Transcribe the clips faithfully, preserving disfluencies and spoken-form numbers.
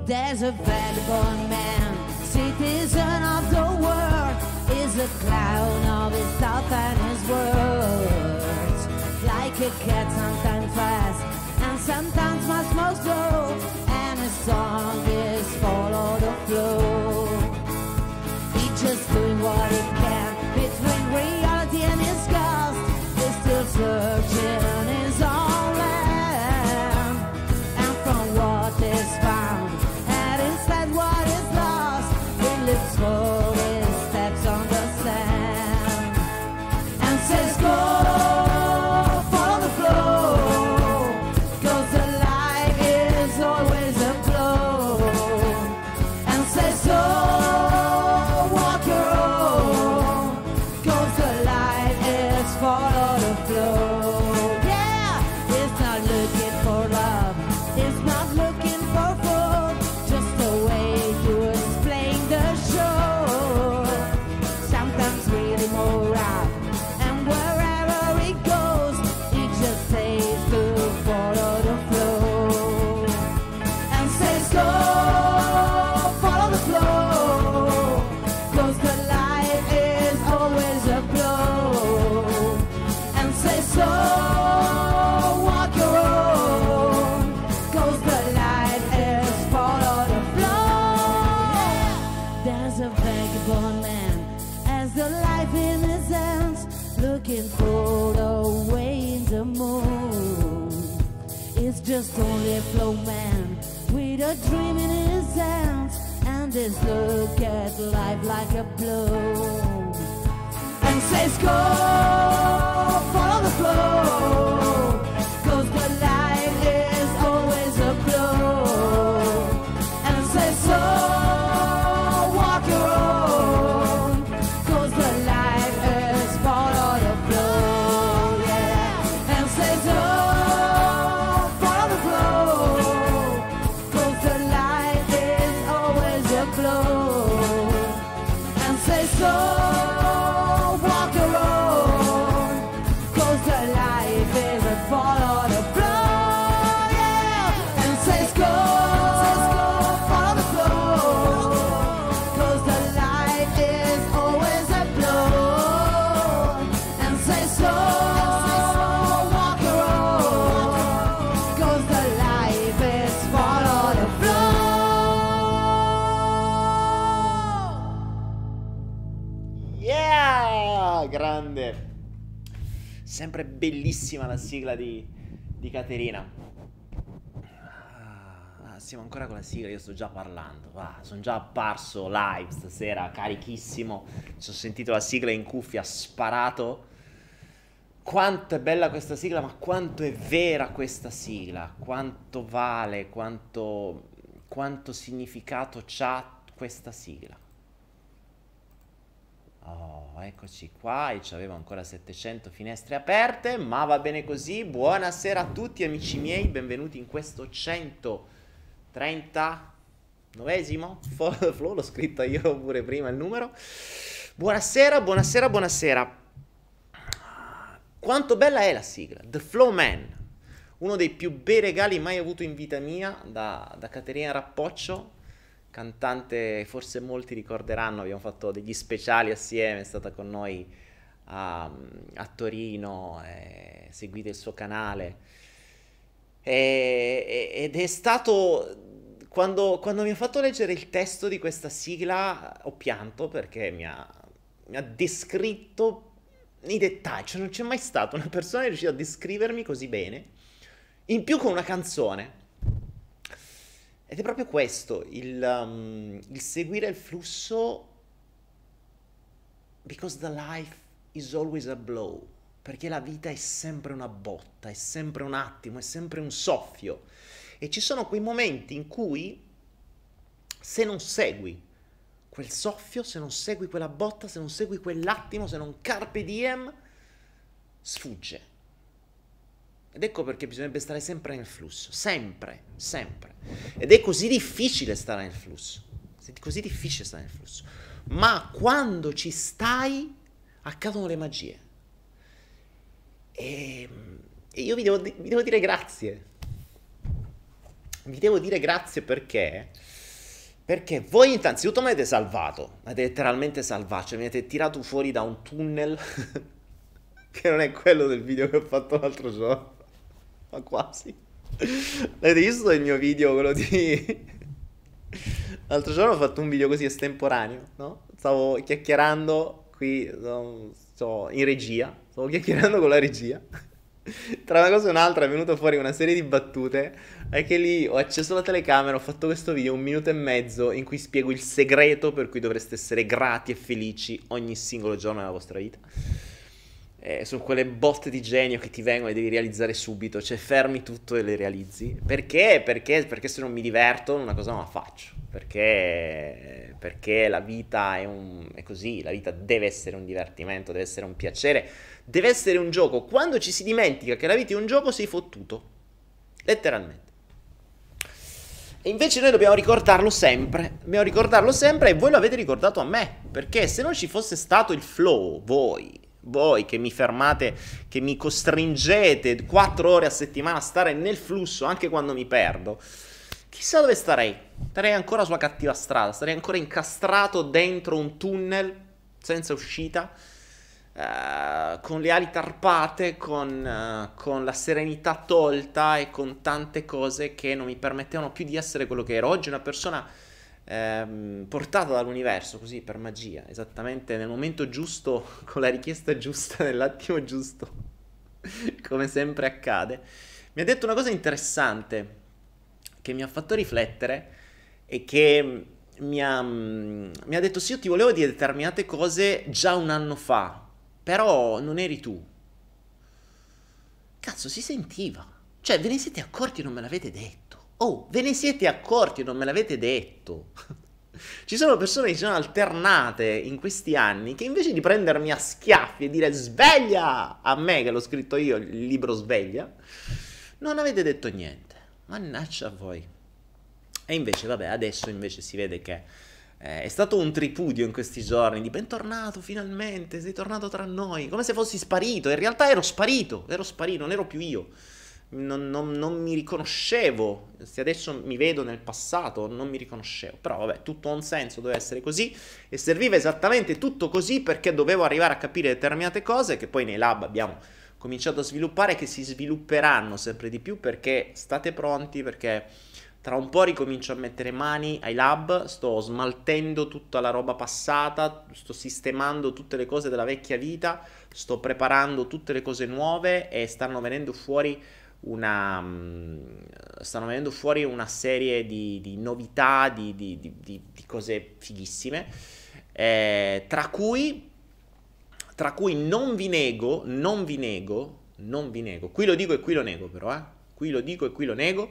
There's a vagabond man, citizen of the world, is a clown of his thoughts and his words. Like a cat, sometimes fast and sometimes much more slow, and his song is follow the flow. He's just doing what he can between reality and his ghost. He's still searching his own land, and from what is found and instead what is lost, he lives for his steps on the sand and says go follow the flow, 'cause the life is always a flow, and says so walk your own, 'cause the life is follow the flow. Yeah, it's not looking for love, it's not looking for food, just a way to explain the show. Sometimes really more out, and wherever it goes, it just says to follow the flow, and says go follow the flow, 'cause the life is always a flow, and says so walk your own, 'cause the life is follow the flow. There's a vagabond man, has the life in his hands, looking for the way in the moon. It's just only a flow man with a dream in his hands, and his look at life like a blow, and says go follow the flow, 'cause the life is always a flow, and says so walk your own, 'cause the life is follow the flow. Yeah, and says oh follow the flow, 'cause the life is always a flow, and says so walk your own, 'cause the life is a follow the flow. Yeah, and says go, says go follow the flow, 'cause the life is always a flow, and says so walk your own, 'cause the life is follow the flow. Yeah! Grande! Sempre bellissima la sigla di, di Caterina. Ah, siamo ancora con la sigla, io sto già parlando. Ah, sono già apparso live stasera, carichissimo. Mi sono sentito la sigla in cuffia, sparato. Quanto è bella questa sigla, ma quanto è vera questa sigla. Quanto vale, quanto, quanto significato c'ha questa sigla. Oh, eccoci qua, e c'avevo ancora settecento finestre aperte, ma va bene così. Buonasera a tutti amici miei, benvenuti in questo centotrentanovesimo Follow the Flow, l'ho scritto io pure prima il numero. Buonasera, buonasera, buonasera. Quanto bella è la sigla, The Flow Man, uno dei più bei regali mai avuto in vita mia da, da Caterina Rappoccio, cantante, forse molti ricorderanno, abbiamo fatto degli speciali assieme, è stata con noi a, a Torino, eh, seguite il suo canale, e, ed è stato, quando, quando mi ha fatto leggere il testo di questa sigla, ho pianto perché mi ha, mi ha descritto i dettagli, cioè non c'è mai stata una persona che è riuscita a descrivermi così bene, in più con una canzone. Ed è proprio questo, il, um, il seguire il flusso, because the life is always a blow, perché la vita è sempre una botta, è sempre un attimo, è sempre un soffio, e ci sono quei momenti in cui se non segui quel soffio, se non segui quella botta, se non segui quell'attimo, se non carpe diem, sfugge. Ed ecco perché bisognerebbe stare sempre nel flusso, sempre, sempre. Ed è così difficile stare nel flusso, è così difficile stare nel flusso. Ma quando ci stai, accadono le magie. E, e io vi devo, vi devo dire grazie. Vi devo dire grazie perché Perché voi innanzitutto mi avete salvato, mi avete letteralmente salvato, cioè mi avete tirato fuori da un tunnel che non è quello del video che ho fatto l'altro giorno, ma quasi. L'avete visto il mio video, quello di... L'altro giorno ho fatto un video così estemporaneo, no? Stavo chiacchierando qui, no, sto in regia, stavo chiacchierando con la regia. Tra una cosa e un'altra è venuta fuori una serie di battute. È che lì ho acceso la telecamera, ho fatto questo video un minuto e mezzo in cui spiego il segreto per cui dovreste essere grati e felici ogni singolo giorno della vostra vita. Eh, sono quelle botte di genio che ti vengono e devi realizzare subito, cioè fermi tutto e le realizzi. Perché? Perché, perché se non mi diverto una cosa non la faccio. Perché, perché la vita è, un, è così, la vita deve essere un divertimento, deve essere un piacere, deve essere un gioco. Quando ci si dimentica che la vita è un gioco sei fottuto, letteralmente. E invece noi dobbiamo ricordarlo sempre, dobbiamo ricordarlo sempre e voi lo avete ricordato a me, perché se non ci fosse stato il flow, voi, voi che mi fermate, che mi costringete quattro ore a settimana a stare nel flusso anche quando mi perdo, chissà dove starei, starei ancora sulla cattiva strada, starei ancora incastrato dentro un tunnel senza uscita, Uh, con le ali tarpate, con, uh, con la serenità tolta e con tante cose che non mi permettevano più di essere quello che ero. Oggi una persona um, portata dall'universo così per magia, esattamente nel momento giusto, con la richiesta giusta, nell'attimo giusto, come sempre accade, mi ha detto una cosa interessante che mi ha fatto riflettere e che mi ha, mi ha detto sì, io ti volevo dire determinate cose già un anno fa, però non eri tu. Cazzo, si sentiva. Cioè, ve ne siete accorti e non me l'avete detto. Oh, ve ne siete accorti e non me l'avete detto. Ci sono persone che si sono alternate in questi anni che invece di prendermi a schiaffi e dire sveglia a me, che l'ho scritto io, il libro Sveglia, non avete detto niente. Mannaggia a voi. E invece, vabbè, adesso invece si vede che Eh, è stato un tripudio in questi giorni di bentornato finalmente, sei tornato tra noi, come se fossi sparito. In realtà ero sparito, ero sparito, non ero più io, non, non, non mi riconoscevo. Se adesso mi vedo nel passato non mi riconoscevo, però vabbè, tutto ha un senso, doveva essere così e serviva esattamente tutto così perché dovevo arrivare a capire determinate cose che poi nei lab abbiamo cominciato a sviluppare, che si svilupperanno sempre di più, perché state pronti, perché tra un po' ricomincio a mettere mani ai lab, sto smaltendo tutta la roba passata, sto sistemando tutte le cose della vecchia vita, sto preparando tutte le cose nuove e stanno venendo fuori una, stanno venendo fuori una serie di, di novità, di, di, di, di, di cose fighissime, eh, tra cui, tra cui non vi nego, non vi nego, non vi nego, qui lo dico e qui lo nego però, eh, qui lo dico e qui lo nego,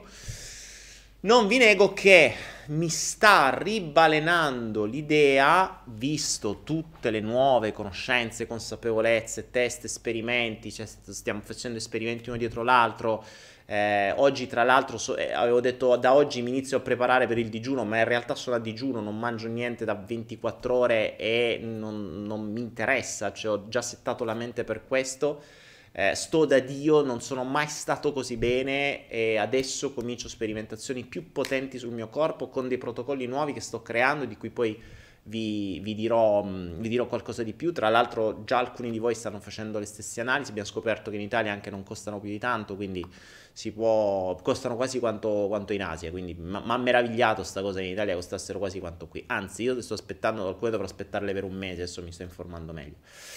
non vi nego che mi sta ribalenando l'idea, visto tutte le nuove conoscenze, consapevolezze, test, esperimenti, cioè stiamo facendo esperimenti uno dietro l'altro, eh, oggi tra l'altro so, eh, avevo detto da oggi mi inizio a preparare per il digiuno, ma in realtà sono a digiuno, non mangio niente da ventiquattro ore e non, non mi interessa, cioè ho già settato la mente per questo. Eh, sto da Dio, non sono mai stato così bene e adesso comincio sperimentazioni più potenti sul mio corpo con dei protocolli nuovi che sto creando, di cui poi vi, vi, dirò, vi dirò qualcosa di più. Tra l'altro già alcuni di voi stanno facendo le stesse analisi, abbiamo scoperto che in Italia anche non costano più di tanto, quindi si può, costano quasi quanto, quanto in Asia, quindi mi ha meravigliato sta cosa che in Italia costassero quasi quanto qui, anzi io sto aspettando, alcune dovrò aspettarle per un mese, adesso mi sto informando meglio.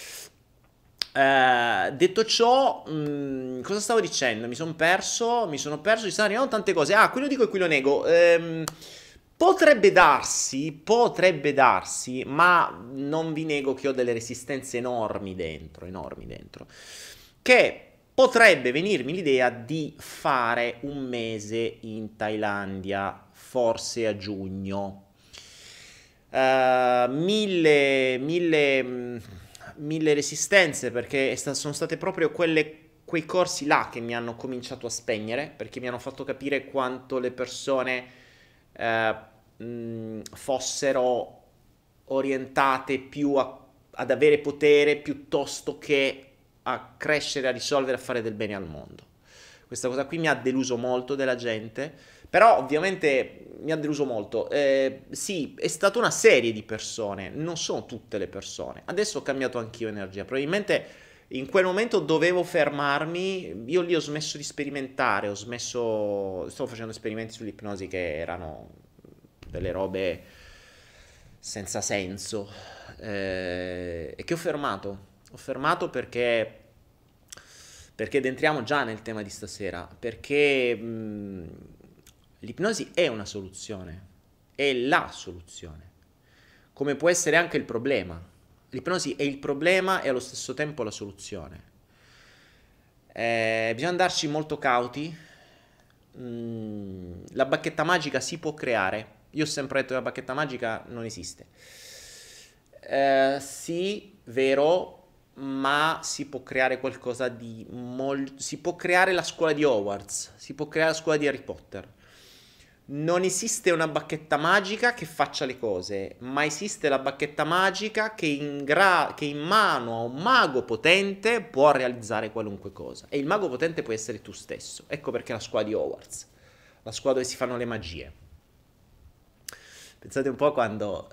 Uh, detto ciò, mh, cosa stavo dicendo? Mi sono perso, mi sono perso, ci stanno arrivando tante cose. Ah, qui lo dico e qui lo nego. Um, potrebbe darsi, potrebbe darsi, ma non vi nego che ho delle resistenze enormi dentro, enormi dentro, che potrebbe venirmi l'idea di fare un mese in Thailandia, forse a giugno. Uh, mille, mille... Mh, mille resistenze, perché sono state proprio quelle, quei corsi là che mi hanno cominciato a spegnere, perché mi hanno fatto capire quanto le persone eh, mh, fossero orientate più a, ad avere potere piuttosto che a crescere, a risolvere, a fare del bene al mondo. Questa cosa qui mi ha deluso molto della gente, Però ovviamente mi ha deluso molto. Eh, sì, è stata una serie di persone, non sono tutte le persone. Adesso ho cambiato anch'io energia, probabilmente in quel momento dovevo fermarmi, io lì ho smesso di sperimentare, ho smesso, stavo facendo esperimenti sull'ipnosi che erano delle robe senza senso, eh, e che ho fermato, ho fermato perché, perché ed entriamo già nel tema di stasera, perché mh, l'ipnosi è una soluzione, è la soluzione, come può essere anche il problema. L'ipnosi è il problema e allo stesso tempo la soluzione. Eh, bisogna andarci molto cauti. Mm, la bacchetta magica si può creare. Io ho sempre detto che la bacchetta magica non esiste. Eh, sì, vero, ma si può creare qualcosa di molto... Si può creare la scuola di Hogwarts, si può creare la scuola di Harry Potter. Non esiste una bacchetta magica che faccia le cose, ma esiste la bacchetta magica che in, gra- che in mano a un mago potente può realizzare qualunque cosa. E il mago potente può essere tu stesso. Ecco perché la scuola di Hogwarts, la scuola dove si fanno le magie. Pensate un po' quando...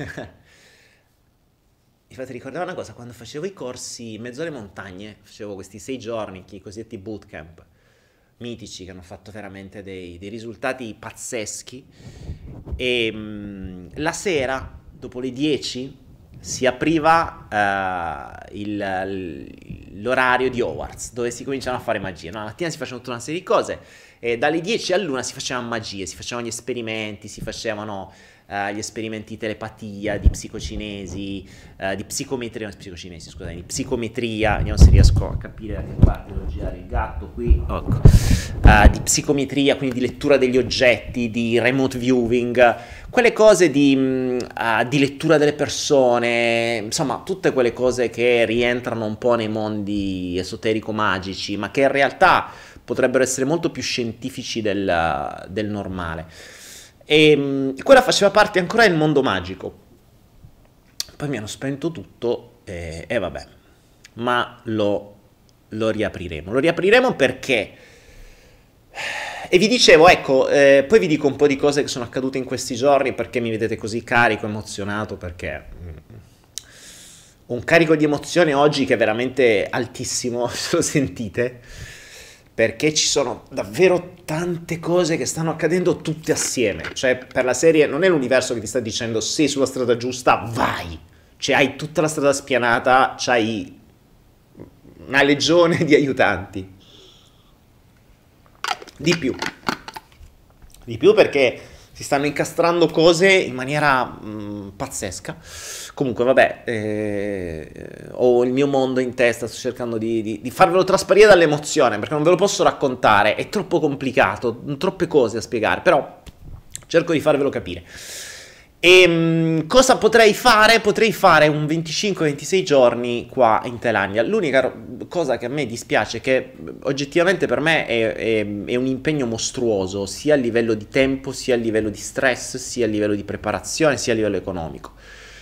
Mi fate ricordare una cosa, quando facevo i corsi in mezzo alle montagne, facevo questi sei giorni, i cosiddetti bootcamp, mitici, che hanno fatto veramente dei, dei risultati pazzeschi, e mh, la sera, dopo le dieci, si apriva uh, il, l'orario di Hogwarts, dove si cominciano a fare magie, no? La mattina si facevano tutta una serie di cose, e dalle dieci all'una si facevano magie, si facevano gli esperimenti, si facevano uh, gli esperimenti di telepatia, di psicocinesi, uh, di psicometria, no, psicocinesi, scusate, di psicometria, vediamo se riesco a capire da che parte devo girare il gatto qui, ecco. Uh, di psicometria, quindi di lettura degli oggetti, di remote viewing, quelle cose di, uh, di lettura delle persone, insomma tutte quelle cose che rientrano un po' nei mondi esoterico-magici, ma che in realtà potrebbero essere molto più scientifici del, del normale. E um, quella faceva parte ancora del mondo magico. Poi mi hanno spento tutto e, e vabbè, ma lo, lo riapriremo. Lo riapriremo perché... E vi dicevo, ecco, eh, poi vi dico un po' di cose che sono accadute in questi giorni, perché mi vedete così carico, emozionato, perché ho un carico di emozione oggi che è veramente altissimo, se lo sentite, perché ci sono davvero tante cose che stanno accadendo tutte assieme. Cioè, per la serie non è l'universo che ti sta dicendo sei sulla strada giusta, vai, cioè hai tutta la strada spianata, c'hai una legione di aiutanti. Di più, di più perché si stanno incastrando cose in maniera mh, pazzesca. Comunque vabbè, eh, ho il mio mondo in testa, sto cercando di, di, di farvelo trasparire dall'emozione, perché non ve lo posso raccontare, è troppo complicato, troppe cose da spiegare, però cerco di farvelo capire. E mh, cosa potrei fare? Potrei fare un venticinque ventisei giorni qua in Thailandia. L'unica cosa che a me dispiace è che oggettivamente per me è, è, è un impegno mostruoso, sia a livello di tempo, sia a livello di stress, sia a livello di preparazione, sia a livello economico.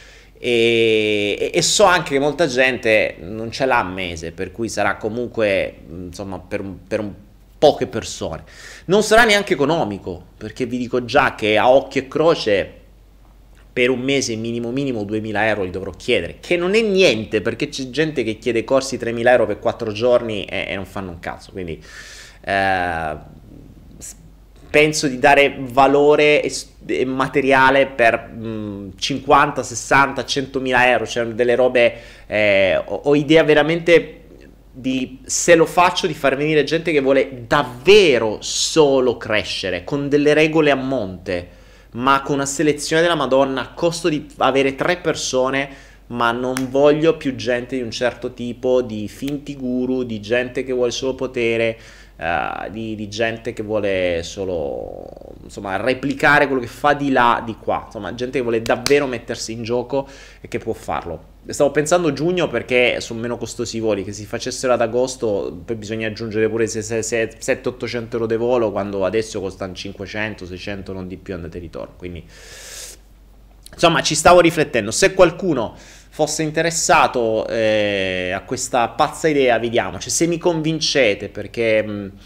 E, e so anche che molta gente non ce l'ha a mese, per cui sarà comunque, insomma, per, per un poche persone. Non sarà neanche economico, perché vi dico già che a occhio e croce per un mese minimo minimo duemila euro li dovrò chiedere, che non è niente, perché c'è gente che chiede corsi tremila euro per quattro giorni e, e non fanno un cazzo, quindi eh, penso di dare valore e, e materiale per mh, cinquanta, sessanta, centomila euro, cioè delle robe, eh, ho, ho idea veramente di, se lo faccio, di far venire gente che vuole davvero solo crescere, con delle regole a monte, ma con una selezione della Madonna, a costo di avere tre persone, ma non voglio più gente di un certo tipo, di finti guru, di gente che vuole solo potere, uh, di, di gente che vuole solo, insomma, replicare quello che fa di là, di qua, insomma, gente che vuole davvero mettersi in gioco e che può farlo. Stavo pensando giugno perché sono meno costosi i voli, che si facessero ad agosto poi bisogna aggiungere pure sette ottocento euro di volo, quando adesso costano cinquecento seicento, non di più, andate e ritorno. Quindi insomma ci stavo riflettendo, se qualcuno fosse interessato eh, a questa pazza idea, vediamo, cioè, se mi convincete, perché mh,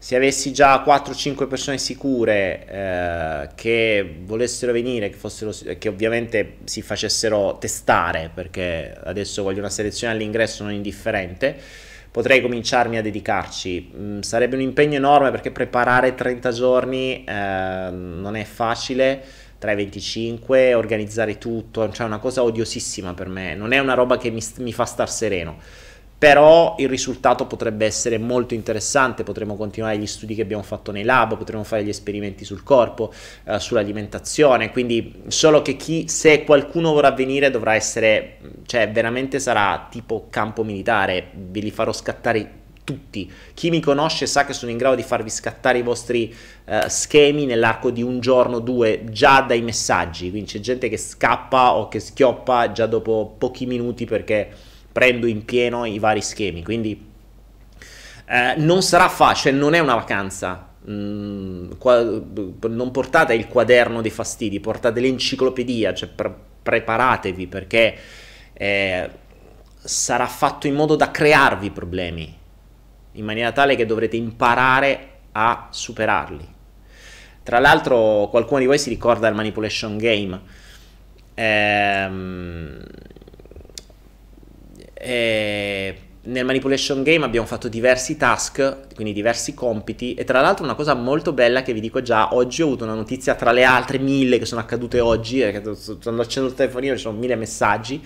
se avessi già quattro cinque persone sicure eh, che volessero venire, che, fossero, che ovviamente si facessero testare, perché adesso voglio una selezione all'ingresso non indifferente, potrei cominciarmi a dedicarci. Mm, sarebbe un impegno enorme, perché preparare trenta giorni eh, non è facile, tra i venticinque, organizzare tutto, cioè una cosa odiosissima per me, non è una roba che mi, mi fa star sereno. Però il risultato potrebbe essere molto interessante, potremo continuare gli studi che abbiamo fatto nei lab, potremo fare gli esperimenti sul corpo, eh, sull'alimentazione, quindi solo che chi, se qualcuno vorrà venire dovrà essere, cioè veramente sarà tipo campo militare, ve li farò scattare tutti. Chi mi conosce sa che sono in grado di farvi scattare i vostri eh, schemi nell'arco di un giorno, due, già dai messaggi, quindi c'è gente che scappa o che schioppa già dopo pochi minuti perché prendo in pieno i vari schemi, quindi eh, non sarà facile, non è una vacanza. Mm, qua, non portate il quaderno dei fastidi, portate l'enciclopedia, cioè pre- preparatevi, perché eh, sarà fatto in modo da crearvi problemi, in maniera tale che dovrete imparare a superarli. Tra l'altro qualcuno di voi si ricorda del Manipulation Game. Ehm... E nel Manipulation Game abbiamo fatto diversi task, quindi diversi compiti, e tra l'altro una cosa molto bella che vi dico già, oggi ho avuto una notizia tra le altre mille che sono accadute oggi, perché quando accendo il telefonino ci sono mille messaggi.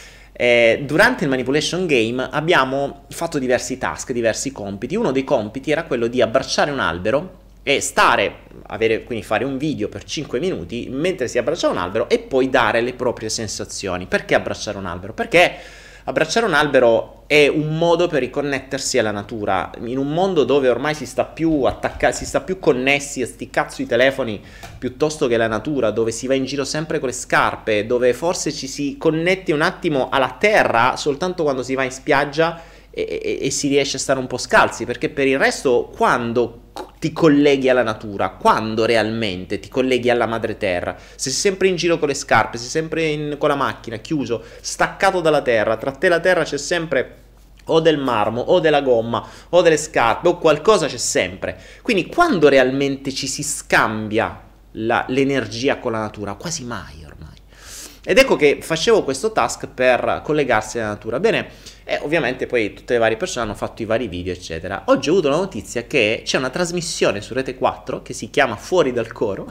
Eh, durante il Manipulation Game abbiamo fatto diversi task, diversi compiti. Uno dei compiti era quello di abbracciare un albero e stare, avere, quindi fare un video per cinque minuti mentre si abbraccia un albero e poi dare le proprie sensazioni. Perché abbracciare un albero? Perché abbracciare un albero è un modo per riconnettersi alla natura, in un mondo dove ormai si sta più attaccati, si sta più connessi a sti cazzo di telefoni piuttosto che alla natura, dove si va in giro sempre con le scarpe, dove forse ci si connette un attimo alla terra soltanto quando si va in spiaggia e, e, e si riesce a stare un po' scalzi, perché per il resto quando ti colleghi alla natura, quando realmente ti colleghi alla madre terra, se sei sempre in giro con le scarpe, sei sempre in, con la macchina, chiuso, staccato dalla terra, tra te e la terra c'è sempre o del marmo, o della gomma, o delle scarpe, o qualcosa c'è sempre. Quindi quando realmente ci si scambia la, l'energia con la natura? Quasi mai ormai. Ed ecco che facevo questo task per collegarsi alla natura. Bene, e ovviamente poi tutte le varie persone hanno fatto i vari video, eccetera. Oggi ho avuto la notizia che c'è una trasmissione su Rete quattro che si chiama Fuori dal Coro,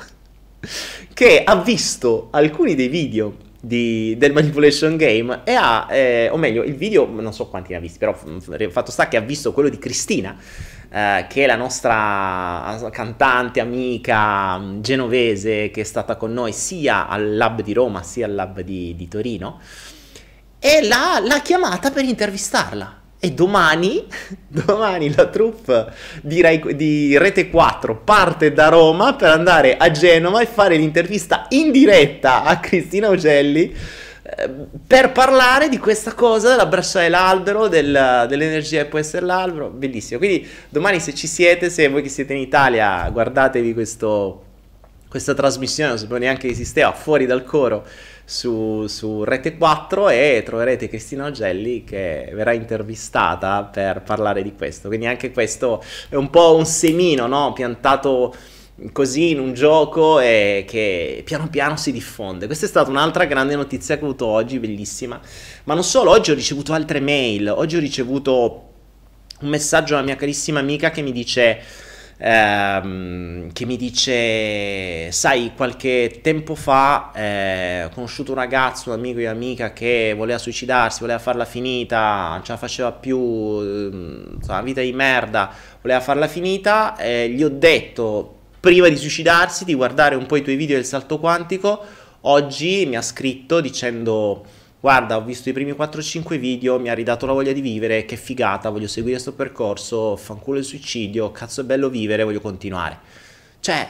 che ha visto alcuni dei video di, del Manipulation Game e ha, eh, o meglio, il video, non so quanti ne ha visti, però fatto sta che ha visto quello di Cristina, eh, che è la nostra cantante, amica genovese, che è stata con noi sia al Lab di Roma sia al Lab di, di Torino, e l'ha, l'ha chiamata per intervistarla. E domani, domani la troupe di, Rai, di Rete quattro parte da Roma per andare a Genova e fare l'intervista in diretta a Cristina Augelli eh, per parlare di questa cosa dell'abbracciare l'albero, del, dell'energia che può essere l'albero. Bellissimo. Quindi domani, se ci siete, se voi che siete in Italia, guardatevi questo, questa trasmissione, non sapevo neanche che esisteva, Fuori dal Coro, Su, su Rete quattro, e troverete Cristina Augelli che verrà intervistata per parlare di questo. Quindi anche questo è un po' un semino, no? Piantato così in un gioco e che piano piano si diffonde. Questa è stata un'altra grande notizia che ho avuto oggi, bellissima. Ma non solo, oggi ho ricevuto altre mail. Oggi ho ricevuto un messaggio da una mia carissima amica che mi dice... Ehm, che mi dice: sai, qualche tempo fa eh, ho conosciuto un ragazzo, un amico e un'amica che voleva suicidarsi, voleva farla finita, non ce la faceva più, insomma, vita di merda, voleva farla finita. Eh, gli ho detto, prima di suicidarsi, di guardare un po' i tuoi video del salto quantico. Oggi mi ha scritto dicendo: guarda, ho visto i primi quattro cinque video, mi ha ridato la voglia di vivere, che figata, voglio seguire questo percorso, fanculo il suicidio, cazzo è bello vivere, voglio continuare. Cioè,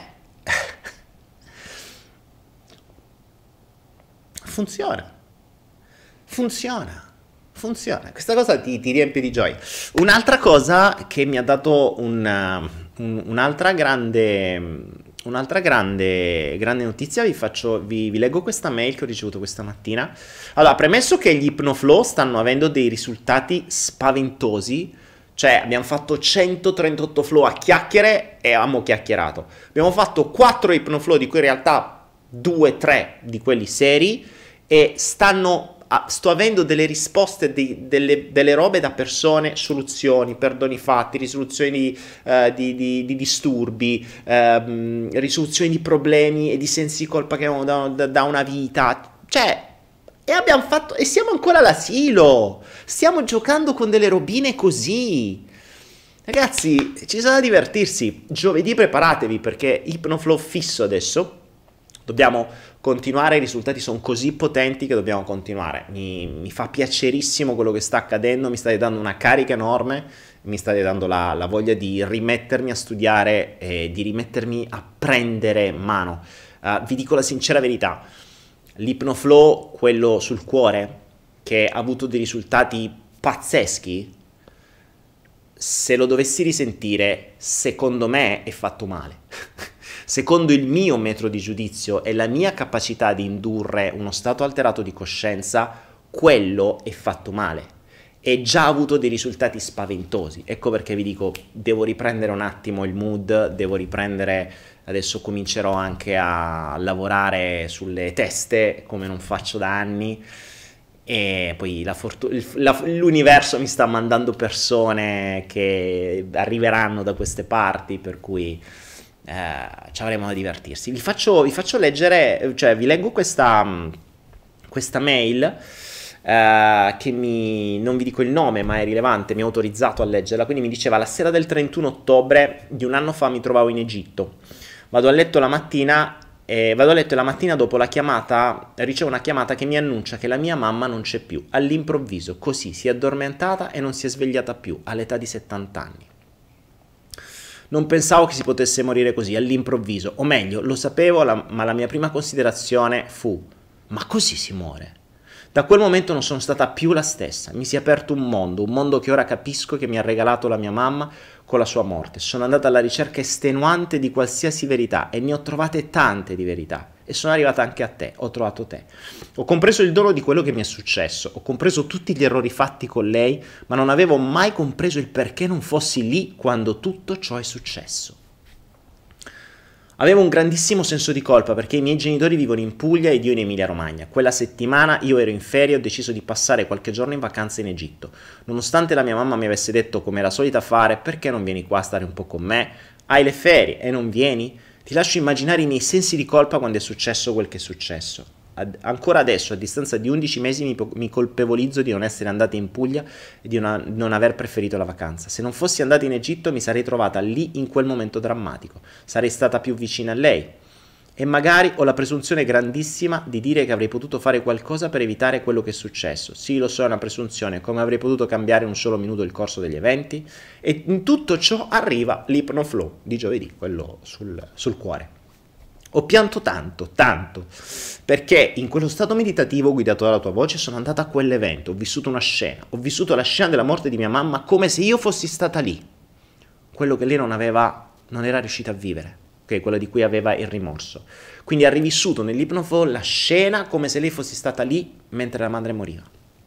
funziona, funziona, funziona, questa cosa ti, ti riempie di gioia. Un'altra cosa che mi ha dato un, un, un'altra grande... Un'altra grande, grande notizia, vi, faccio, vi, vi leggo questa mail che ho ricevuto questa mattina. Allora, premesso che gli Hypnoflow stanno avendo dei risultati spaventosi, Cioè abbiamo fatto centotrentotto flow a chiacchiere e abbiamo chiacchierato. Abbiamo fatto quattro ipnoflow, di cui in realtà due tre di quelli seri, e stanno... sto avendo delle risposte, di, delle, delle robe da persone, soluzioni, perdoni fatti, risoluzioni di, uh, di, di, di disturbi, uh, risoluzioni di problemi e di sensi di colpa che abbiamo da, da, da una vita. Cioè, e abbiamo fatto, e siamo ancora all'asilo, stiamo giocando con delle robine così. Ragazzi, ci sarà da divertirsi. Giovedì preparatevi, perché ipnoflow fisso adesso. Dobbiamo continuare, i risultati sono così potenti che dobbiamo continuare. Mi, mi fa piacerissimo quello che sta accadendo, mi state dando una carica enorme, mi state dando la, la voglia di rimettermi a studiare e di rimettermi a prendere mano. Uh, vi dico la sincera verità, l'ipnoflow, quello sul cuore, che ha avuto dei risultati pazzeschi, se lo dovessi risentire, secondo me è fatto male. Secondo il mio metro di giudizio e la mia capacità di indurre uno stato alterato di coscienza, quello è fatto male. E già ha avuto dei risultati spaventosi. Ecco perché vi dico, devo riprendere un attimo il mood, devo riprendere, adesso comincerò anche a lavorare sulle teste, come non faccio da anni, e poi la fortu- la, l'universo mi sta mandando persone che arriveranno da queste parti, per cui... Uh, ci avremo da divertirsi. Vi faccio, vi faccio leggere, cioè vi leggo questa, questa mail uh, che mi, non vi dico il nome ma è rilevante, mi ha autorizzato a leggerla. Quindi mi diceva: la sera del trentuno ottobre di un anno fa mi trovavo in Egitto, vado a letto la mattina e vado a letto e la mattina dopo la chiamata ricevo una chiamata che mi annuncia che la mia mamma non c'è più, all'improvviso, così si è addormentata e non si è svegliata più all'età di settanta anni. Non pensavo che si potesse morire così, all'improvviso, o meglio, lo sapevo, la, ma la mia prima considerazione fu: ma così si muore? Da quel momento non sono stata più la stessa, mi si è aperto un mondo, un mondo che ora capisco che mi ha regalato la mia mamma con la sua morte. Sono andata alla ricerca estenuante di qualsiasi verità e ne ho trovate tante di verità. E sono arrivata anche a te, ho trovato te. Ho compreso il dono di quello che mi è successo, ho compreso tutti gli errori fatti con lei, ma non avevo mai compreso il perché non fossi lì quando tutto ciò è successo. Avevo un grandissimo senso di colpa perché i miei genitori vivono in Puglia ed io in Emilia Romagna. Quella settimana io ero in ferie e ho deciso di passare qualche giorno in vacanza in Egitto. Nonostante la mia mamma mi avesse detto, come era solita fare: perché non vieni qua a stare un po' con me? Hai le ferie e non vieni? Ti lascio immaginare i miei sensi di colpa quando è successo quel che è successo. Ad, ancora adesso, a distanza di undici mesi, mi, mi colpevolizzo di non essere andata in Puglia e di una, non aver preferito la vacanza. Se non fossi andata in Egitto mi sarei trovata lì in quel momento drammatico. Sarei stata più vicina a lei. E magari ho la presunzione grandissima di dire che avrei potuto fare qualcosa per evitare quello che è successo. Sì, lo so, è una presunzione, come avrei potuto cambiare in un solo minuto il corso degli eventi. E in tutto ciò arriva l'ipnoflow di giovedì, quello sul, sul cuore. Ho pianto tanto, tanto, perché in quello stato meditativo guidato dalla tua voce sono andata a quell'evento, ho vissuto una scena, ho vissuto la scena della morte di mia mamma come se io fossi stata lì. Quello che lei non aveva, non era riuscita a vivere. Okay, quello di cui aveva il rimorso. Quindi ha rivissuto nell'ipnoflow la scena come se lei fosse stata lì mentre la madre moriva.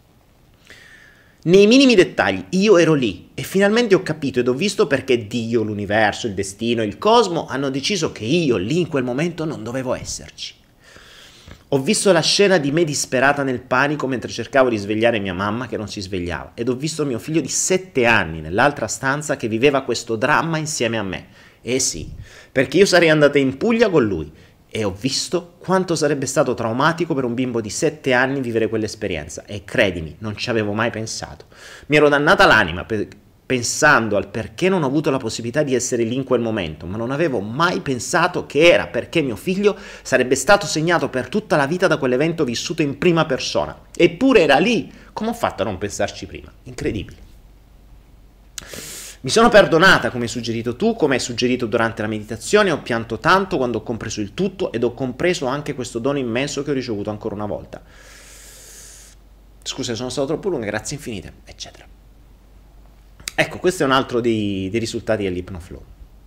Nei minimi dettagli, io ero lì e finalmente ho capito ed ho visto perché Dio, l'universo, il destino, il cosmo hanno deciso che io lì in quel momento non dovevo esserci. Ho visto la scena di me disperata nel panico mentre cercavo di svegliare mia mamma che non si svegliava, ed ho visto mio figlio di sette anni nell'altra stanza che viveva questo dramma insieme a me. Eh sì, perché io sarei andata in Puglia con lui e ho visto quanto sarebbe stato traumatico per un bimbo di sette anni vivere quell'esperienza, e credimi, non ci avevo mai pensato. Mi ero dannata l'anima per, pensando al perché non ho avuto la possibilità di essere lì in quel momento, ma non avevo mai pensato che era perché mio figlio sarebbe stato segnato per tutta la vita da quell'evento vissuto in prima persona. Eppure era lì. Come ho fatto a non pensarci prima? Incredibile. Mi sono perdonata, come hai suggerito tu, come hai suggerito durante la meditazione, ho pianto tanto quando ho compreso il tutto ed ho compreso anche questo dono immenso che ho ricevuto ancora una volta. Scusa, sono stato troppo lunga, grazie infinite, eccetera. Ecco, questo è un altro dei, dei risultati dell'ipnoflow.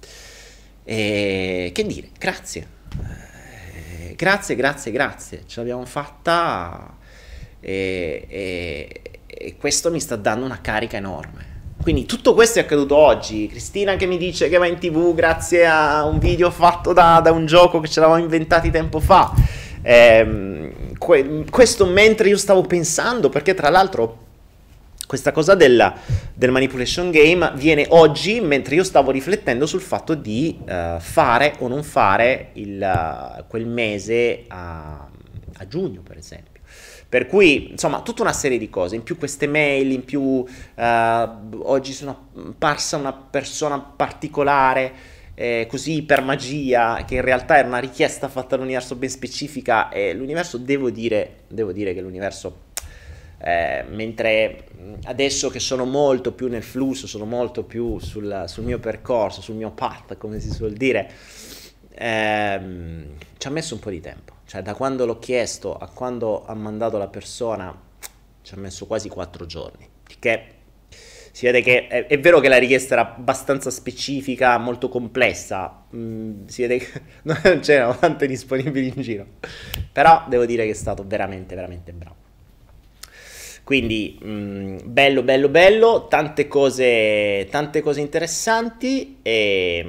E che dire, grazie. Eh, grazie, grazie, grazie. Ce l'abbiamo fatta e, e, e questo mi sta dando una carica enorme. Quindi tutto questo è accaduto oggi. Cristina che mi dice che va in tv grazie a un video fatto da, da un gioco che ce l'avevamo inventati tempo fa. Eh, que- questo mentre io stavo pensando, perché tra l'altro questa cosa del, del manipulation game viene oggi mentre io stavo riflettendo sul fatto di uh, fare o non fare il, uh, quel mese a, a giugno, per esempio. Per cui, insomma, tutta una serie di cose, in più queste mail, in più uh, oggi sono apparsa una persona particolare, eh, così per magia, che in realtà era una richiesta fatta all'universo ben specifica, e l'universo, devo dire, devo dire che l'universo, eh, mentre adesso che sono molto più nel flusso, sono molto più sul, sul mio percorso, sul mio path, come si suol dire, ehm, ci ha messo un po' di tempo. Cioè, da quando l'ho chiesto a quando ha mandato la persona ci ha messo quasi quattro giorni, che si vede che è, è vero che la richiesta era abbastanza specifica, molto complessa, mm, si vede che non c'erano tante disponibili in giro, però devo dire che è stato veramente veramente bravo. Quindi mh, bello bello bello, tante cose tante cose interessanti, e,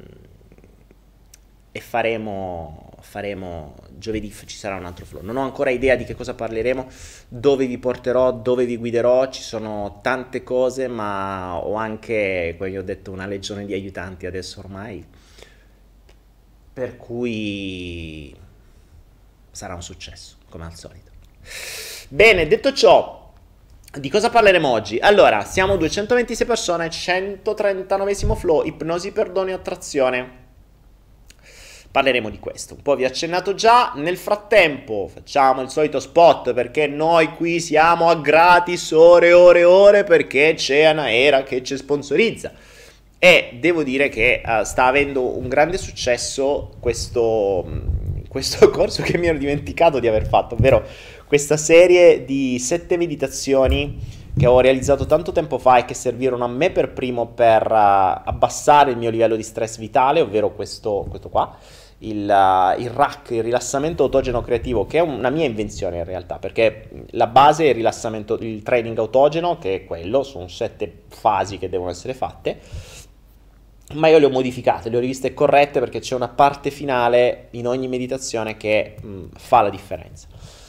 e faremo faremo giovedì ci sarà un altro flow. Non ho ancora idea di che cosa parleremo, dove vi porterò, dove vi guiderò, ci sono tante cose, ma ho anche, come vi ho detto, una legione di aiutanti adesso ormai, per cui sarà un successo, come al solito. Bene, detto ciò, di cosa parleremo oggi? Allora, siamo duecentoventisei persone, centotrentanovesimo flow, ipnosi, perdono e attrazione. Parleremo di questo, un po' vi ho accennato già. Nel frattempo facciamo il solito spot, perché noi qui siamo a gratis ore e ore e ore, perché c'è Anaera che ci sponsorizza, e devo dire che uh, sta avendo un grande successo questo, questo corso che mi ero dimenticato di aver fatto, ovvero questa serie di sette meditazioni che ho realizzato tanto tempo fa e che servirono a me per primo per uh, abbassare il mio livello di stress vitale, ovvero questo, questo qua, il, uh, il R A C, il rilassamento autogeno creativo, che è una mia invenzione in realtà, perché la base è il rilassamento, il training autogeno, che è quello, sono sette fasi che devono essere fatte, ma io le ho modificate, le ho riviste corrette, perché c'è una parte finale in ogni meditazione che mh, fa la differenza.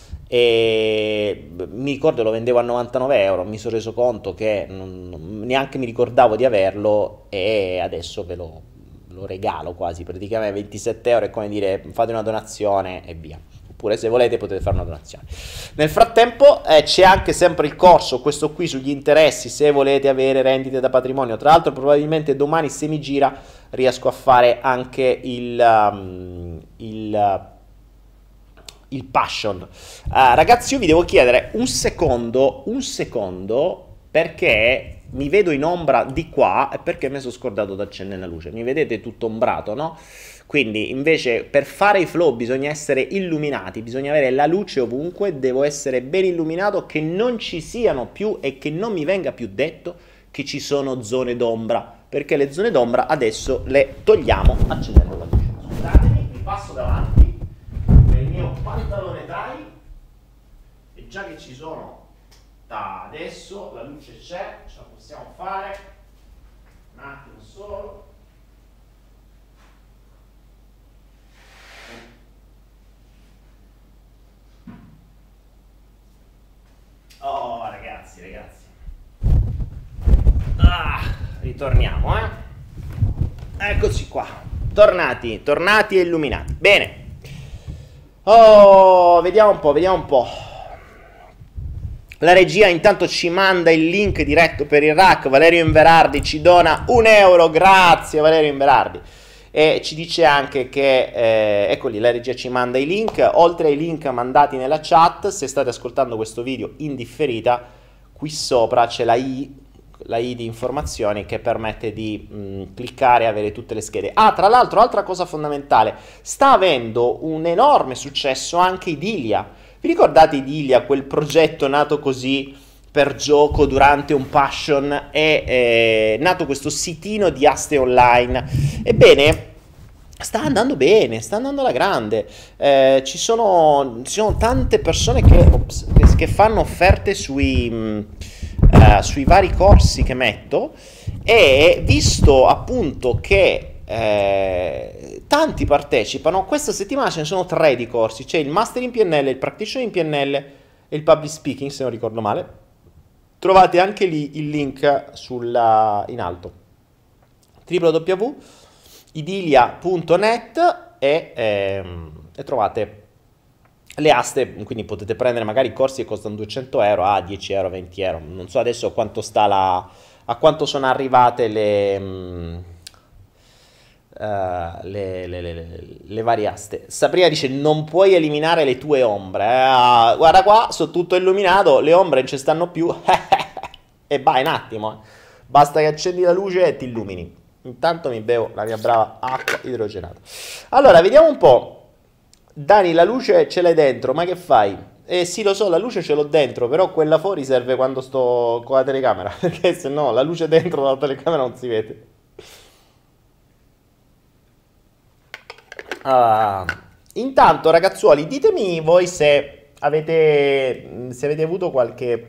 E mi ricordo lo vendevo a novantanove euro, mi sono reso conto che non, non, neanche mi ricordavo di averlo, e adesso ve lo, lo regalo quasi, praticamente ventisette euro, è come dire fate una donazione e via, oppure se volete potete fare una donazione. Nel frattempo eh, c'è anche sempre il corso, questo qui sugli interessi, se volete avere rendite da patrimonio. Tra l'altro probabilmente domani, se mi gira, riesco a fare anche il, um, il il passion. Uh, ragazzi, io vi devo chiedere un secondo, un secondo, perché mi vedo in ombra di qua e perché mi sono scordato di accendere la luce. Mi vedete tutto ombrato, no? Quindi invece per fare i flow bisogna essere illuminati, bisogna avere la luce ovunque, devo essere ben illuminato, che non ci siano più e che non mi venga più detto che ci sono zone d'ombra, perché le zone d'ombra adesso le togliamo accendendo la luce. Scusatemi, vi passo davanti il mio pantalone dai, e già che ci sono da adesso, la luce c'è, ce la possiamo fare, un attimo solo. Oh ragazzi, ragazzi, ah, ritorniamo, eh eccoci qua, tornati, tornati e illuminati. Bene. Oh, vediamo un po', vediamo un po'. La regia intanto ci manda il link diretto per il R A C. Valerio Inverardi ci dona un euro, grazie Valerio Inverardi. E ci dice anche che, eh, eccoli, la regia ci manda i link. Oltre ai link mandati nella chat, se state ascoltando questo video in differita, qui sopra c'è la i, la i di informazioni, che permette di mh, cliccare e avere tutte le schede. Ah, tra l'altro, altra cosa fondamentale, sta avendo un enorme successo anche Idilia. Vi ricordate Idilia, quel progetto nato così per gioco durante un passion? È eh, nato questo sitino di aste online. Ebbene, sta andando bene, sta andando alla grande. Eh, ci sono, ci sono tante persone che, ops, che fanno offerte sui... Mh, uh, sui vari corsi che metto, e visto appunto che eh, tanti partecipano, questa settimana ce ne sono tre di corsi, c'è il Master in P N L, il Practitioner in P N L e il Public Speaking, se non ricordo male. Trovate anche lì il link sulla, in alto, w w w punto idilia punto net, e, ehm, e trovate le aste, quindi potete prendere magari corsi che costano duecento euro a dieci euro, venti euro, non so adesso quanto sta la, a quanto sono arrivate le, um, uh, le, le, le, le varie aste. Sabrina dice non puoi eliminare le tue ombre, eh? Guarda qua, sono tutto illuminato, le ombre non ci stanno più, e vai un attimo, eh. Basta che accendi la luce e ti illumini. Intanto mi bevo la mia brava acqua idrogenata. Allora, vediamo un po'. Dani, la luce ce l'hai dentro, ma che fai? Eh sì, lo so, la luce ce l'ho dentro, però quella fuori serve quando sto con la telecamera, perché se no la luce dentro dalla telecamera non si vede. Ah. Intanto, ragazzuoli, ditemi voi se avete, se avete avuto qualche...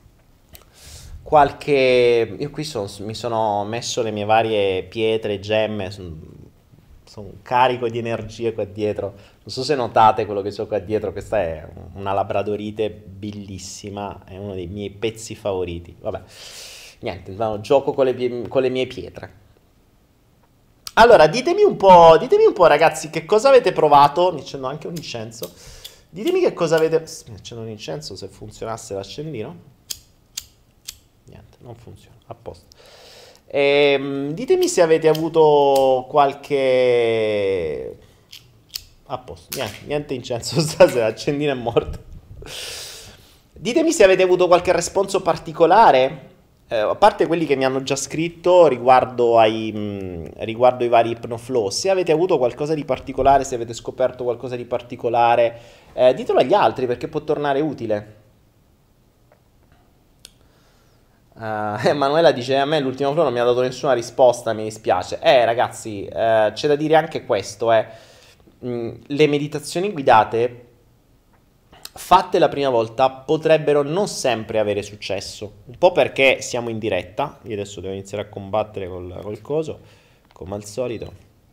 qualche... Io qui son, mi sono messo le mie varie pietre, gemme, sono son carico di energie qua dietro. Non so se notate quello che c'ho qua dietro, questa è una labradorite bellissima, è uno dei miei pezzi favoriti. Vabbè, niente, no, gioco con le, con le mie pietre. Allora, ditemi un po', ditemi un po' ragazzi, che cosa avete provato? Mi accendo anche un incenso. Ditemi che cosa avete... Mi accendo un incenso, se funzionasse l'accendino. Niente, non funziona, a posto. Ehm, ditemi se avete avuto qualche... A posto, niente, niente incenso stasera, l'accendino è morto. Ditemi se avete avuto qualche responso particolare, eh, a parte quelli che mi hanno già scritto riguardo ai, mh, riguardo ai vari Hypnoflow. Se avete avuto qualcosa di particolare, se avete scoperto qualcosa di particolare, eh, ditelo agli altri perché può tornare utile. Uh, Emanuela dice a me l'ultimo flow non mi ha dato nessuna risposta, mi dispiace. Eh ragazzi, eh, c'è da dire anche questo, eh. Mm, le meditazioni guidate fatte la prima volta potrebbero non sempre avere successo, un po' perché siamo in diretta. Io adesso devo iniziare a combattere col, col coso, come al solito.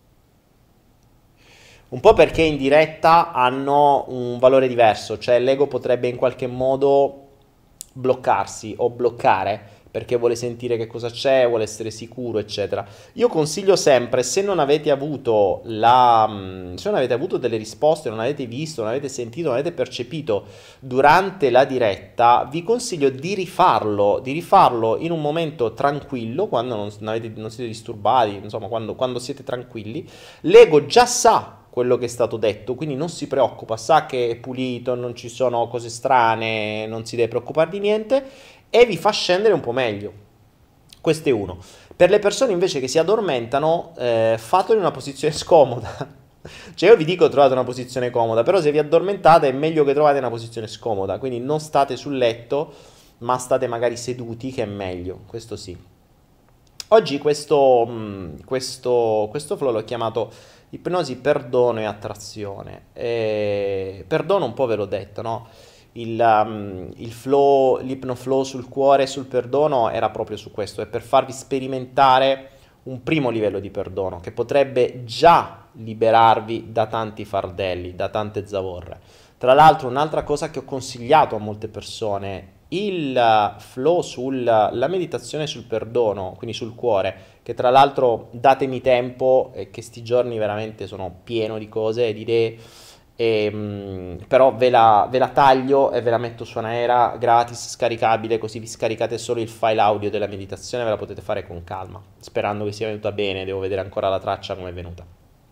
Un po' perché in diretta hanno un valore diverso, cioè l'ego potrebbe in qualche modo bloccarsi o bloccare perché vuole sentire che cosa c'è, vuole essere sicuro, eccetera. Io consiglio sempre, se non avete avuto la se non avete avuto delle risposte, non avete visto, non avete sentito, non avete percepito durante la diretta, vi consiglio di rifarlo, di rifarlo in un momento tranquillo, quando non, non, avete, non siete disturbati, insomma, quando, quando siete tranquilli. L'ego già sa quello che è stato detto, quindi non si preoccupa, sa che è pulito, non ci sono cose strane, non si deve preoccupare di niente, e vi fa scendere un po' meglio. Questo è uno. Per le persone invece che si addormentano, eh, fatelo in una posizione scomoda. Cioè io vi dico trovate una posizione comoda, però se vi addormentate è meglio che trovate una posizione scomoda, quindi non state sul letto, ma state magari seduti, che è meglio, questo sì. Oggi questo, questo, questo flow l'ho chiamato ipnosi, perdono e attrazione. E perdono un po' ve l'ho detto, no? Il, um, il flow, l'ipnoflow sul cuore e sul perdono era proprio su questo, è per farvi sperimentare un primo livello di perdono che potrebbe già liberarvi da tanti fardelli, da tante zavorre. Tra l'altro un'altra cosa che ho consigliato a molte persone, il flow sulla meditazione sul perdono, quindi sul cuore, che tra l'altro datemi tempo, e che sti giorni veramente sono pieno di cose, di idee, e, mh, però ve la, ve la taglio e ve la metto su Anaera gratis, scaricabile, così vi scaricate solo il file audio della meditazione, ve la potete fare con calma, sperando che sia venuta bene. Devo vedere ancora la traccia come è venuta.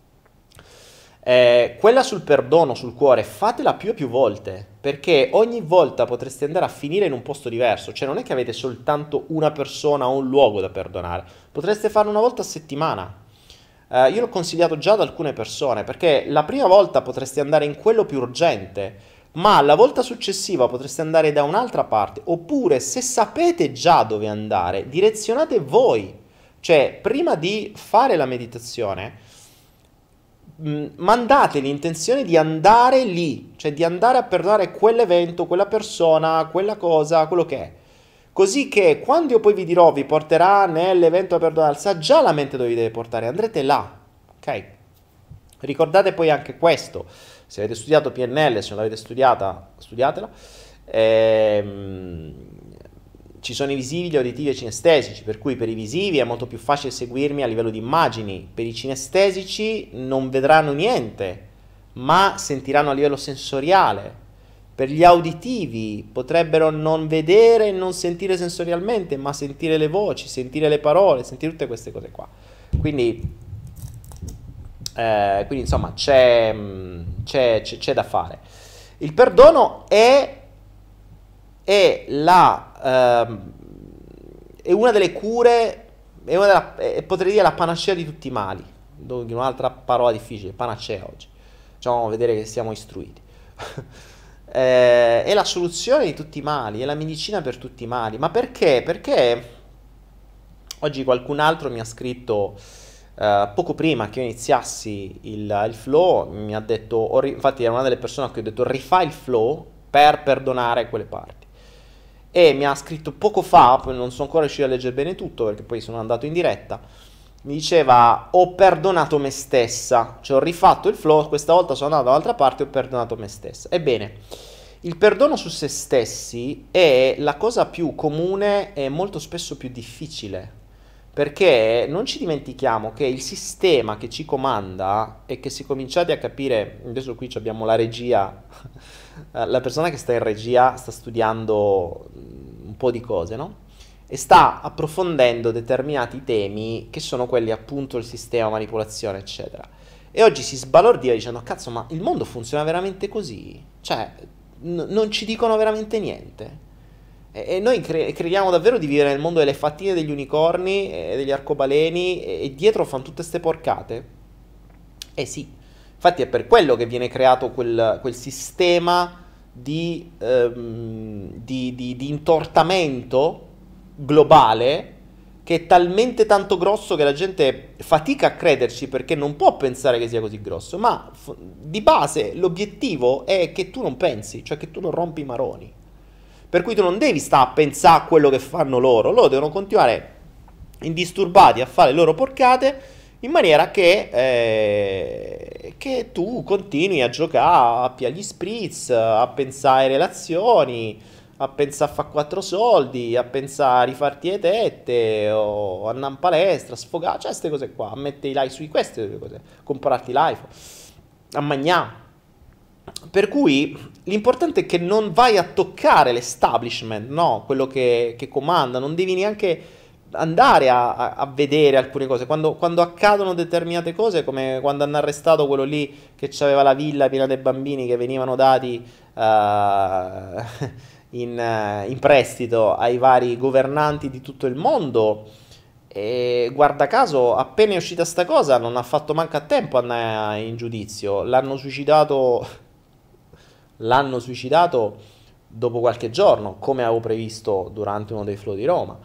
Eh, quella sul perdono, sul cuore, fatela più e più volte, perché ogni volta potreste andare a finire in un posto diverso. Cioè non è che avete soltanto una persona o un luogo da perdonare, potreste farlo una volta a settimana. Uh, io l'ho consigliato già ad alcune persone, perché la prima volta potreste andare in quello più urgente, ma la volta successiva potreste andare da un'altra parte, oppure se sapete già dove andare, direzionate voi. Cioè, prima di fare la meditazione, mh, mandate l'intenzione di andare lì, cioè di andare a perdonare quell'evento, quella persona, quella cosa, quello che è. Così che quando io poi vi dirò vi porterà nell'evento per perdonare, sa già la mente dove vi deve portare, andrete là, ok? Ricordate poi anche questo, se avete studiato P N L, se non l'avete studiata, studiatela, ehm, ci sono i visivi, gli uditivi e i cinestesici, per cui per i visivi è molto più facile seguirmi a livello di immagini, per i cinestesici non vedranno niente, ma sentiranno a livello sensoriale. Per gli uditivi potrebbero non vedere e non sentire sensorialmente, ma sentire le voci, sentire le parole, sentire tutte queste cose qua. Quindi, eh, quindi insomma, c'è, c'è, c'è, c'è da fare. Il perdono è, è, la, eh, è una delle cure, è una della, è, potrei dire la panacea di tutti i mali. Un'altra parola difficile, panacea oggi. Facciamo vedere che siamo istruiti. Eh, è la soluzione di tutti i mali, è la medicina per tutti i mali. Ma perché? Perché oggi qualcun altro mi ha scritto eh, poco prima che io iniziassi il, il flow, mi ha detto, ho ri- infatti era una delle persone a cui ho detto rifai il flow per perdonare quelle parti. E mi ha scritto poco fa, poi non sono ancora riuscito a leggere bene tutto perché poi sono andato in diretta, mi diceva ho perdonato me stessa, cioè ho rifatto il flow, questa volta sono andato dall'altra parte e ho perdonato me stessa. Ebbene, il perdono su se stessi è la cosa più comune e molto spesso più difficile, perché non ci dimentichiamo che il sistema che ci comanda e che se cominciate a capire, adesso qui abbiamo la regia, la persona che sta in regia sta studiando un po' di cose, no? E sta approfondendo determinati temi che sono quelli appunto il sistema, manipolazione, eccetera. E oggi si sbalordiva dicendo, cazzo, ma il mondo funziona veramente così? Cioè, n- non ci dicono veramente niente. E, e noi cre- crediamo davvero di vivere nel mondo delle fattine, degli unicorni, e degli arcobaleni, e, e dietro fanno tutte ste porcate? Eh sì, infatti è per quello che viene creato quel, quel sistema di, ehm, di, di, di intortamento globale che è talmente tanto grosso che la gente fatica a crederci perché non può pensare che sia così grosso, ma f- di base l'obiettivo è che tu non pensi, cioè che tu non rompi i maroni, per cui tu non devi stare a pensare a quello che fanno loro, loro devono continuare indisturbati a fare le loro porcate in maniera che, eh, che tu continui a giocare a pigliare gli spritz, a pensare ai relazioni, a pensare a fare quattro soldi, a pensare a rifarti le tette, o andare in palestra, a sfogare, cioè queste cose qua, a mettere i like su queste cose, comprarti l'iPhone, a mangiare. Per cui l'importante è che non vai a toccare l'establishment, no? Quello che, che comanda, non devi neanche andare a, a, a vedere alcune cose. Quando, quando accadono determinate cose, come quando hanno arrestato quello lì che aveva la villa piena dei bambini che venivano dati uh, in, in prestito ai vari governanti di tutto il mondo, e guarda caso appena è uscita sta cosa non ha fatto manco a tempo ad andare in giudizio, l'hanno suicidato l'hanno suicidato dopo qualche giorno, come avevo previsto durante uno dei flow di Roma,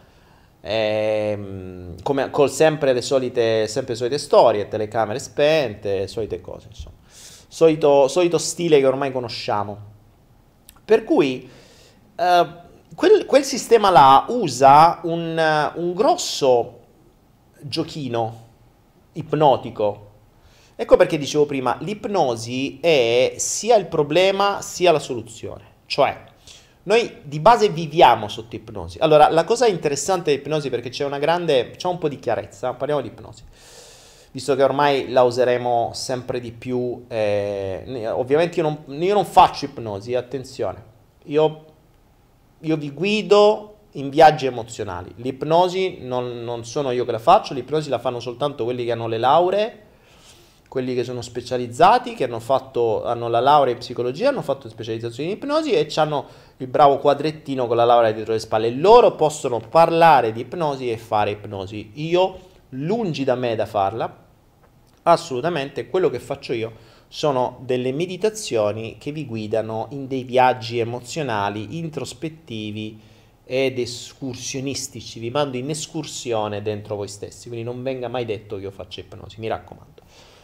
e, come, col sempre le solite sempre le solite storie, telecamere spente, solite cose, insomma, solito, solito stile che ormai conosciamo. Per cui Uh, quel, quel sistema là usa un, uh, un grosso giochino ipnotico. Ecco perché dicevo prima, l'ipnosi è sia il problema sia la soluzione. Cioè, noi di base viviamo sotto ipnosi. Allora, la cosa interessante dell'ipnosi, perché c'è una grande, c'è un po' di chiarezza, parliamo di ipnosi, visto che ormai la useremo sempre di più. Eh, ovviamente io non, io non faccio ipnosi, attenzione. Io Io vi guido in viaggi emozionali. L'ipnosi non, non sono io che la faccio, l'ipnosi la fanno soltanto quelli che hanno le lauree, quelli che sono specializzati, che hanno fatto, hanno la laurea in psicologia, hanno fatto specializzazione in ipnosi e hanno il bravo quadrettino con la laurea dietro le spalle. Loro possono parlare di ipnosi e fare ipnosi. Io, lungi da me da farla, assolutamente, quello che faccio io sono delle meditazioni che vi guidano in dei viaggi emozionali, introspettivi ed escursionistici. Vi mando in escursione dentro voi stessi, quindi non venga mai detto che io faccio ipnosi, mi raccomando.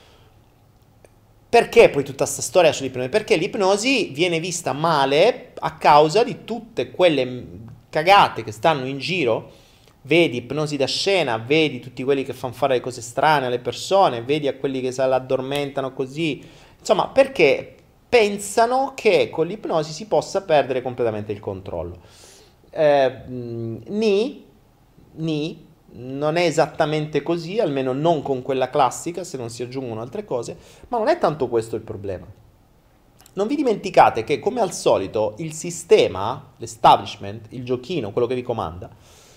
Perché poi tutta questa storia sull'ipnosi? Perché l'ipnosi viene vista male a causa di tutte quelle cagate che stanno in giro, vedi ipnosi da scena, vedi tutti quelli che fanno fare le cose strane alle persone, vedi a quelli che se l'addormentano così, insomma, perché pensano che con l'ipnosi si possa perdere completamente il controllo. Eh, ni, ni, non è esattamente così, almeno non con quella classica, se non si aggiungono altre cose, ma non è tanto questo il problema. Non vi dimenticate che, come al solito, il sistema, l'establishment, il giochino, quello che vi comanda,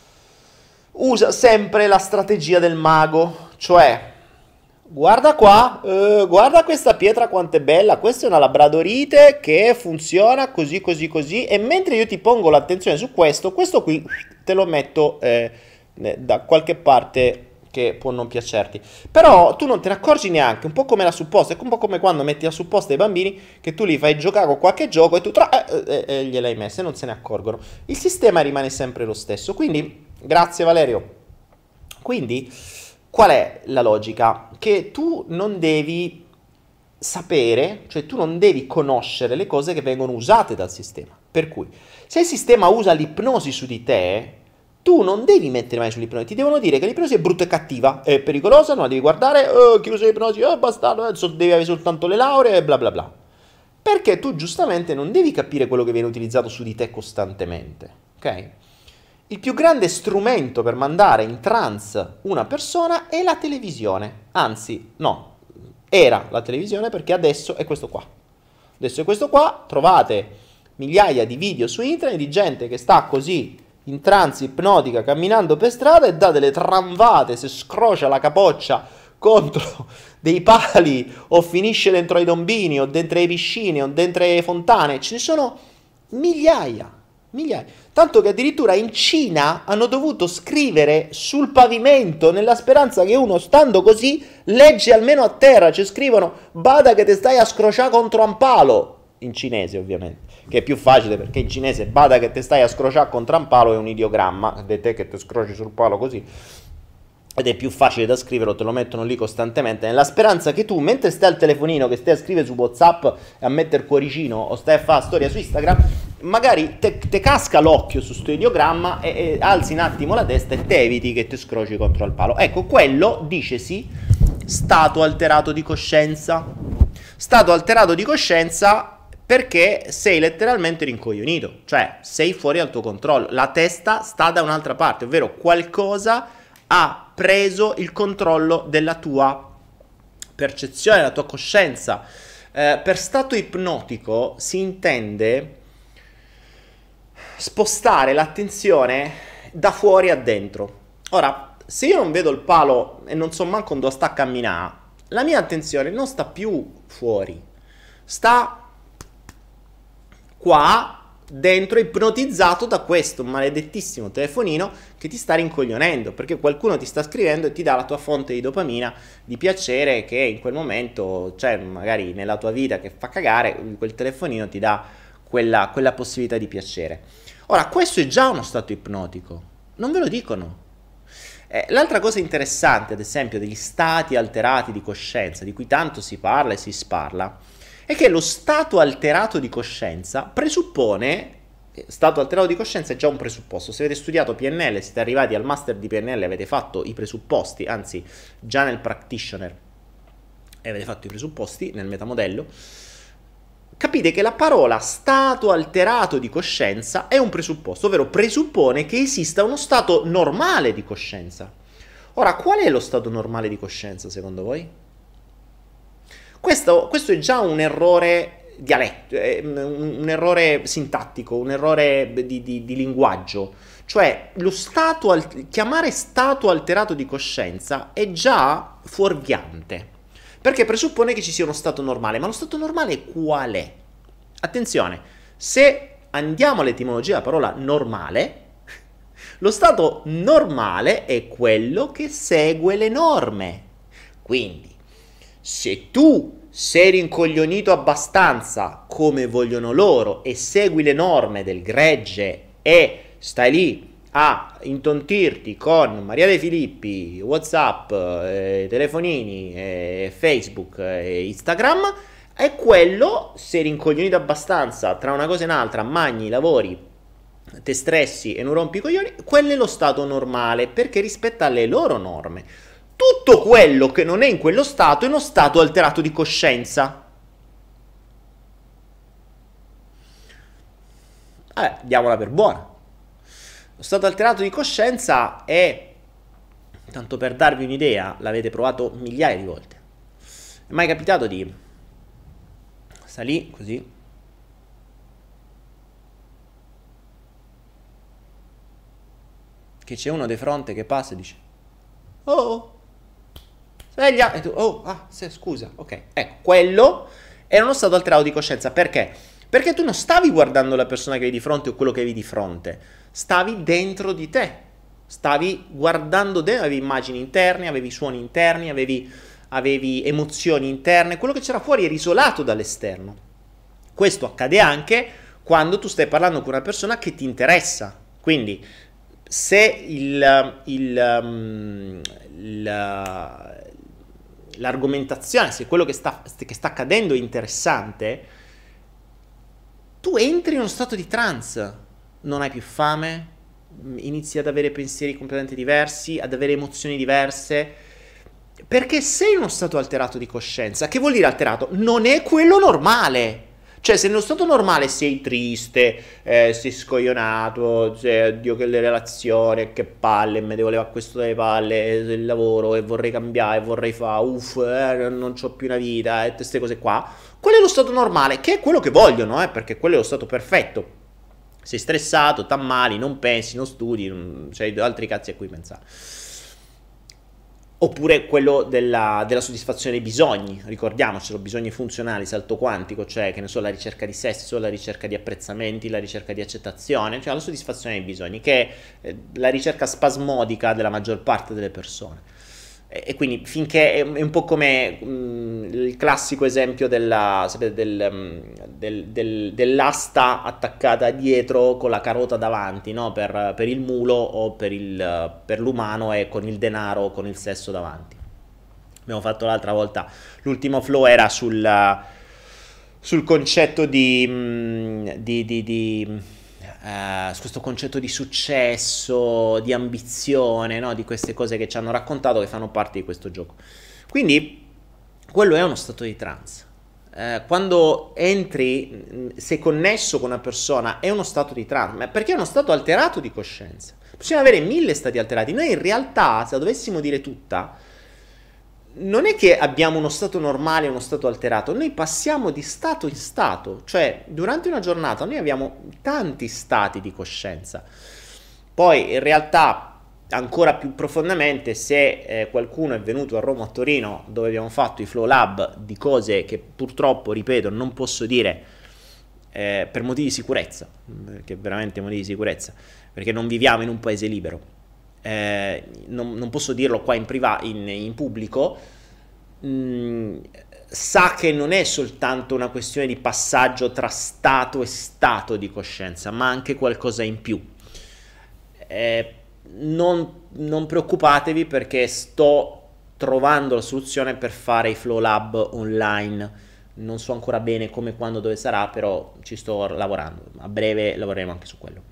usa sempre la strategia del mago, cioè, guarda qua, eh, guarda questa pietra quanto è bella, questa è una labradorite che funziona così, così, così, e mentre io ti pongo l'attenzione su questo, questo qui te lo metto eh, da qualche parte che può non piacerti, però tu non te ne accorgi neanche, un po' come la supposta, è un po' come quando metti la supposta ai bambini che tu li fai giocare con qualche gioco e tu tra eh, eh, eh, gliel'hai messa e non se ne accorgono. Il sistema rimane sempre lo stesso, quindi grazie Valerio. Quindi qual è la logica? Che tu non devi sapere, cioè tu non devi conoscere le cose che vengono usate dal sistema, per cui se il sistema usa l'ipnosi su di te, tu non devi mettere mai sull'ipnosi, ti devono dire che l'ipnosi è brutta e cattiva, è pericolosa, non la devi guardare, oh, chi usa l'ipnosi, oh, bastardo, devi avere soltanto le lauree e bla bla bla. Perché tu giustamente non devi capire quello che viene utilizzato su di te costantemente, ok? Il più grande strumento per mandare in trance una persona è la televisione, anzi, no, era la televisione perché adesso è questo qua. Adesso è questo qua, trovate migliaia di video su internet di gente che sta così in trance ipnotica camminando per strada e dà delle tramvate, se scrocia la capoccia contro dei pali o finisce dentro ai tombini o dentro ai piscine o dentro alle fontane, ce ne sono migliaia, migliaia, tanto che addirittura in Cina hanno dovuto scrivere sul pavimento nella speranza che uno stando così legge almeno a terra, ci scrivono bada che te stai a scrociare contro un palo, in cinese ovviamente, che è più facile perché in cinese bada che te stai a scrociare contro un palo è un ideogramma, di te che te scroci sul palo così, ed è più facile da scrivere, te lo mettono lì costantemente, nella speranza che tu, mentre stai al telefonino, che stai a scrivere su WhatsApp e a mettere cuoricino o stai a fare storia su Instagram, magari te, te casca l'occhio su sto ideogramma e, e alzi un attimo la testa e te eviti che te scroci contro il palo. Ecco, quello, dicesi, stato alterato di coscienza. Stato alterato di coscienza perché sei letteralmente rincoglionito, cioè sei fuori dal tuo controllo, la testa sta da un'altra parte, ovvero qualcosa ha preso il controllo della tua percezione, della tua coscienza. Eh, per stato ipnotico si intende spostare l'attenzione da fuori a dentro. Ora, se io non vedo il palo e non so manco dove sta a camminare, la mia attenzione non sta più fuori, sta qua dentro, ipnotizzato da questo maledettissimo telefonino che ti sta rincoglionendo, perché qualcuno ti sta scrivendo e ti dà la tua fonte di dopamina, di piacere, che in quel momento, cioè magari nella tua vita che fa cagare, quel telefonino ti dà quella, quella possibilità di piacere. Ora, questo è già uno stato ipnotico, non ve lo dicono. Eh, l'altra cosa interessante, ad esempio, degli stati alterati di coscienza, di cui tanto si parla e si sparla, è che lo stato alterato di coscienza presuppone, stato alterato di coscienza è già un presupposto, se avete studiato P N L, siete arrivati al master di P N L, avete fatto i presupposti, anzi già nel practitioner avete fatto i presupposti nel metamodello, capite che la parola stato alterato di coscienza è un presupposto, ovvero presuppone che esista uno stato normale di coscienza. Ora, qual è lo stato normale di coscienza secondo voi? Questo, questo è già un errore dialetto, un, un errore sintattico, un errore di, di, di linguaggio. Cioè, lo stato, chiamare stato alterato di coscienza è già fuorviante, perché presuppone che ci sia uno stato normale. Ma lo stato normale qual è? Attenzione, se andiamo all'etimologia della parola normale, lo stato normale è quello che segue le norme. Quindi, se tu sei rincoglionito abbastanza come vogliono loro e segui le norme del gregge e stai lì a intontirti con Maria De Filippi, WhatsApp, eh, telefonini, eh, Facebook e eh, Instagram, è quello, sei rincoglionito abbastanza tra una cosa e un'altra, magni, lavori te stressi e non rompi i coglioni, quello è lo stato normale, perché rispetta le loro norme. Tutto quello che non è in quello stato è uno stato alterato di coscienza. Vabbè, diamola per buona. Lo stato alterato di coscienza è, tanto per darvi un'idea, l'avete provato migliaia di volte. È mai capitato di salì così, che c'è uno di fronte che passa e dice oh, sveglia, e tu oh, ah, sì, scusa, ok. Ecco, quello era uno stato alterato di coscienza. Perché? Perché tu non stavi guardando la persona che avevi di fronte o quello che avevi di fronte, stavi dentro di te, stavi guardando dentro, avevi immagini interne, avevi suoni interni, avevi, avevi emozioni interne, quello che c'era fuori era isolato dall'esterno. Questo accade anche quando tu stai parlando con una persona che ti interessa. Quindi se il, il, um, il, l'argomentazione, se quello che sta, che sta accadendo è interessante, tu entri in uno stato di trance, non hai più fame, inizi ad avere pensieri completamente diversi, ad avere emozioni diverse, perché sei in uno stato alterato di coscienza. Che vuol dire alterato? Non è quello normale. Cioè, se nello stato normale sei triste, eh, sei scoglionato, cioè, oddio che le relazioni, che palle, me devo levare questo dalle palle, il lavoro, e vorrei cambiare, vorrei fare, uff, eh, non c'ho più una vita, e queste cose qua, quello è lo stato normale, che è quello che vogliono, eh, perché quello è lo stato perfetto. Sei stressato, t'ammali, non pensi, non studi, non, c'hai altri cazzi a cui pensare. Oppure quello della, della soddisfazione dei bisogni, ricordiamocelo, bisogni funzionali, salto quantico, cioè che ne so, la ricerca di sesso, la ricerca di apprezzamenti, la ricerca di accettazione, cioè la soddisfazione dei bisogni, che è la ricerca spasmodica della maggior parte delle persone. E, e quindi finché è, è un po' come mh, il classico esempio della, sapete, del, mh, del, del, dell'asta attaccata dietro con la carota davanti, no? per, per il mulo o per, il, per l'umano e con il denaro o con il sesso davanti. Abbiamo fatto l'altra volta, l'ultimo flow era sul, sul concetto di, mh, di, di, di Uh, su questo concetto di successo, di ambizione, no? Di queste cose che ci hanno raccontato che fanno parte di questo gioco. Quindi quello è uno stato di trance. Uh, quando entri, sei connesso con una persona, è uno stato di trance, perché è uno stato alterato di coscienza. Possiamo avere mille stati alterati. Noi in realtà, se la dovessimo dire tutta, non è che abbiamo uno stato normale e uno stato alterato, noi passiamo di stato in stato, cioè durante una giornata noi abbiamo tanti stati di coscienza. Poi in realtà ancora più profondamente, se eh, qualcuno è venuto a Roma o a Torino, dove abbiamo fatto i Flow Lab di cose che purtroppo, ripeto, non posso dire eh, per motivi di sicurezza, perché veramente motivi di sicurezza, perché non viviamo in un paese libero. Eh, non, non posso dirlo qua in, priva- in, in pubblico, mm, sa che non è soltanto una questione di passaggio tra stato e stato di coscienza, ma anche qualcosa in più. Eh, non, non preoccupatevi, perché sto trovando la soluzione per fare i Flow Lab online. Non so ancora bene come, quando, dove sarà, però ci sto lavorando. A breve lavoreremo anche su quello.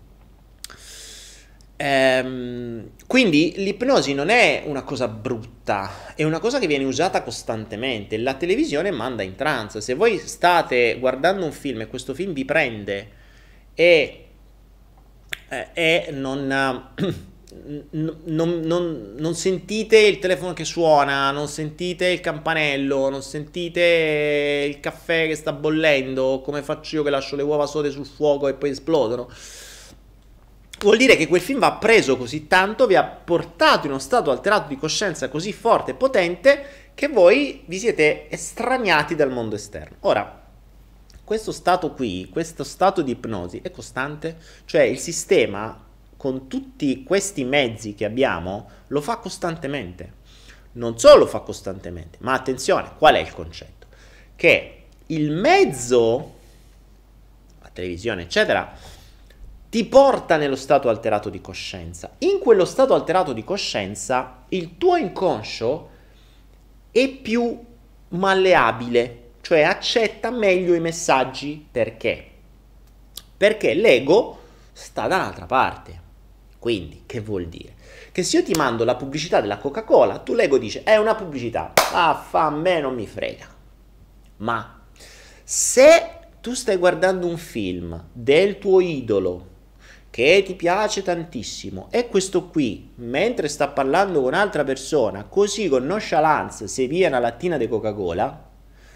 Ehm, quindi l'ipnosi non è una cosa brutta, è una cosa che viene usata costantemente. La televisione manda in trance. Se voi state guardando un film e questo film vi prende e, eh, e non, non, non, non sentite il telefono che suona, non sentite il campanello, non sentite il caffè che sta bollendo, come faccio io che lascio le uova sode sul fuoco e poi esplodono, vuol dire che quel film va preso così tanto, vi ha portato in uno stato alterato di coscienza così forte e potente che voi vi siete estraniati dal mondo esterno. Ora, questo stato qui, questo stato di ipnosi è costante? Cioè il sistema, con tutti questi mezzi che abbiamo, lo fa costantemente. Non solo lo fa costantemente, ma attenzione, qual è il concetto? Che il mezzo, la televisione eccetera, ti porta nello stato alterato di coscienza. In quello stato alterato di coscienza il tuo inconscio è più malleabile, cioè accetta meglio i messaggi. Perché? Perché l'ego sta da un'altra parte. Quindi, che vuol dire? Che se io ti mando la pubblicità della Coca-Cola, tu l'ego dice, è una pubblicità, ah, fa a me non mi frega. Ma se tu stai guardando un film del tuo idolo, che ti piace tantissimo, e questo qui, mentre sta parlando con un'altra persona, così con nonchalance si pia una lattina di Coca-Cola,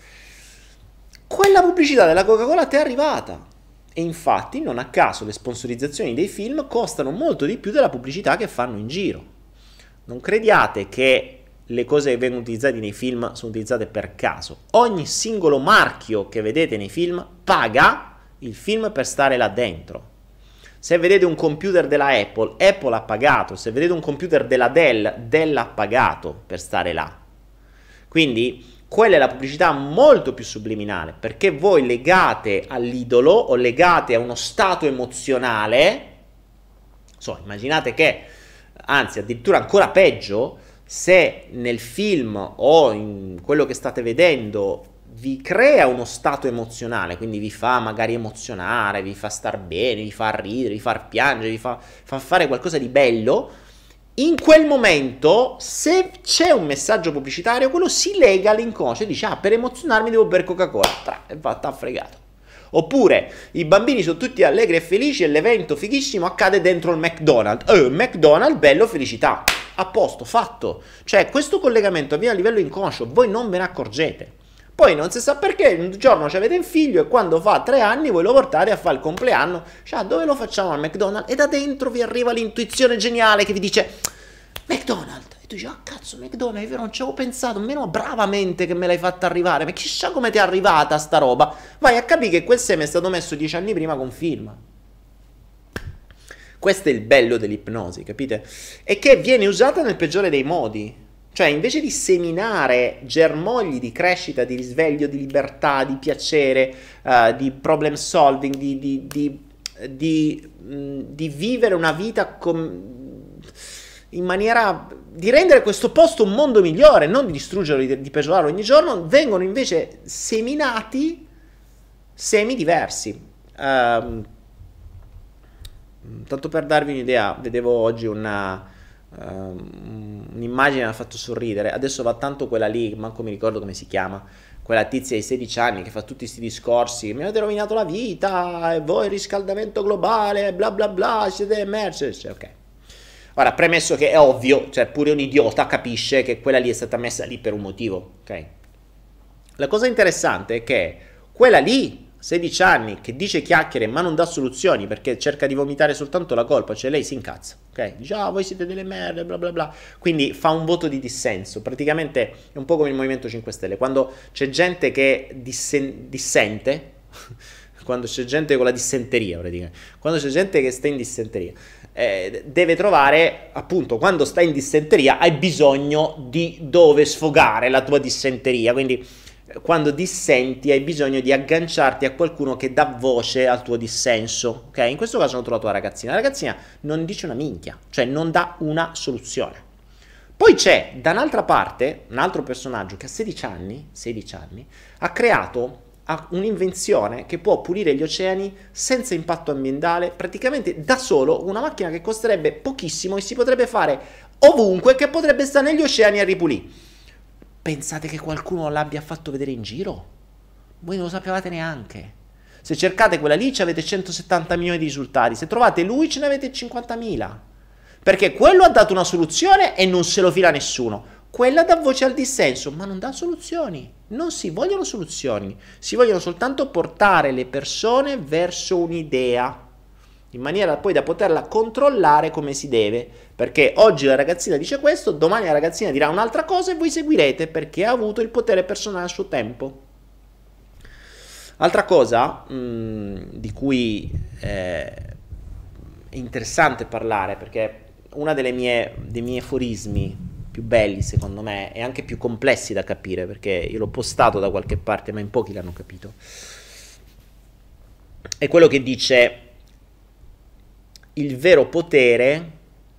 quella pubblicità della Coca-Cola ti è arrivata. E infatti, non a caso, le sponsorizzazioni dei film costano molto di più della pubblicità che fanno in giro. Non crediate che le cose che vengono utilizzate nei film sono utilizzate per caso. Ogni singolo marchio che vedete nei film paga il film per stare là dentro. Se vedete un computer della Apple, Apple ha pagato. Se vedete un computer della Dell, Dell ha pagato per stare là. Quindi quella è la pubblicità molto più subliminale, perché voi legate all'idolo o legate a uno stato emozionale. So, immaginate che, anzi addirittura ancora peggio, se nel film o in quello che state vedendo vi crea uno stato emozionale, quindi vi fa magari emozionare, vi fa star bene, vi fa ridere, vi fa piangere, vi fa, fa fare qualcosa di bello, in quel momento, se c'è un messaggio pubblicitario, quello si lega all'inconscio e dice, ah, per emozionarmi devo bere Coca-Cola, tra, e va, t'ha fregato. Oppure, i bambini sono tutti allegri e felici e l'evento fighissimo accade dentro il McDonald's. Eh, McDonald's, bello, felicità. A posto, fatto. Cioè, questo collegamento avviene a livello inconscio, voi non ve ne accorgete. Poi non si sa perché, un giorno avete un figlio e quando fa tre anni voi lo portate a fare il compleanno, cioè dove lo facciamo al McDonald's? E da dentro vi arriva l'intuizione geniale che vi dice McDonald's. E tu dici, ah cazzo, McDonald's, è vero, non ci avevo pensato, meno bravamente che me l'hai fatta arrivare, ma chissà come ti è arrivata sta roba. Vai a capire che quel seme è stato messo dieci anni prima con film. Questo è il bello dell'ipnosi, capite? E che viene usata nel peggiore dei modi. Cioè, invece di seminare germogli di crescita, di risveglio, di libertà, di piacere, uh, di problem solving, di, di, di, di, mh, di vivere una vita com- in maniera di rendere questo posto un mondo migliore, non di distruggerlo, di, di peggiorarlo ogni giorno, vengono invece seminati semi diversi. Um, tanto per darvi un'idea, vedevo oggi una... Um, un'immagine mi ha fatto sorridere. Adesso va tanto quella lì, manco mi ricordo come si chiama, quella tizia di sedici anni che fa tutti questi discorsi, mi avete rovinato la vita e voi riscaldamento globale bla bla bla, siete merce, cioè, ok. Ora, premesso che è ovvio, cioè pure un idiota capisce che quella lì è stata messa lì per un motivo, ok. La cosa interessante è che quella lì sedici anni che dice chiacchiere ma non dà soluzioni perché cerca di vomitare soltanto la colpa, cioè lei si incazza, ok? Dice, ah, voi siete delle merde, bla bla bla, quindi fa un voto di dissenso, praticamente è un po' come il Movimento cinque Stelle, quando c'è gente che dissen- dissente, quando c'è gente con la dissenteria, praticamente, quando c'è gente che sta in dissenteria, eh, deve trovare, appunto, quando sta in dissenteria hai bisogno di dove sfogare la tua dissenteria, quindi quando dissenti hai bisogno di agganciarti a qualcuno che dà voce al tuo dissenso, ok? In questo caso hanno trovato la ragazzina. La ragazzina non dice una minchia, cioè non dà una soluzione. Poi c'è, da un'altra parte, un altro personaggio che a sedici anni, sedici anni, ha creato un'invenzione che può pulire gli oceani senza impatto ambientale, praticamente da solo, una macchina che costerebbe pochissimo e si potrebbe fare ovunque, che potrebbe stare negli oceani a ripulire. Pensate che qualcuno l'abbia fatto vedere in giro? Voi non lo sapevate neanche. Se cercate quella lì ci avete centosettanta milioni di risultati, se trovate lui ce ne avete cinquantamila. Perché quello ha dato una soluzione e non se lo fila nessuno. Quella dà voce al dissenso, ma non dà soluzioni. Non si vogliono soluzioni, si vogliono soltanto portare le persone verso un'idea, in maniera poi da poterla controllare come si deve, perché oggi la ragazzina dice questo, domani la ragazzina dirà un'altra cosa e voi seguirete perché ha avuto il potere personale a suo tempo. Altra cosa mh, di cui eh, è interessante parlare, perché una delle mie, dei miei aforismi più belli secondo me e anche più complessi da capire, perché io l'ho postato da qualche parte ma in pochi l'hanno capito, è quello che dice: il vero potere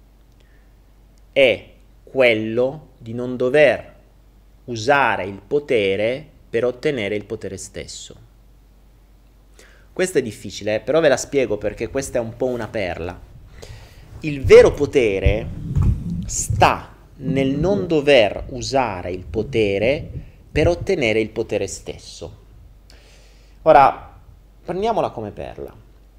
è quello di non dover usare il potere per ottenere il potere stesso. Questa è difficile, eh, però ve la spiego perché questa è un po' una perla. Il vero potere sta nel non dover usare il potere per ottenere il potere stesso. Ora, prendiamola come perla.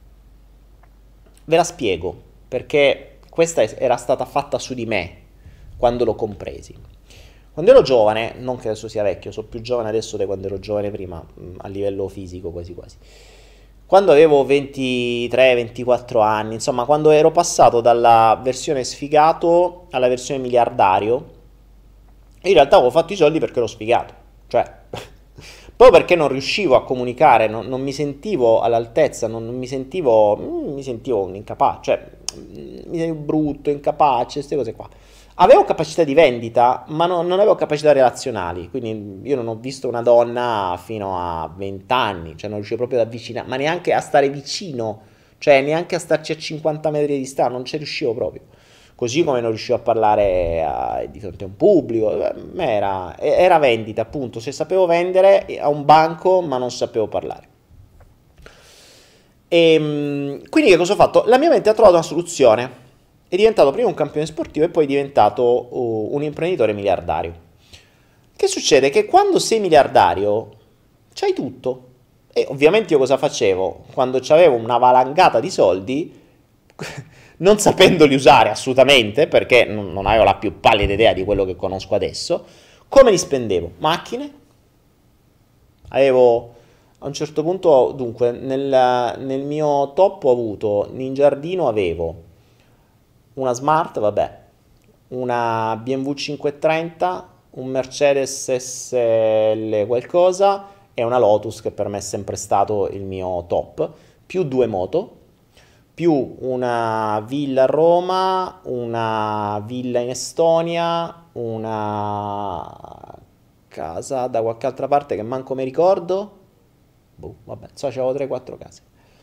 Ve la spiego, perché questa era stata fatta su di me quando l'ho compresi. Quando ero giovane, non che adesso sia vecchio, sono più giovane adesso di quando ero giovane prima, a livello fisico quasi quasi. Quando avevo ventitré ventiquattro anni, insomma, quando ero passato dalla versione sfigato alla versione miliardario, in realtà avevo fatto i soldi perché ero sfigato, cioè, proprio perché non riuscivo a comunicare, non, non mi sentivo all'altezza, non, non mi sentivo, mi sentivo un incapace, cioè, mi sentivo brutto, incapace, queste cose qua. Avevo capacità di vendita, ma no, non avevo capacità relazionali, quindi io non ho visto una donna fino a venti anni, cioè non riuscivo proprio ad avvicinare, ma neanche a stare vicino, cioè neanche a starci a cinquanta metri di distanza, non ci riuscivo proprio. Così come non riuscivo a parlare a, di fronte a un pubblico, era, era vendita appunto, se sapevo vendere a un banco ma non sapevo parlare. E, quindi che cosa ho fatto? La mia mente ha trovato una soluzione. È diventato prima un campione sportivo e poi è diventato uh, un imprenditore miliardario. Che succede? Che quando sei miliardario c'hai tutto. E ovviamente io cosa facevo? Quando avevo una valangata di soldi, non sapendoli usare assolutamente, perché non, non avevo la più pallida idea di quello che conosco adesso, come li spendevo? Macchine? Avevo a un certo punto, dunque, nel, nel mio top ho avuto, in giardino avevo una Smart, vabbè, una B M W cinquecentotrenta, un Mercedes S L qualcosa e una Lotus che per me è sempre stato il mio top, più due moto, più una villa a Roma, una villa in Estonia, una casa da qualche altra parte che manco mi ricordo, boh, vabbè, so, c'avevo tre quattro case.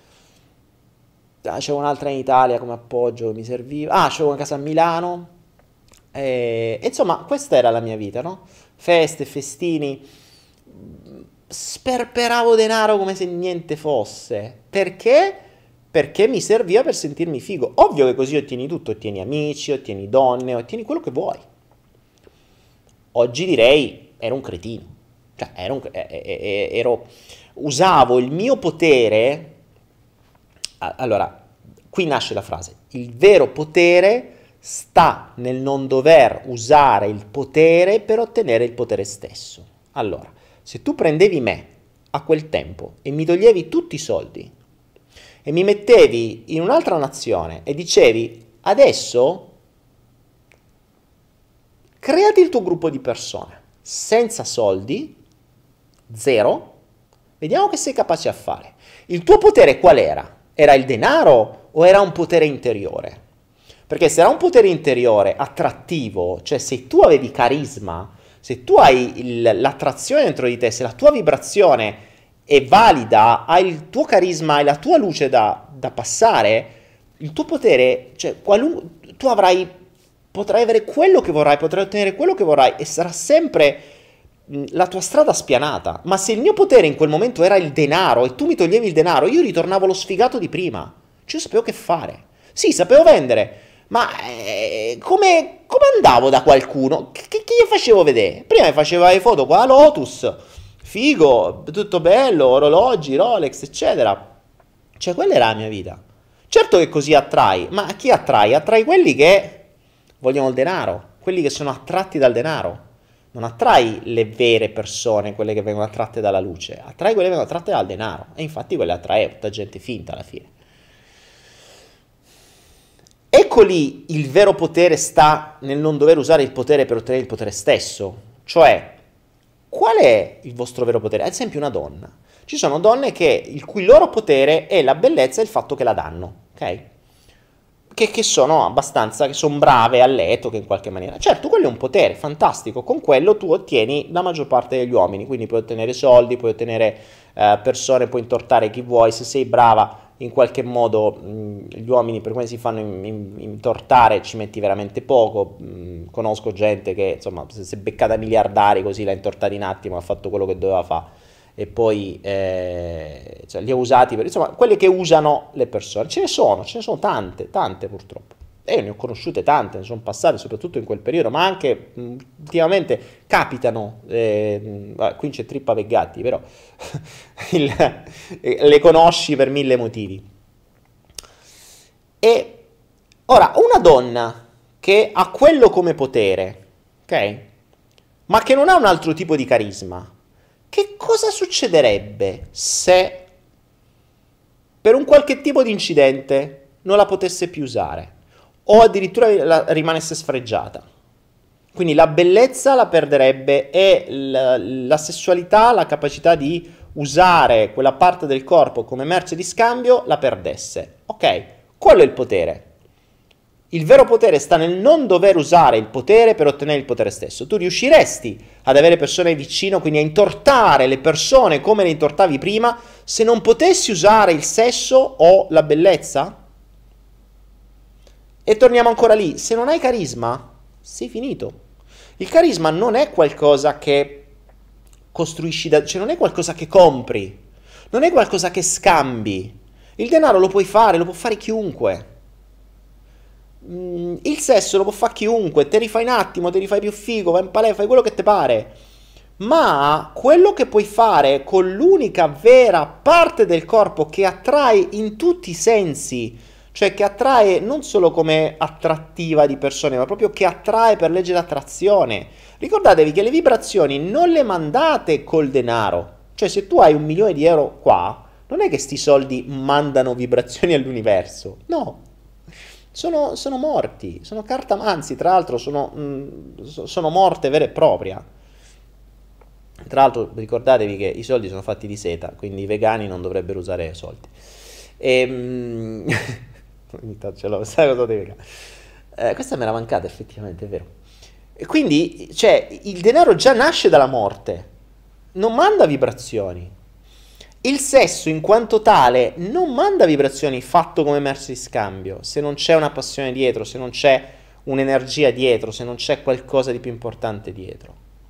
C'era un'altra in Italia come appoggio che mi serviva. Ah, c'avevo una casa a Milano. E, e insomma, questa era la mia vita, no? Feste, festini. Sperperavo denaro come se niente fosse. Perché? Perché mi serviva per sentirmi figo. Ovvio che così ottieni tutto. Ottieni amici, ottieni donne, ottieni quello che vuoi. Oggi direi, ero un cretino. Cioè, ero, un, ero usavo il mio potere. Allora, qui nasce la frase, il vero potere sta nel non dover usare il potere per ottenere il potere stesso. Allora, se tu prendevi me a quel tempo e mi toglievi tutti i soldi e mi mettevi in un'altra nazione e dicevi adesso creati il tuo gruppo di persone senza soldi, zero, vediamo che sei capace a fare. Il tuo potere qual era? Era il denaro o era un potere interiore? Perché se era un potere interiore attrattivo, cioè se tu avevi carisma, se tu hai il, l'attrazione dentro di te, se la tua vibrazione è valida, hai il tuo carisma, hai la tua luce da, da passare, il tuo potere, cioè qualun- tu avrai, potrai avere quello che vorrai, potrai ottenere quello che vorrai e sarà sempre la tua strada spianata. Ma se il mio potere in quel momento era il denaro e tu mi toglievi il denaro, io ritornavo lo sfigato di prima. Cioè io sapevo che fare. Sì, sapevo vendere, ma eh, come, come andavo da qualcuno? Che, che gli facevo vedere? Prima mi faceva le foto qua a Lotus, figo, tutto bello, orologi, Rolex, eccetera. Cioè quella era la mia vita. Certo che così attrai, ma chi attrai? Attrai quelli che vogliono il denaro, quelli che sono attratti dal denaro. Non attrai le vere persone, quelle che vengono attratte dalla luce, attrai quelle che vengono attratte dal denaro. E infatti quelle attrae tutta gente finta alla fine. Ecco lì il vero potere sta nel non dover usare il potere per ottenere il potere stesso. Cioè, qual è il vostro vero potere? Ad esempio una donna. Ci sono donne che il cui loro potere è la bellezza e il fatto che la danno, ok? Che, che sono abbastanza, che sono brave a letto, che in qualche maniera. Certo, quello è un potere fantastico, con quello tu ottieni la maggior parte degli uomini, quindi puoi ottenere soldi, puoi ottenere eh, persone, puoi intortare chi vuoi, se sei brava in qualche modo mh, gli uomini per come si fanno in, in, intortare ci metti veramente poco. Mh, conosco gente che insomma si è beccata miliardari così l'ha intortata in attimo, ha fatto quello che doveva fare e poi eh, cioè, li ha usati per, insomma, quelle che usano le persone. Ce ne sono, ce ne sono tante, tante purtroppo. E io ne ho conosciute tante, ne sono passate soprattutto in quel periodo, ma anche mh, ultimamente capitano, eh, mh, qui c'è Trippa per gatti, però il, eh, le conosci per mille motivi. E ora, una donna che ha quello come potere, ok? Ma che non ha un altro tipo di carisma, che cosa succederebbe se per un qualche tipo di incidente non la potesse più usare o addirittura la, rimanesse sfregiata? Quindi la bellezza la perderebbe e la, la sessualità, la capacità di usare quella parte del corpo come merce di scambio la perdesse. Ok, quello è il potere. Il vero potere sta nel non dover usare il potere per ottenere il potere stesso. Tu riusciresti ad avere persone vicino, quindi a intortare le persone come le intortavi prima, se non potessi usare il sesso o la bellezza? E torniamo ancora lì, se non hai carisma, sei finito. Il carisma non è qualcosa che costruisci, da, cioè non è qualcosa che compri, non è qualcosa che scambi. Il denaro lo puoi fare, lo può fare chiunque. Il sesso lo può fare chiunque, te rifai un attimo, te rifai più figo, vai in palestra, fai quello che ti pare. Ma quello che puoi fare con l'unica vera parte del corpo che attrae in tutti i sensi, cioè che attrae non solo come attrattiva di persone, ma proprio che attrae per legge d'attrazione. Ricordatevi che le vibrazioni non le mandate col denaro. Cioè se tu hai un milione di euro qua, non è che sti soldi mandano vibrazioni all'universo, no. Sono, sono morti, sono carta, anzi tra l'altro sono, mh, sono morte vera e propria. Tra l'altro ricordatevi che i soldi sono fatti di seta, quindi i vegani non dovrebbero usare soldi. E, mh, ce l'ho, sai cosa devi eh, questa me l'ha mancata effettivamente, è vero. E quindi, cioè, il denaro già nasce dalla morte, non manda vibrazioni. Il sesso in quanto tale non manda vibrazioni fatto come merce di scambio, se non c'è una passione dietro, se non c'è un'energia dietro, se non c'è qualcosa di più importante dietro.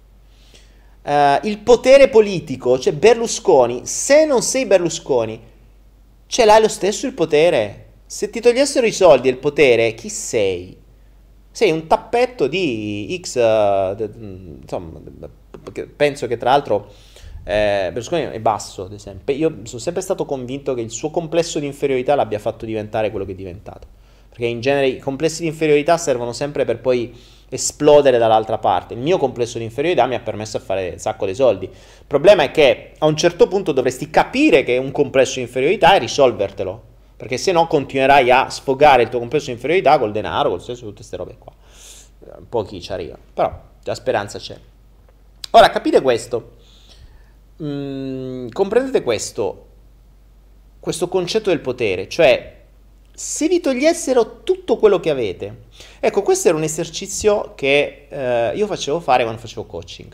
Uh, il potere politico, cioè Berlusconi, se non sei Berlusconi, ce l'hai lo stesso il potere. Se ti togliessero i soldi e il potere, chi sei? Sei un tappetto di X, uh, insomma, penso che tra l'altro Eh, Berlusconi è basso, ad esempio. Io sono sempre stato convinto che il suo complesso di inferiorità l'abbia fatto diventare quello che è diventato, perché in genere i complessi di inferiorità servono sempre per poi esplodere dall'altra parte. Il mio complesso di inferiorità mi ha permesso di fare un sacco di soldi. Il problema è che a un certo punto dovresti capire che è un complesso di inferiorità e risolvertelo, perché se no continuerai a sfogare il tuo complesso di inferiorità col denaro, col sesso, tutte queste robe qua. Pochi ci arrivano, però la speranza c'è. Ora capite questo. Mm, comprendete questo questo concetto del potere, cioè se vi togliessero tutto quello che avete. Ecco, questo era un esercizio che eh, io facevo fare quando facevo coaching.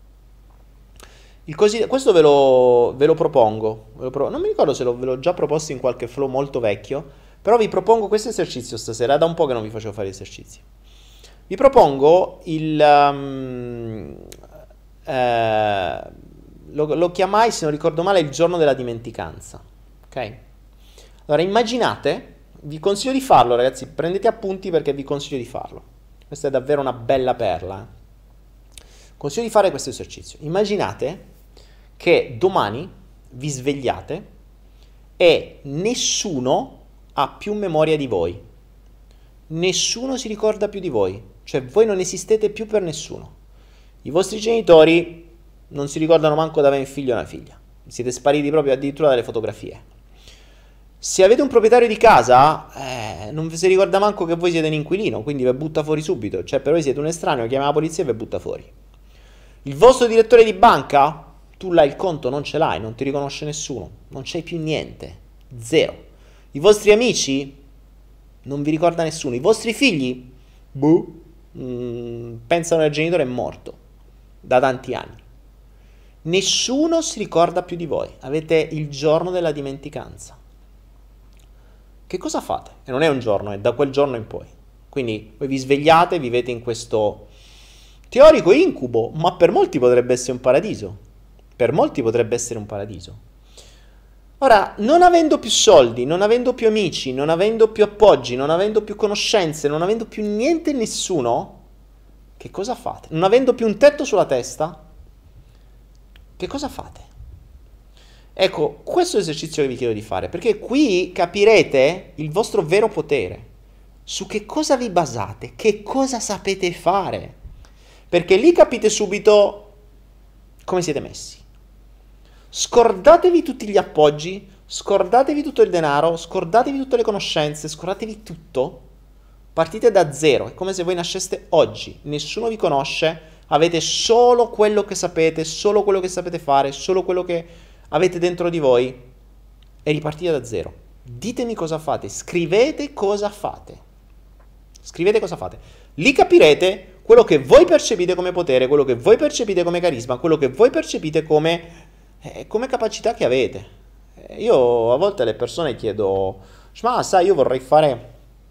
Il così, questo ve lo, ve lo propongo, ve lo pro, non mi ricordo se lo, ve l'ho già proposto in qualche flow molto vecchio, però vi propongo questo esercizio stasera, da un po' che non vi facevo fare esercizi. Vi propongo il um, eh, Lo, lo chiamai, se non ricordo male, il giorno della dimenticanza, ok? Allora immaginate, vi consiglio di farlo ragazzi, prendete appunti perché vi consiglio di farlo, questa è davvero una bella perla, eh? Consiglio di fare questo esercizio. Immaginate che domani vi svegliate e nessuno ha più memoria di voi, nessuno si ricorda più di voi, cioè voi non esistete più per nessuno, i vostri genitori non si ricordano manco di avere un figlio o una figlia, siete spariti proprio addirittura dalle fotografie. Se avete un proprietario di casa, eh, non vi si ricorda manco che voi siete un inquilino, quindi vi butta fuori subito, cioè per voi siete un estraneo, chiama la polizia e vi butta fuori. Il vostro direttore di banca, tu l'hai il conto, non ce l'hai, non ti riconosce nessuno, non c'hai più niente, zero. I vostri amici, non vi ricorda nessuno, i vostri figli, boh, mm, pensano che il genitore è morto da tanti anni. Nessuno si ricorda più di voi, avete il giorno della dimenticanza. Che cosa fate? E non è un giorno, è da quel giorno in poi. Quindi voi vi svegliate, vivete in questo teorico incubo, ma per molti potrebbe essere un paradiso. Per molti potrebbe essere un paradiso. Ora, non avendo più soldi, non avendo più amici, non avendo più appoggi, non avendo più conoscenze, non avendo più niente e nessuno, che cosa fate? Non avendo più un tetto sulla testa, che cosa fate? Ecco, questo è l'esercizio che vi chiedo di fare, perché qui capirete il vostro vero potere, su che cosa vi basate, che cosa sapete fare, perché lì capite subito come siete messi. Scordatevi tutti gli appoggi, scordatevi tutto il denaro, scordatevi tutte le conoscenze, scordatevi tutto, partite da zero, è come se voi nasceste oggi, nessuno vi conosce, avete solo quello che sapete, solo quello che sapete fare, solo quello che avete dentro di voi e ripartite da zero. Ditemi cosa fate, scrivete cosa fate, scrivete cosa fate, lì capirete quello che voi percepite come potere, quello che voi percepite come carisma, quello che voi percepite come... Eh, come capacità che avete. Eh, io a volte alle persone chiedo, ma sai, io vorrei fare,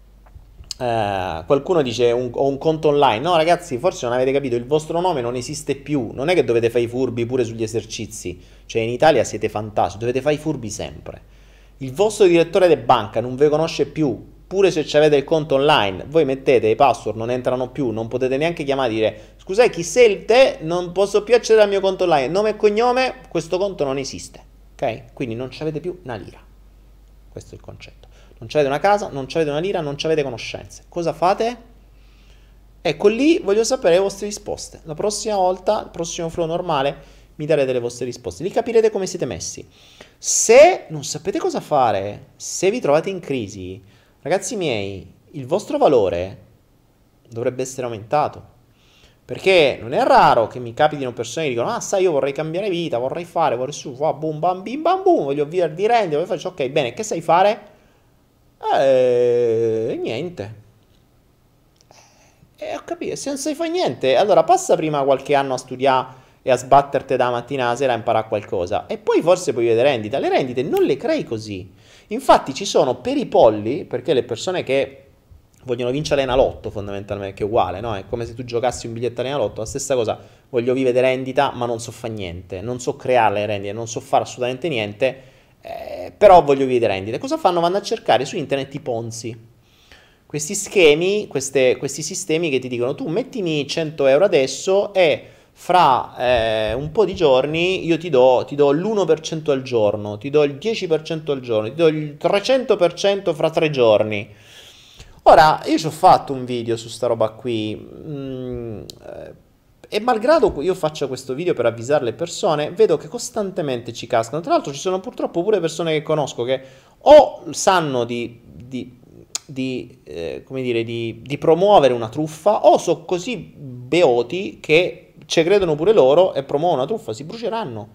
eh, qualcuno dice un, ho un conto online. No ragazzi, forse non avete capito, il vostro nome non esiste più, non è che dovete fare i furbi pure sugli esercizi, cioè in Italia siete fantastici, dovete fare i furbi sempre. Il vostro direttore di banca non vi conosce più, pure se avete il conto online, voi mettete i password, non entrano più, non potete neanche chiamare e dire scusate chi sei te, non posso più accedere al mio conto online, nome e cognome, questo conto non esiste, ok? Quindi non avete più una lira, questo è il concetto, non avete una casa, non avete una lira, non avete conoscenze, cosa fate? Ecco lì voglio sapere le vostre risposte, la prossima volta, il prossimo flow normale, mi darete le vostre risposte, lì capirete come siete messi. Se non sapete cosa fare, se vi trovate in crisi, ragazzi miei, il vostro valore dovrebbe essere aumentato, perché non è raro che mi capitino persone che dicono ah sai io vorrei cambiare vita, vorrei fare, vorrei su, va, boom, bam, bim, bam, boom, voglio vivere di rendere, poi faccio ok, bene, che sai fare? Eh, niente. E eh, ho capito, se non sai fare niente, allora passa prima qualche anno a studiare e a sbatterti da mattina alla sera a imparare qualcosa, e poi forse puoi vedere rendita, le rendite non le crei così. Infatti ci sono per i polli, perché le persone che vogliono vincere l'Enalotto fondamentalmente, che è uguale, no? È come se tu giocassi un biglietto all'Enalotto, la stessa cosa, voglio vivere rendita ma non so fare niente, non so creare le rendite, non so fare assolutamente niente, eh, però voglio vivere rendite. Cosa fanno? Vanno a cercare su internet i Ponzi, questi schemi, queste, questi sistemi che ti dicono tu mettimi cento euro adesso e fra eh, un po' di giorni io ti do, ti do l'uno per cento al giorno, ti do il dieci per cento al giorno, ti do il trecento per cento fra tre giorni. Ora, io ci ho fatto un video su sta roba qui, mm, eh, e malgrado io faccia questo video per avvisare le persone, vedo che costantemente ci cascano. Tra l'altro ci sono purtroppo pure persone che conosco che o sanno di, di, di, eh, come dire, di, di promuovere una truffa, o sono così beoti che ci credono pure loro e promuovono una truffa, si bruceranno.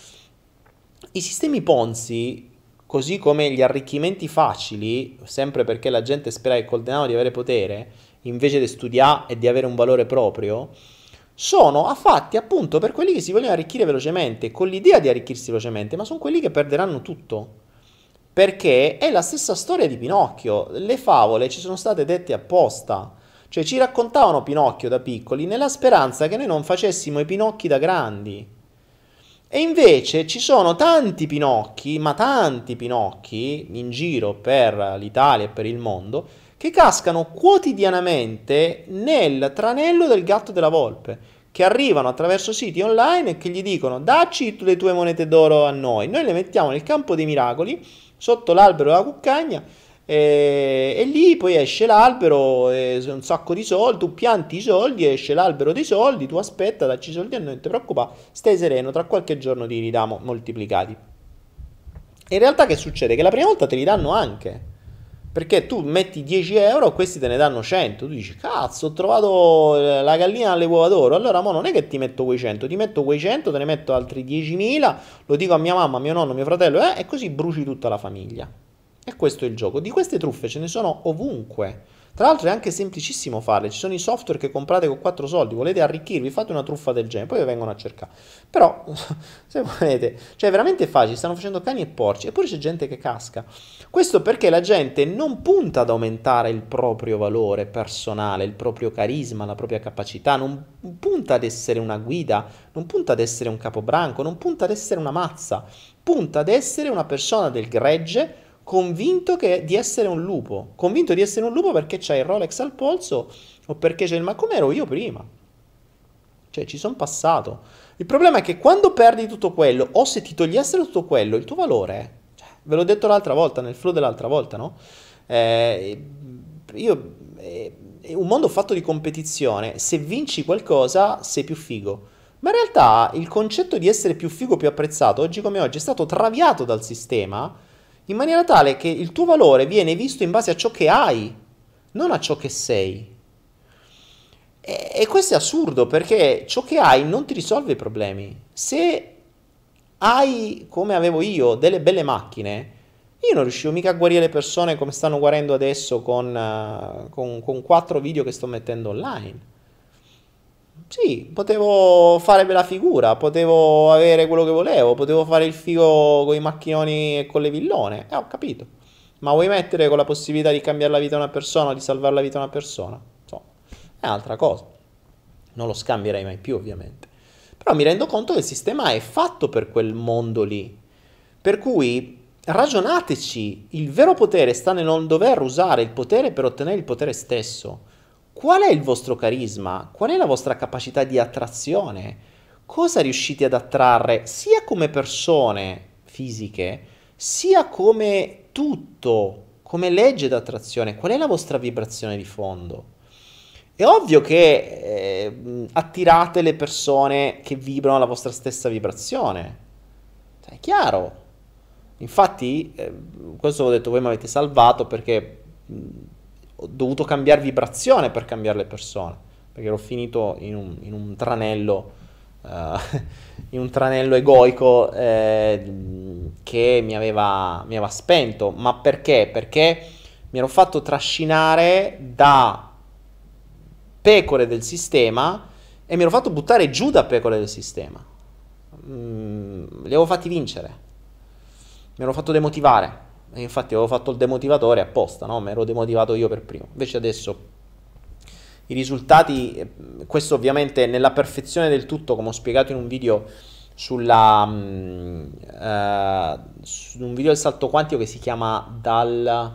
I sistemi Ponzi, così come gli arricchimenti facili, sempre perché la gente spera che col denaro di avere potere, invece di studiare e di avere un valore proprio, sono fatti appunto per quelli che si vogliono arricchire velocemente, con l'idea di arricchirsi velocemente, ma sono quelli che perderanno tutto. Perché è la stessa storia di Pinocchio, le favole ci sono state dette apposta. Cioè ci raccontavano Pinocchio da piccoli nella speranza che noi non facessimo i Pinocchi da grandi. E invece ci sono tanti Pinocchi, ma tanti Pinocchi in giro per l'Italia e per il mondo, che cascano quotidianamente nel tranello del gatto della volpe, che arrivano attraverso siti online e che gli dicono dacci le tue monete d'oro a noi, noi le mettiamo nel campo dei miracoli, sotto l'albero della cuccagna, E, e lì poi esce l'albero, e un sacco di soldi, tu pianti i soldi, esce l'albero dei soldi, tu aspetta, dacci i soldi a noi, non ti preoccupare, stai sereno, tra qualche giorno ti ridiamo moltiplicati. E in realtà che succede? Che la prima volta te li danno anche, perché tu metti dieci euro, questi te ne danno cento, tu dici cazzo ho trovato la gallina alle uova d'oro, allora mo non è che ti metto quei cento, ti metto quei cento, te ne metto altri diecimila, lo dico a mia mamma, a mio nonno, a mio fratello, eh, e così bruci tutta la famiglia. E questo è il gioco. Di queste truffe ce ne sono ovunque. Tra l'altro è anche semplicissimo farle, ci sono i software che comprate con quattro soldi, volete arricchirvi, fate una truffa del genere, poi vi vengono a cercare. Però, se volete, cioè è veramente facile, stanno facendo cani e porci, eppure c'è gente che casca. Questo perché la gente non punta ad aumentare il proprio valore personale, il proprio carisma, la propria capacità, non punta ad essere una guida, non punta ad essere un capobranco, non punta ad essere una mazza, punta ad essere una persona del gregge, convinto che, di essere un lupo, convinto di essere un lupo perché c'è il Rolex al polso o perché c'è il... ma come ero io prima? Cioè ci sono passato. Il problema è che quando perdi tutto quello o se ti togliessero tutto quello, il tuo valore, cioè, ve l'ho detto l'altra volta, nel flow dell'altra volta, no? Eh, io, eh, è un mondo fatto di competizione, se vinci qualcosa sei più figo. Ma in realtà il concetto di essere più figo, più apprezzato, oggi come oggi, è stato traviato dal sistema in maniera tale che il tuo valore viene visto in base a ciò che hai, non a ciò che sei. E, e questo è assurdo perché ciò che hai non ti risolve i problemi. Se hai, come avevo io, delle belle macchine, io non riuscivo mica a guarire le persone come stanno guarendo adesso con, uh, con, con quattro video che sto mettendo online. Sì, potevo fare bella figura, potevo avere quello che volevo, potevo fare il figo con i macchinoni e con le villone, eh, ho capito. Ma vuoi mettere con la possibilità di cambiare la vita a una persona, di salvare la vita a una persona? Insomma, è un'altra cosa. Non lo scambierei mai più, ovviamente. Però mi rendo conto che il sistema è fatto per quel mondo lì. Per cui ragionateci, il vero potere sta nel non dover usare il potere per ottenere il potere stesso. Qual è il vostro carisma? Qual è la vostra capacità di attrazione? Cosa riuscite ad attrarre sia come persone fisiche, sia come tutto, come legge d'attrazione? Qual è la vostra vibrazione di fondo? È ovvio che eh, attirate le persone che vibrano la vostra stessa vibrazione. È chiaro. Infatti, eh, questo ho detto, voi mi avete salvato perché... Mh, ho dovuto cambiare vibrazione per cambiare le persone, perché ero finito in un, in un tranello, uh, in un tranello egoico eh, che mi aveva, mi aveva spento. Ma perché? Perché mi ero fatto trascinare da pecore del sistema e mi ero fatto buttare giù da pecore del sistema. Mm, li avevo fatti vincere, mi ero fatto demotivare. E infatti avevo fatto il demotivatore apposta, no? Mi ero demotivato io per primo. Invece adesso i risultati, questo ovviamente nella perfezione del tutto, come ho spiegato in un video sulla um, uh, su un video del salto quantico che si chiama dal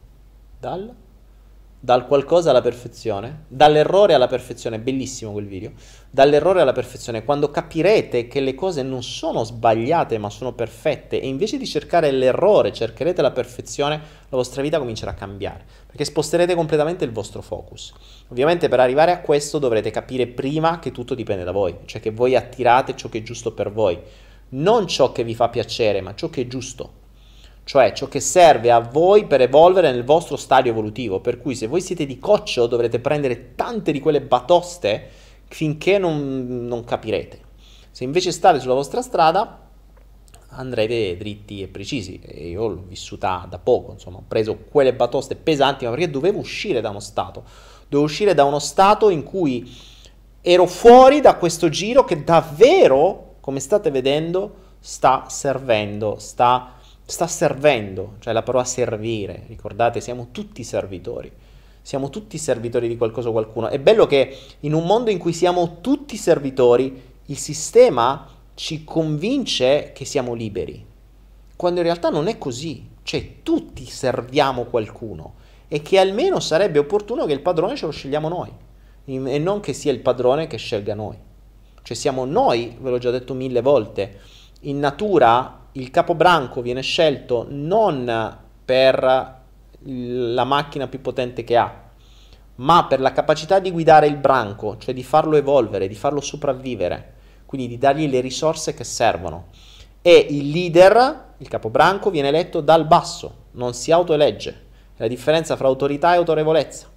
dal dal qualcosa alla perfezione, dall'errore alla perfezione, bellissimo quel video, dall'errore alla perfezione, quando capirete che le cose non sono sbagliate ma sono perfette e invece di cercare l'errore cercherete la perfezione, la vostra vita comincerà a cambiare, perché sposterete completamente il vostro focus. Ovviamente per arrivare a questo dovrete capire prima che tutto dipende da voi, cioè che voi attirate ciò che è giusto per voi, non ciò che vi fa piacere ma ciò che è giusto. Cioè ciò che serve a voi per evolvere nel vostro stadio evolutivo, per cui se voi siete di coccio dovrete prendere tante di quelle batoste finché non, non capirete. Se invece state sulla vostra strada andrete dritti e precisi, e io l'ho vissuta da poco, insomma ho preso quelle batoste pesanti, ma perché dovevo uscire da uno stato, dovevo uscire da uno stato in cui ero fuori da questo giro che davvero, come state vedendo, sta servendo, sta sta servendo, cioè la parola servire, ricordate, siamo tutti servitori, siamo tutti servitori di qualcosa o qualcuno. È bello che in un mondo in cui siamo tutti servitori, il sistema ci convince che siamo liberi, quando in realtà non è così, cioè tutti serviamo qualcuno e che almeno sarebbe opportuno che il padrone ce lo scegliamo noi e non che sia il padrone che scelga noi, cioè siamo noi, ve l'ho già detto mille volte, in natura. Il capobranco viene scelto non per la macchina più potente che ha, ma per la capacità di guidare il branco, cioè di farlo evolvere, di farlo sopravvivere, quindi di dargli le risorse che servono. E il leader, il capobranco, viene eletto dal basso, non si autoelegge. È la differenza fra autorità e autorevolezza.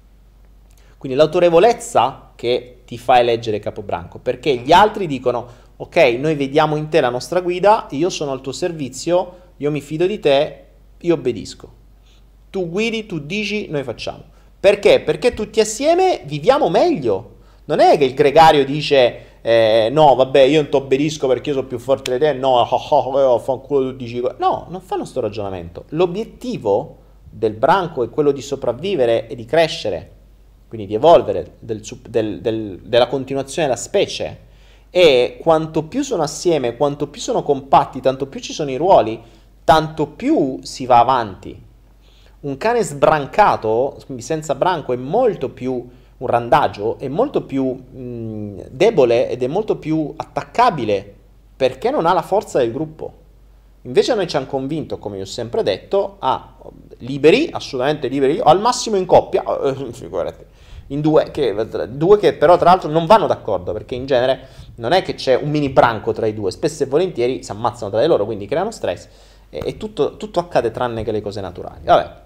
Quindi l'autorevolezza che ti fa eleggere capobranco, perché gli altri dicono: ok, noi vediamo in te la nostra guida, io sono al tuo servizio, io mi fido di te, io obbedisco. Tu guidi, tu dici, noi facciamo. Perché? Perché tutti assieme viviamo meglio. Non è che il gregario dice eh, no, vabbè, io non t'obbedisco perché io sono più forte di te, no, oh, oh, oh, fanculo tu dici. No, non fanno sto ragionamento. L'obiettivo del branco è quello di sopravvivere e di crescere, quindi di evolvere, del, del, del, della continuazione della specie. E quanto più sono assieme, quanto più sono compatti, tanto più ci sono i ruoli, tanto più si va avanti. Un cane sbrancato, quindi senza branco, è molto più un randagio, è molto più mh, debole ed è molto più attaccabile perché non ha la forza del gruppo. Invece noi ci hanno convinto, come io ho sempre detto, a liberi, assolutamente liberi, al massimo in coppia, in due che, due che però tra l'altro non vanno d'accordo, perché in genere non è che c'è un mini branco tra i due, spesso e volentieri si ammazzano tra di loro, quindi creano stress e, e tutto, tutto accade tranne che le cose naturali. Vabbè.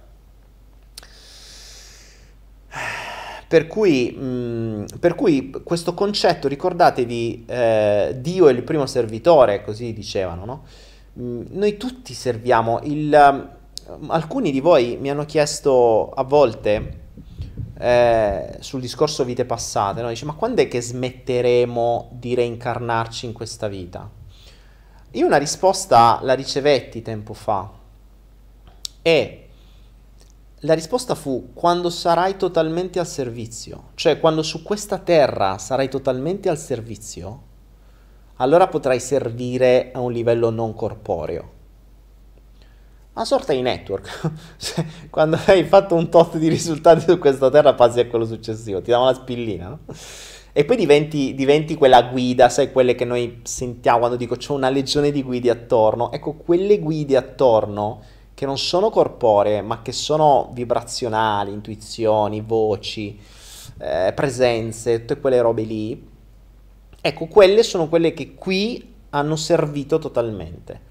Per cui, mh, per cui questo concetto, ricordatevi, eh, Dio è il primo servitore, così dicevano, no? Mh, noi tutti serviamo. Il, uh, alcuni di voi mi hanno chiesto a volte eh, sul discorso vite passate, no? Dice, ma quando è che smetteremo di reincarnarci in questa vita? Io una risposta la ricevetti tempo fa e la risposta fu quando sarai totalmente al servizio, cioè quando su questa terra sarai totalmente al servizio, allora potrai servire a un livello non corporeo. Una sorta di network. Quando hai fatto un tot di risultati su questa terra passi a quello successivo, ti dà una spillina, no? E poi diventi, diventi quella guida, sai, quelle che noi sentiamo quando dico c'ho una legione di guide attorno. Ecco, quelle guide attorno che non sono corporee, ma che sono vibrazionali, intuizioni, voci, eh, presenze, tutte quelle robe lì. Ecco, quelle sono quelle che qui hanno servito totalmente.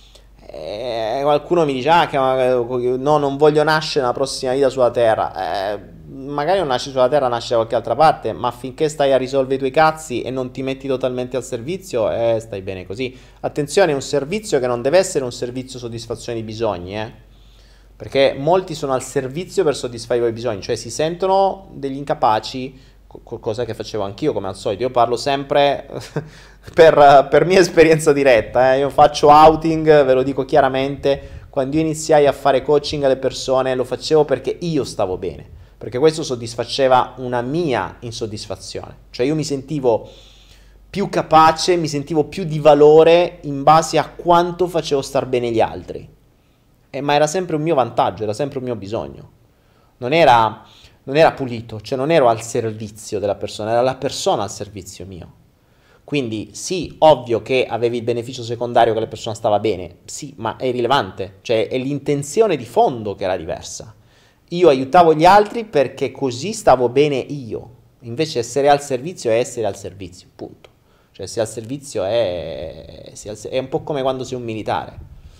E qualcuno mi dice, ah, che, no, non voglio nascere nella prossima vita sulla Terra. Eh, magari non nasci sulla Terra, nasci da qualche altra parte, ma finché stai a risolvere i tuoi cazzi e non ti metti totalmente al servizio, eh, stai bene così. Attenzione, è un servizio che non deve essere un servizio soddisfazione di bisogni, eh? Perché molti sono al servizio per soddisfare i loro bisogni, cioè si sentono degli incapaci, cosa che facevo anch'io come al solito. Io parlo sempre per, per mia esperienza diretta, eh? Io faccio outing, ve lo dico chiaramente, quando io iniziai a fare coaching alle persone lo facevo perché io stavo bene, perché questo soddisfaceva una mia insoddisfazione, cioè io mi sentivo più capace, mi sentivo più di valore in base a quanto facevo star bene gli altri, eh, ma era sempre un mio vantaggio, era sempre un mio bisogno, non era, non era pulito, cioè non ero al servizio della persona, era la persona al servizio mio. Quindi sì, ovvio che avevi il beneficio secondario che la persona stava bene, sì, ma è irrilevante, cioè è l'intenzione di fondo che era diversa. Io aiutavo gli altri perché così stavo bene io, invece essere al servizio è essere al servizio, punto. Cioè essere al servizio è, è un po' come quando sei un militare.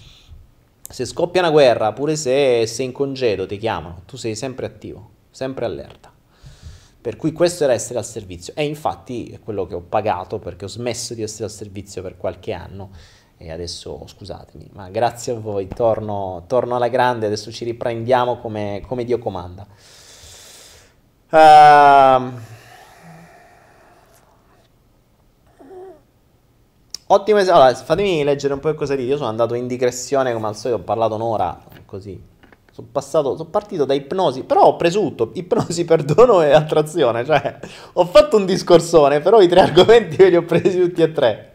Se scoppia una guerra, pure se sei in congedo, ti chiamano, tu sei sempre attivo, sempre allerta. Per cui questo era essere al servizio, e infatti è quello che ho pagato, perché ho smesso di essere al servizio per qualche anno e adesso, scusatemi, ma grazie a voi, torno, torno alla grande, adesso ci riprendiamo come, come Dio comanda. Uh, ottimo esempio, allora, fatemi leggere un po' cosa dite. Io sono andato in digressione come al solito, ho parlato un'ora così. Sono passato, sono partito da ipnosi, però ho presunto ipnosi, perdono e attrazione, cioè ho fatto un discorsone, però i tre argomenti ve li ho presi tutti e tre.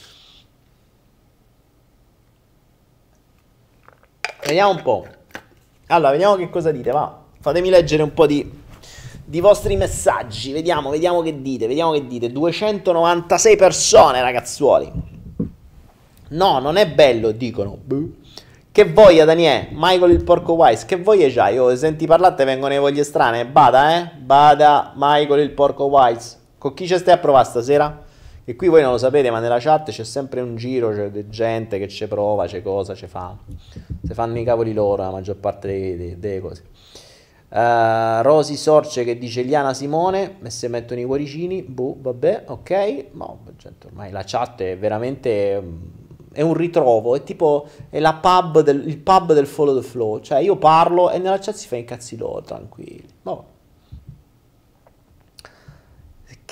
Vediamo un po'. Allora, vediamo che cosa dite, va. Fatemi leggere un po' di, di vostri messaggi, vediamo, vediamo che dite, vediamo che dite. duecentonovantasei persone, ragazzuoli. No, non è bello, dicono. Buh. Che voglia, Daniele, Michael il porco wise, che voglia c'hai? Io senti parlare te vengono le voglie strane, bada eh, bada Michael il porco wise. Con chi ci stai a provare stasera? Che qui voi non lo sapete, ma nella chat c'è sempre un giro, c'è gente che ci prova, c'è cosa, ci fa. Se fanno i cavoli loro la maggior parte delle, delle, delle cose. Uh, Rosy Sorce che dice Liana Simone, e se mettono i cuoricini, boh, vabbè, ok, no, gente, ormai la chat è veramente... è un ritrovo, è tipo è la pub del, il pub del follow the flow, cioè io parlo e nella chat si fa i cazzi loro, tranquilli. Vabbè,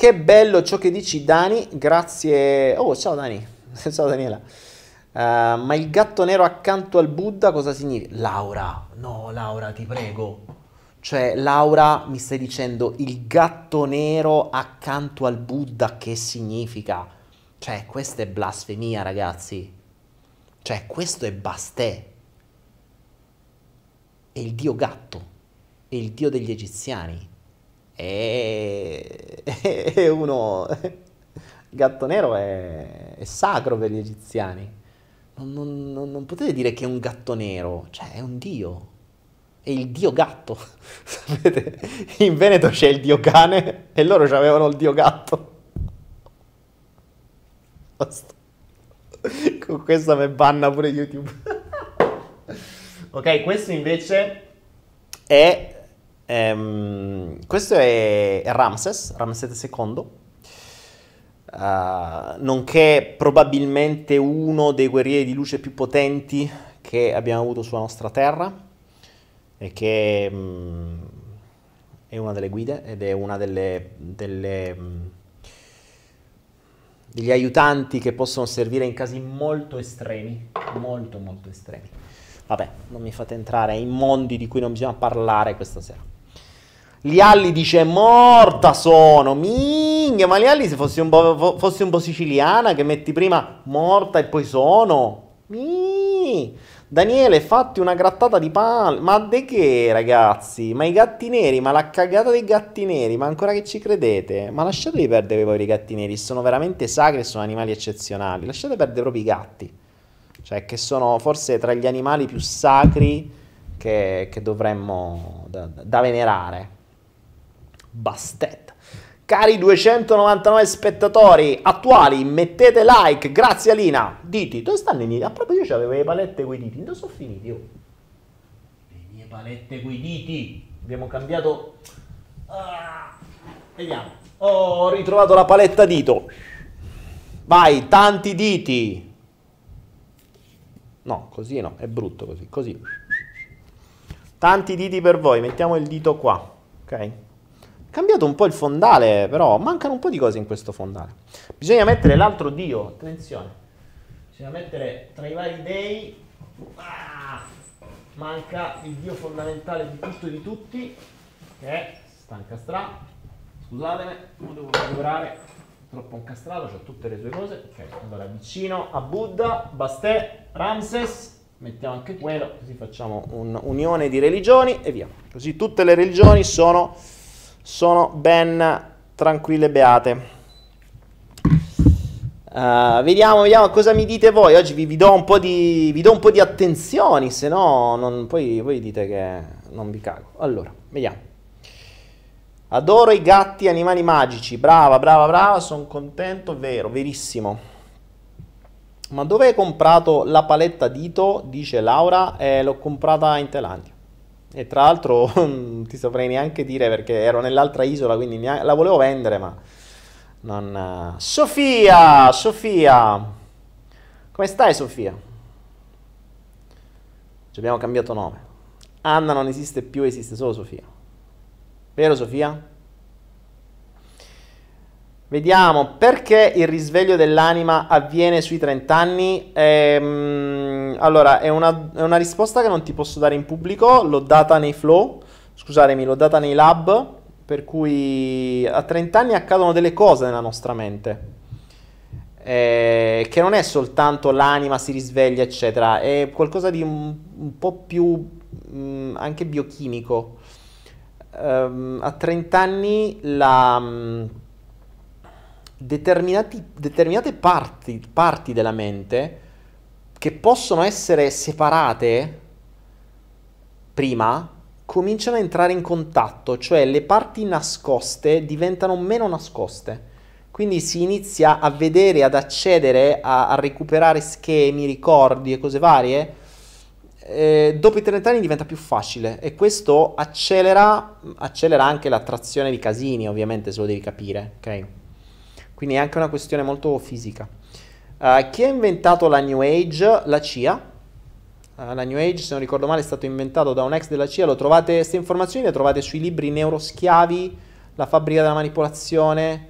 Che bello ciò che dici, Dani. Grazie. Oh, ciao Dani. Ciao Daniela. Uh, ma il gatto nero accanto al Buddha cosa significa? Laura, no, Laura, ti prego. Cioè, Laura, mi stai dicendo il gatto nero accanto al Buddha che significa? Cioè, questa è blasfemia, ragazzi. Cioè, questo è Bastet. È il dio gatto. È il dio degli egiziani. È, è uno... Il gatto nero è... è sacro per gli egiziani. Non, non, non, non potete dire che è un gatto nero. Cioè, è un dio. È il dio gatto. Sapete? In Veneto c'è il dio cane e loro avevano il dio gatto. Basta. Con questa mi banna pure YouTube. Ok, questo invece è ehm, questo è, è Ramses, Ramses secondo, uh, nonché probabilmente uno dei guerrieri di luce più potenti che abbiamo avuto sulla nostra terra e che um, è una delle guide ed è una delle, delle um, degli aiutanti che possono servire in casi molto estremi, molto molto estremi. Vabbè, non mi fate entrare in mondi di cui non bisogna parlare questa sera. Lialli dice morta sono, minchia, ma Lialli se fossi un po', fossi un po' siciliana che metti prima morta e poi sono. Mi. Daniele, fatti una grattata di pane. Ma de che, ragazzi? Ma i gatti neri, ma la cagata dei gatti neri, ma ancora che ci credete? Ma lasciatevi perdere voi i gatti neri, sono veramente sacri e sono animali eccezionali. Lasciate perdere proprio i gatti. Cioè, che sono forse tra gli animali più sacri che, che dovremmo da, da venerare. Bastet. Cari duecentonovantanove spettatori attuali, mettete like. Grazie Alina. Diti, dove stanno i diti? Ah, proprio io avevo le palette coi diti. Dove sono finiti? Oh. Le mie palette coi diti. Abbiamo cambiato. Ah, vediamo. Oh, ho ritrovato la paletta dito. Vai, tanti diti. No, così no, è brutto così, così. Tanti diti per voi, mettiamo il dito qua, ok? Cambiato un po' il fondale, però mancano un po' di cose in questo fondale. Bisogna mettere l'altro dio, attenzione. Bisogna mettere tra i vari dei... Ah, manca il dio fondamentale di tutto e di tutti, che è Stankastra. Scusatemi, non devo recuperare. Troppo incastrato, c'ho tutte le sue cose. Ok, allora vicino a Buddha, Bastet, Ramses, mettiamo anche quello, così facciamo un'unione di religioni e via. Così tutte le religioni sono, sono ben tranquille e beate. Uh, vediamo, vediamo cosa mi dite voi. Oggi vi, vi, do, un po di, vi do un po' di attenzioni, se no non, poi voi dite che non vi cago. Allora, vediamo. Adoro i gatti, animali magici. Brava, brava, brava, sono contento, vero, verissimo. Ma dove hai comprato la paletta dito? Dice Laura. Eh, l'ho comprata in Thailandia. E tra l'altro non ti saprei neanche dire perché ero nell'altra isola, quindi neanche, la volevo vendere, ma non... Sofia, Sofia. Come stai, Sofia? Ci abbiamo cambiato nome. Anna non esiste più, esiste solo Sofia. Vero Sofia? Vediamo perché il risveglio dell'anima avviene sui trenta anni. Ehm, allora, è una, è una risposta che non ti posso dare in pubblico, l'ho data nei flow, scusatemi, l'ho data nei lab, per cui a trenta anni accadono delle cose nella nostra mente, eh, che non è soltanto l'anima si risveglia, eccetera, è qualcosa di un, un po' più mh, anche biochimico. Um, a trenta anni la, um, determinati, determinate parti, parti della mente che possono essere separate prima cominciano a entrare in contatto, cioè le parti nascoste diventano meno nascoste, quindi si inizia a vedere, ad accedere, a, a recuperare schemi, ricordi e cose varie. Eh, dopo i trenta anni diventa più facile e questo accelera, accelera anche l'attrazione di casini, ovviamente, se lo devi capire, ok? Quindi è anche una questione molto fisica. Uh, chi ha inventato la New Age? La C I A. Uh, la New Age, se non ricordo male, è stato inventato da un ex della C I A. Lo trovate, queste informazioni le trovate sui libri Neuroschiavi, La fabbrica della manipolazione,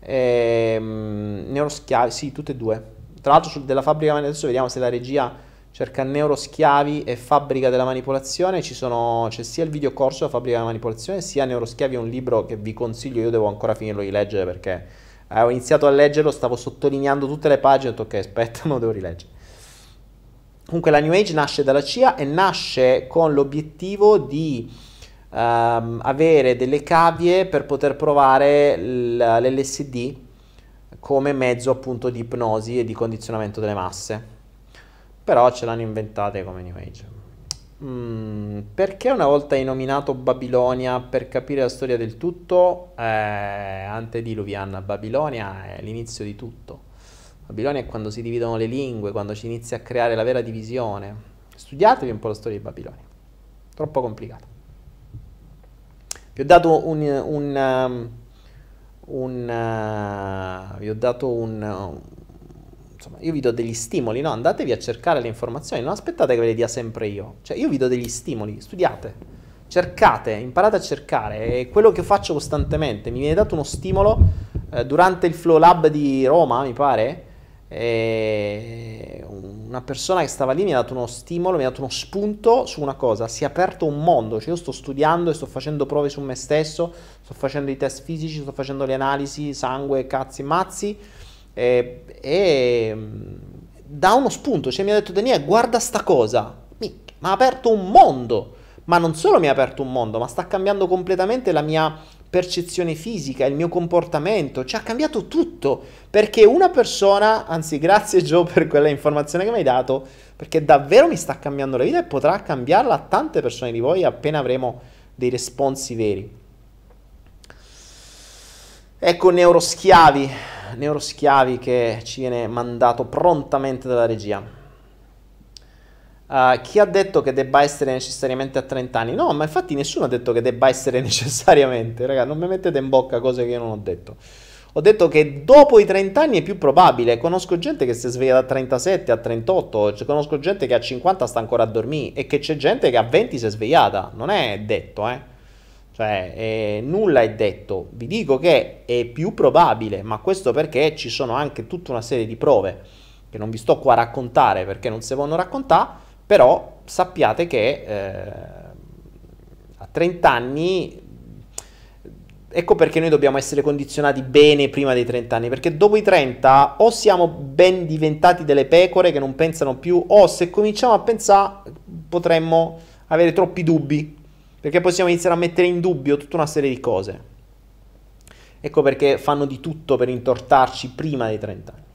Ehm, neuroschiavi, sì, tutte e due. Tra l'altro sul, della fabbrica, adesso vediamo se la regia cerca neuroschiavi e fabbrica della manipolazione. Ci sono, c'è sia il videocorso della fabbrica della manipolazione, sia neuroschiavi, è un libro che vi consiglio. Io devo ancora finirlo di leggere perché eh, ho iniziato a leggerlo, stavo sottolineando tutte le pagine, ho detto ok, aspetta, me lo devo rileggere. Comunque la New Age nasce dalla C I A e nasce con l'obiettivo di um, avere delle cavie per poter provare l'L S D come mezzo appunto di ipnosi e di condizionamento delle masse. Però ce l'hanno inventate come New Age. Mm, perché una volta hai nominato Babilonia per capire la storia del tutto? Eh, antediluviana. Babilonia è l'inizio di tutto. Babilonia è quando si dividono le lingue, quando si inizia a creare la vera divisione. Studiatevi un po' la storia di Babilonia. Troppo complicata. Vi ho dato un... un, um, un uh, vi ho dato un... Uh, insomma, io vi do degli stimoli, no? Andatevi a cercare le informazioni, non aspettate che ve le dia sempre io. Cioè, io vi do degli stimoli, studiate, cercate, imparate a cercare. È quello che faccio costantemente. Mi viene dato uno stimolo eh, durante il Flow Lab di Roma, mi pare. E una persona che stava lì mi ha dato uno stimolo, mi ha dato uno spunto su una cosa. Si è aperto un mondo. Cioè, io sto studiando e sto facendo prove su me stesso, sto facendo i test fisici, sto facendo le analisi, sangue, cazzi e mazzi. E, e da uno spunto, cioè mi ha detto Daniele, guarda sta cosa, mi ha aperto un mondo, ma non solo mi ha aperto un mondo, ma sta cambiando completamente la mia percezione fisica, il mio comportamento, cioè ha cambiato tutto, perché una persona, anzi grazie Joe per quella informazione che mi hai dato, perché davvero mi sta cambiando la vita e potrà cambiarla a tante persone di voi appena avremo dei responsi veri. Ecco neuroschiavi, neuroschiavi che ci viene mandato prontamente dalla regia. Uh, chi ha detto che debba essere necessariamente a trenta anni? No, ma infatti nessuno ha detto che debba essere necessariamente, raga, non mi mettete in bocca cose che io non ho detto. Ho detto che dopo i trenta anni è più probabile. Conosco gente che si sveglia da trentasette a trentotto, cioè, conosco gente che a cinquanta sta ancora a dormire e che c'è gente che a venti si è svegliata. Non è detto, eh. Cioè, eh, nulla è detto. Vi dico che è più probabile, ma questo perché ci sono anche tutta una serie di prove che non vi sto qua a raccontare perché non si vogliono raccontare, però sappiate che eh, a trenta anni, ecco perché noi dobbiamo essere condizionati bene prima dei trenta anni, perché dopo i trenta o siamo ben diventati delle pecore che non pensano più, o se cominciamo a pensare potremmo avere troppi dubbi, perché possiamo iniziare a mettere in dubbio tutta una serie di cose. Ecco perché fanno di tutto per intortarci prima dei trenta anni.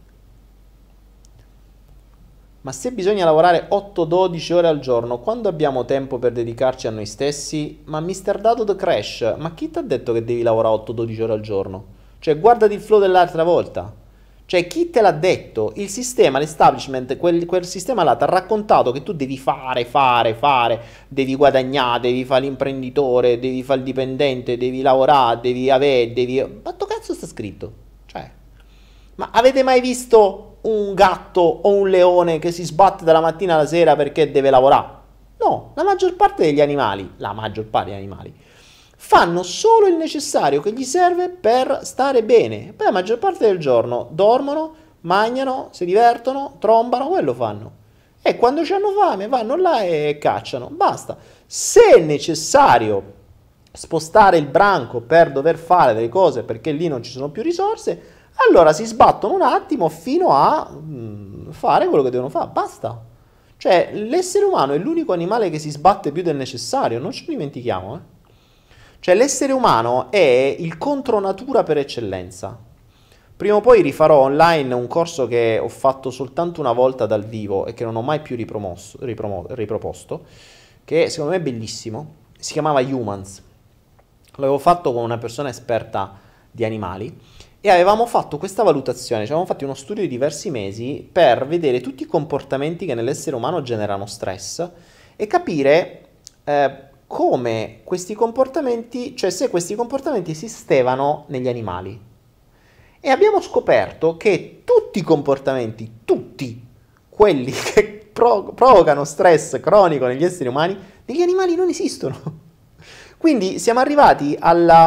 Ma se bisogna lavorare otto dodici ore al giorno, quando abbiamo tempo per dedicarci a noi stessi? Ma mister Dato The Crash, ma chi ti ha detto che devi lavorare otto dodici ore al giorno? Cioè, guardati il flow dell'altra volta. Cioè, chi te l'ha detto? Il sistema, l'establishment, quel, quel sistema là ti ha raccontato che tu devi fare, fare, fare, devi guadagnare, devi fare l'imprenditore, devi fare il dipendente, devi lavorare, devi avere, devi... Ma che cazzo sta scritto? Cioè, ma avete mai visto un gatto o un leone che si sbatte dalla mattina alla sera perché deve lavorare? No, la maggior parte degli animali, la maggior parte degli animali, fanno solo il necessario che gli serve per stare bene. Poi la maggior parte del giorno dormono, mangiano, si divertono, trombano, quello fanno. E quando hanno fame vanno là e cacciano, basta. Se è necessario spostare il branco per dover fare delle cose perché lì non ci sono più risorse, allora si sbattono un attimo fino a mm, fare quello che devono fare, basta. Cioè, l'essere umano è l'unico animale che si sbatte più del necessario, non ce lo dimentichiamo, eh. Cioè, l'essere umano è il contronatura per eccellenza. Prima o poi rifarò online un corso che ho fatto soltanto una volta dal vivo e che non ho mai più ripromosso, ripromo, riproposto, che secondo me è bellissimo, si chiamava Humans. L'avevo fatto con una persona esperta di animali e avevamo fatto questa valutazione, ci avevamo fatto uno studio di diversi mesi per vedere tutti i comportamenti che nell'essere umano generano stress e capire eh, come questi comportamenti, cioè se questi comportamenti esistevano negli animali. E abbiamo scoperto che tutti i comportamenti, tutti quelli che pro- provocano stress cronico negli esseri umani, negli animali non esistono. Quindi siamo arrivati alla,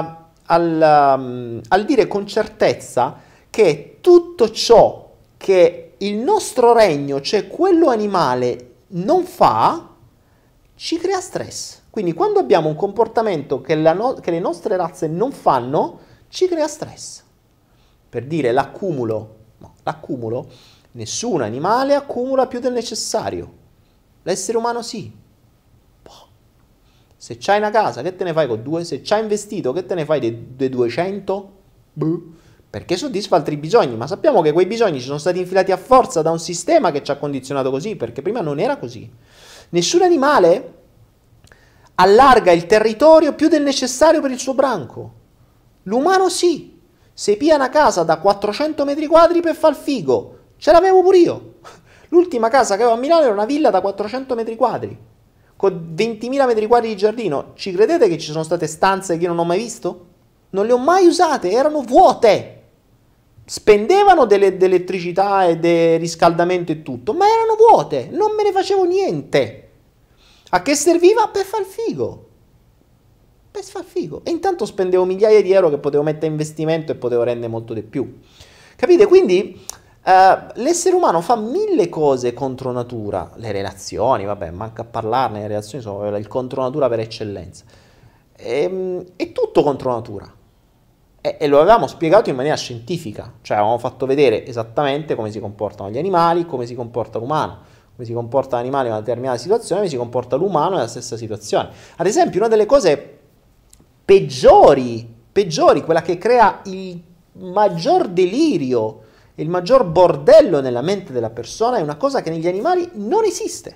al, um, al dire con certezza che tutto ciò che il nostro regno, cioè quello animale, non fa, ci crea stress. Quindi quando abbiamo un comportamento che, la no- che le nostre razze non fanno, ci crea stress. Per dire l'accumulo, no, l'accumulo, nessun animale accumula più del necessario. L'essere umano sì. Boh. Se c'hai una casa, che te ne fai con due? Se c'hai investito, che te ne fai dei, dei duecento? Boh. Perché soddisfa altri bisogni, ma sappiamo che quei bisogni ci sono stati infilati a forza da un sistema che ci ha condizionato così, perché prima non era così. Nessun animale allarga il territorio più del necessario per il suo branco. L'umano sì. Se pia una casa da quattrocento metri quadri per far figo, ce l'avevo pure io. L'ultima casa che avevo a Milano era una villa da quattrocento metri quadri, con ventimila metri quadri di giardino. Ci credete che ci sono state stanze che io non ho mai visto? Non le ho mai usate, erano vuote. Spendevano delle, dell'elettricità e del riscaldamento e tutto, ma erano vuote, non me ne facevo niente. A che serviva? Per far figo. Per far figo. E intanto spendevo migliaia di euro che potevo mettere in investimento e potevo rendere molto di più. Capite? Quindi eh, l'essere umano fa mille cose contro natura. Le relazioni, vabbè, manca a parlarne, le relazioni sono il contro natura per eccellenza. E, è tutto contro natura. E, e lo avevamo spiegato in maniera scientifica. Cioè avevamo fatto vedere esattamente come si comportano gli animali, come si comporta l'umano. Come si comporta l'animale in una determinata situazione, come si comporta l'umano nella stessa situazione. Ad esempio, una delle cose peggiori, peggiori, quella che crea il maggior delirio, il maggior bordello nella mente della persona, è una cosa che negli animali non esiste,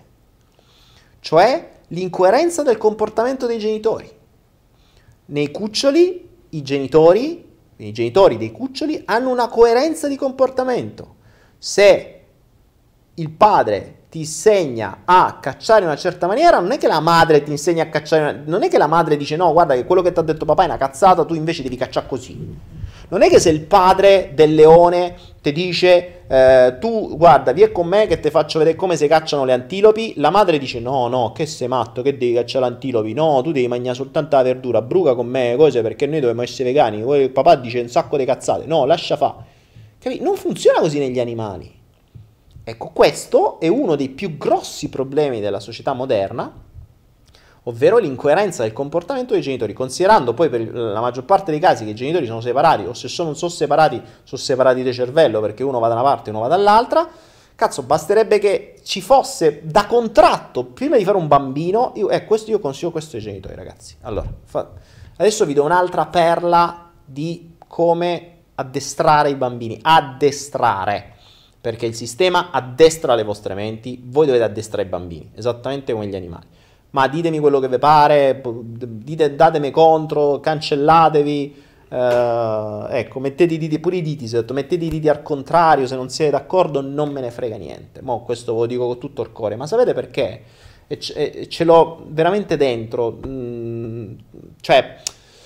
cioè l'incoerenza del comportamento dei genitori. Nei cuccioli, i genitori, i genitori dei cuccioli hanno una coerenza di comportamento. Se il padre ti insegna a cacciare in una certa maniera, non è che la madre ti insegna a cacciare, una... non è che la madre dice no, guarda che quello che ti ha detto papà è una cazzata, tu invece devi cacciare così. Non è che se il padre del leone ti dice eh, tu guarda vieni con me che ti faccio vedere come si cacciano le antilopi, la madre dice no no che sei matto, che devi cacciare le antilopi, no tu devi mangiare soltanto la verdura, bruca con me cose perché noi dobbiamo essere vegani. Poi papà dice un sacco di cazzate, no lascia fa. Capì? Non funziona così negli animali. Ecco, questo è uno dei più grossi problemi della società moderna, ovvero l'incoerenza del comportamento dei genitori, considerando poi per la maggior parte dei casi che i genitori sono separati, o se sono, non sono separati, sono separati di cervello perché uno va da una parte e uno va dall'altra. Cazzo, basterebbe che ci fosse da contratto, prima di fare un bambino, io, eh, questo io consiglio questo ai genitori, ragazzi. Allora, fa, adesso vi do un'altra perla di come addestrare i bambini, addestrare. Perché il sistema addestra le vostre menti, voi dovete addestrare i bambini, esattamente come gli animali. Ma ditemi quello che vi pare, dite, datemi contro, cancellatevi, eh, ecco, mettete i diti, pure i diti, se ho detto, mettete i diti al contrario, se non siete d'accordo non me ne frega niente. Mo questo ve lo dico con tutto il cuore, ma sapete perché? E ce, e ce l'ho veramente dentro, mm, cioè...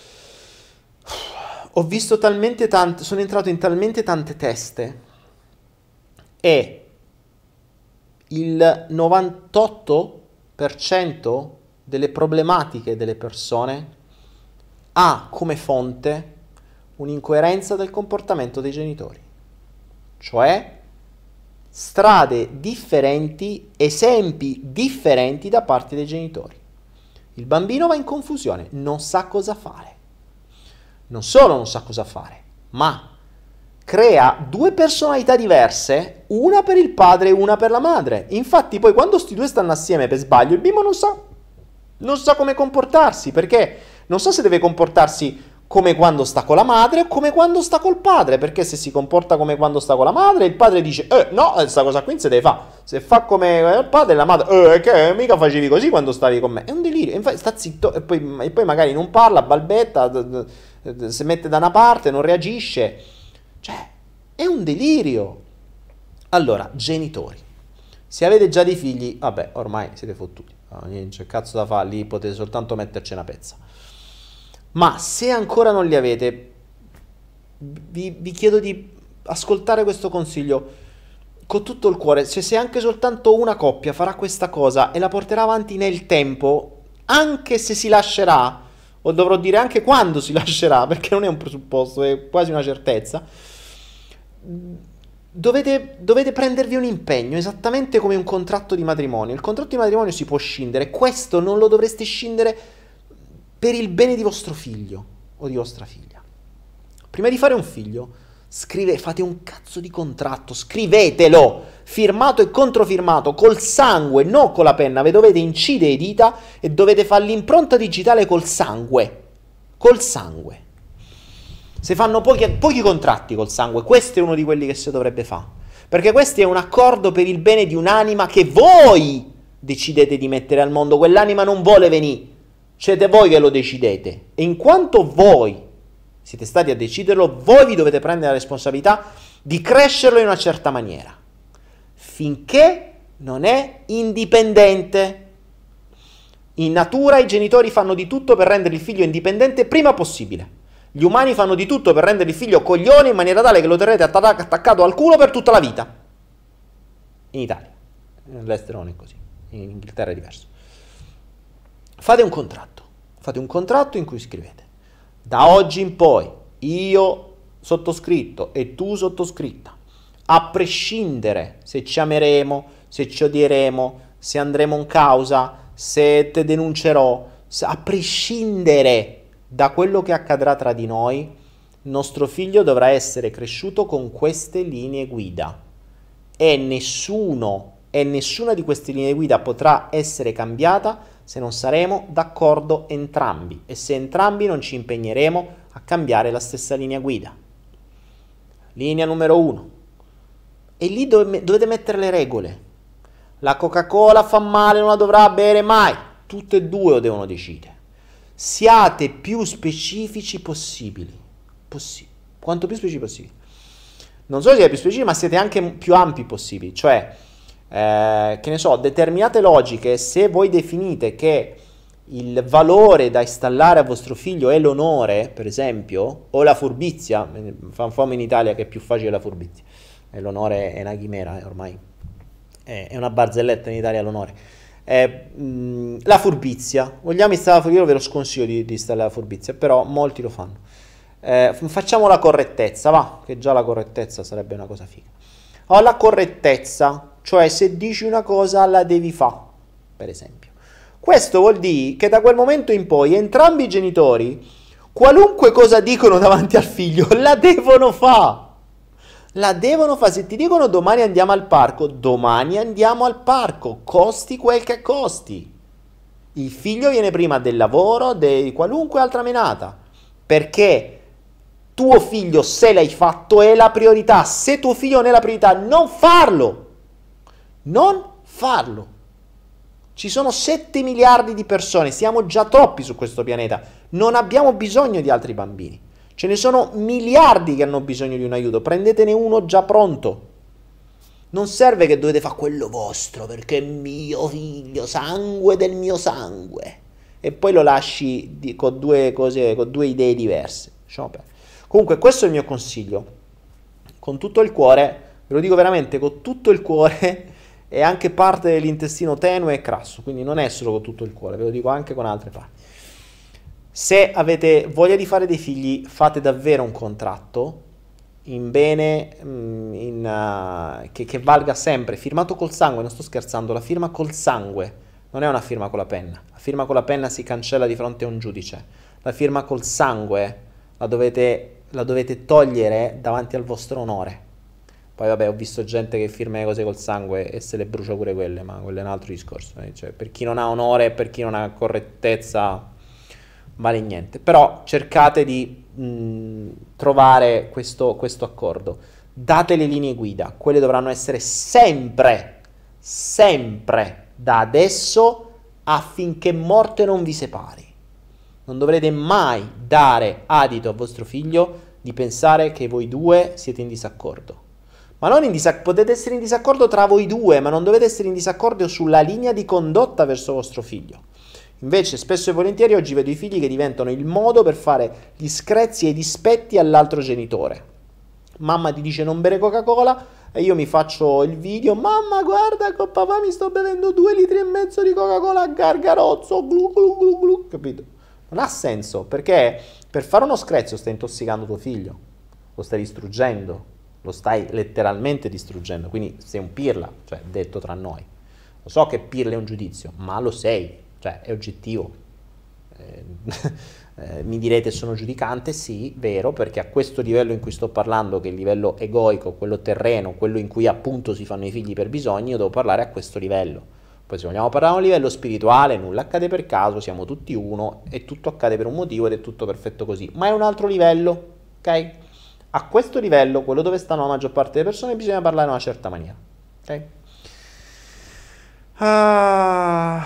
Ho visto talmente tante, sono entrato in talmente tante teste, e il novantotto per cento delle problematiche delle persone ha come fonte un'incoerenza del comportamento dei genitori, cioè strade differenti, esempi differenti da parte dei genitori. Il bambino va in confusione, non sa cosa fare. Non solo non sa cosa fare, ma crea due personalità diverse, una per il padre e una per la madre. Infatti poi quando sti due stanno assieme per sbaglio, il bimbo non sa, non sa come comportarsi, perché non sa se deve comportarsi come quando sta con la madre o come quando sta col padre, perché se si comporta come quando sta con la madre, il padre dice, eh no, questa cosa qui non si deve fare. Se fa come il padre, la madre, eh che mica facevi così quando stavi con me. È un delirio, infatti sta zitto e poi, e poi magari non parla, balbetta, si mette da una parte, non reagisce. Cioè, è un delirio. Allora, genitori, se avete già dei figli, vabbè, ormai siete fottuti, non c'è cazzo da fare, lì potete soltanto metterci una pezza. Ma se ancora non li avete, vi, vi chiedo di ascoltare questo consiglio con tutto il cuore. Cioè, se anche soltanto una coppia farà questa cosa e la porterà avanti nel tempo, anche se si lascerà, o dovrò dire anche quando si lascerà, perché non è un presupposto, è quasi una certezza, dovete, dovete prendervi un impegno, esattamente come un contratto di matrimonio. Il contratto di matrimonio si può scindere, questo non lo dovreste scindere per il bene di vostro figlio o di vostra figlia. Prima di fare un figlio, scrive, fate un cazzo di contratto, scrivetelo, firmato e controfirmato, col sangue, non con la penna, vi dovete incidere le dita e dovete fare l'impronta digitale col sangue, col sangue. Si fanno pochi, pochi contratti col sangue, questo è uno di quelli che si dovrebbe fare, perché questo è un accordo per il bene di un'anima che voi decidete di mettere al mondo, quell'anima non vuole venire, siete voi che lo decidete, e in quanto voi siete stati a deciderlo, voi vi dovete prendere la responsabilità di crescerlo in una certa maniera, finché non è indipendente. In natura i genitori fanno di tutto per rendere il figlio indipendente prima possibile. Gli umani fanno di tutto per rendere il figlio coglione in maniera tale che lo terrete attaccato al culo per tutta la vita. In Italia. All'estero non è così. In Inghilterra è diverso. Fate un contratto. Fate un contratto in cui scrivete: da oggi in poi io sottoscritto e tu sottoscritta, a prescindere se ci ameremo, se ci odieremo, se andremo in causa, se te denuncerò, se, a prescindere da quello che accadrà tra di noi, nostro figlio dovrà essere cresciuto con queste linee guida e nessuno e nessuna di queste linee guida potrà essere cambiata se non saremo d'accordo entrambi e se entrambi non ci impegneremo a cambiare la stessa linea guida. Linea numero uno. E lì dove, dovete mettere le regole. La Coca-Cola fa male, non la dovrà bere mai. Tutte e due lo devono decidere. Siate più specifici possibili. Possi- quanto più specifici possibili. Non solo siete più specifici, ma siete anche più ampi possibili. Cioè, eh, che ne so, determinate logiche, se voi definite che il valore da installare a vostro figlio è l'onore, per esempio, o la furbizia, fa un fame in Italia che è più facile la furbizia, e l'onore è una chimera, eh, ormai è, è una barzelletta in Italia l'onore. Eh, mh, la furbizia, vogliamo installare la furbizia, io ve lo sconsiglio di, di installare la furbizia, però molti lo fanno. Eh, facciamo la correttezza, va, che già la correttezza sarebbe una cosa figa. Ho la correttezza, cioè se dici una cosa la devi fare, per esempio. Questo vuol dire che da quel momento in poi entrambi i genitori, qualunque cosa dicono davanti al figlio, la devono fare. La devono fare. Se ti dicono domani andiamo al parco, domani andiamo al parco, costi quel che costi. Il figlio viene prima del lavoro, di qualunque altra menata, perché tuo figlio, se l'hai fatto, è la priorità. Se tuo figlio non è la priorità, non farlo. Non farlo. Ci sono sette miliardi di persone, siamo già troppi su questo pianeta, non abbiamo bisogno di altri bambini. Ce ne sono miliardi che hanno bisogno di un aiuto, prendetene uno già pronto. Non serve che dovete fare quello vostro, perché è mio figlio, sangue del mio sangue. E poi lo lasci di, con due cose, con due idee diverse. Comunque questo è il mio consiglio. Con tutto il cuore, ve lo dico veramente, con tutto il cuore, è anche parte dell'intestino tenue e crasso, quindi non è solo con tutto il cuore, ve lo dico anche con altre parti. Se avete voglia di fare dei figli, fate davvero un contratto in bene, in, uh, che, che valga sempre, firmato col sangue, non sto scherzando, la firma col sangue, non è una firma con la penna, la firma con la penna si cancella di fronte a un giudice, la firma col sangue la dovete, la dovete togliere davanti al vostro onore. Poi vabbè, ho visto gente che firma le cose col sangue e se le brucia pure quelle, ma quello è un altro discorso. Eh? Cioè, per chi non ha onore e per chi non ha correttezza vale niente. Però cercate di mh, trovare questo, questo accordo. Date le linee guida. Quelle dovranno essere sempre, sempre da adesso affinché morte non vi separi. Non dovrete mai dare adito a vostro figlio di pensare che voi due siete in disaccordo. Ma non in disac- potete essere in disaccordo tra voi due, ma non dovete essere in disaccordo sulla linea di condotta verso vostro figlio. Invece, spesso e volentieri oggi vedo i figli che diventano il modo per fare gli screzi e i dispetti all'altro genitore. Mamma ti dice non bere Coca-Cola e io mi faccio il video, mamma guarda con papà mi sto bevendo due litri e mezzo di Coca-Cola a gargarozzo, glu glu glu glu, capito? Non ha senso, perché per fare uno screzio stai intossicando tuo figlio, lo stai distruggendo, lo stai letteralmente distruggendo, quindi sei un pirla, cioè detto tra noi. Lo so che pirla è un giudizio, ma lo sei, cioè è oggettivo. Eh, eh, mi direte sono giudicante, sì, vero, perché a questo livello in cui sto parlando, che è il livello egoico, quello terreno, quello in cui appunto si fanno i figli per bisogni, io devo parlare a questo livello. Poi se vogliamo parlare a un livello spirituale, nulla accade per caso, siamo tutti uno e tutto accade per un motivo ed è tutto perfetto così. Ma è un altro livello, ok? A questo livello, quello dove stanno la maggior parte delle persone, bisogna parlare in una certa maniera, ok? Ah...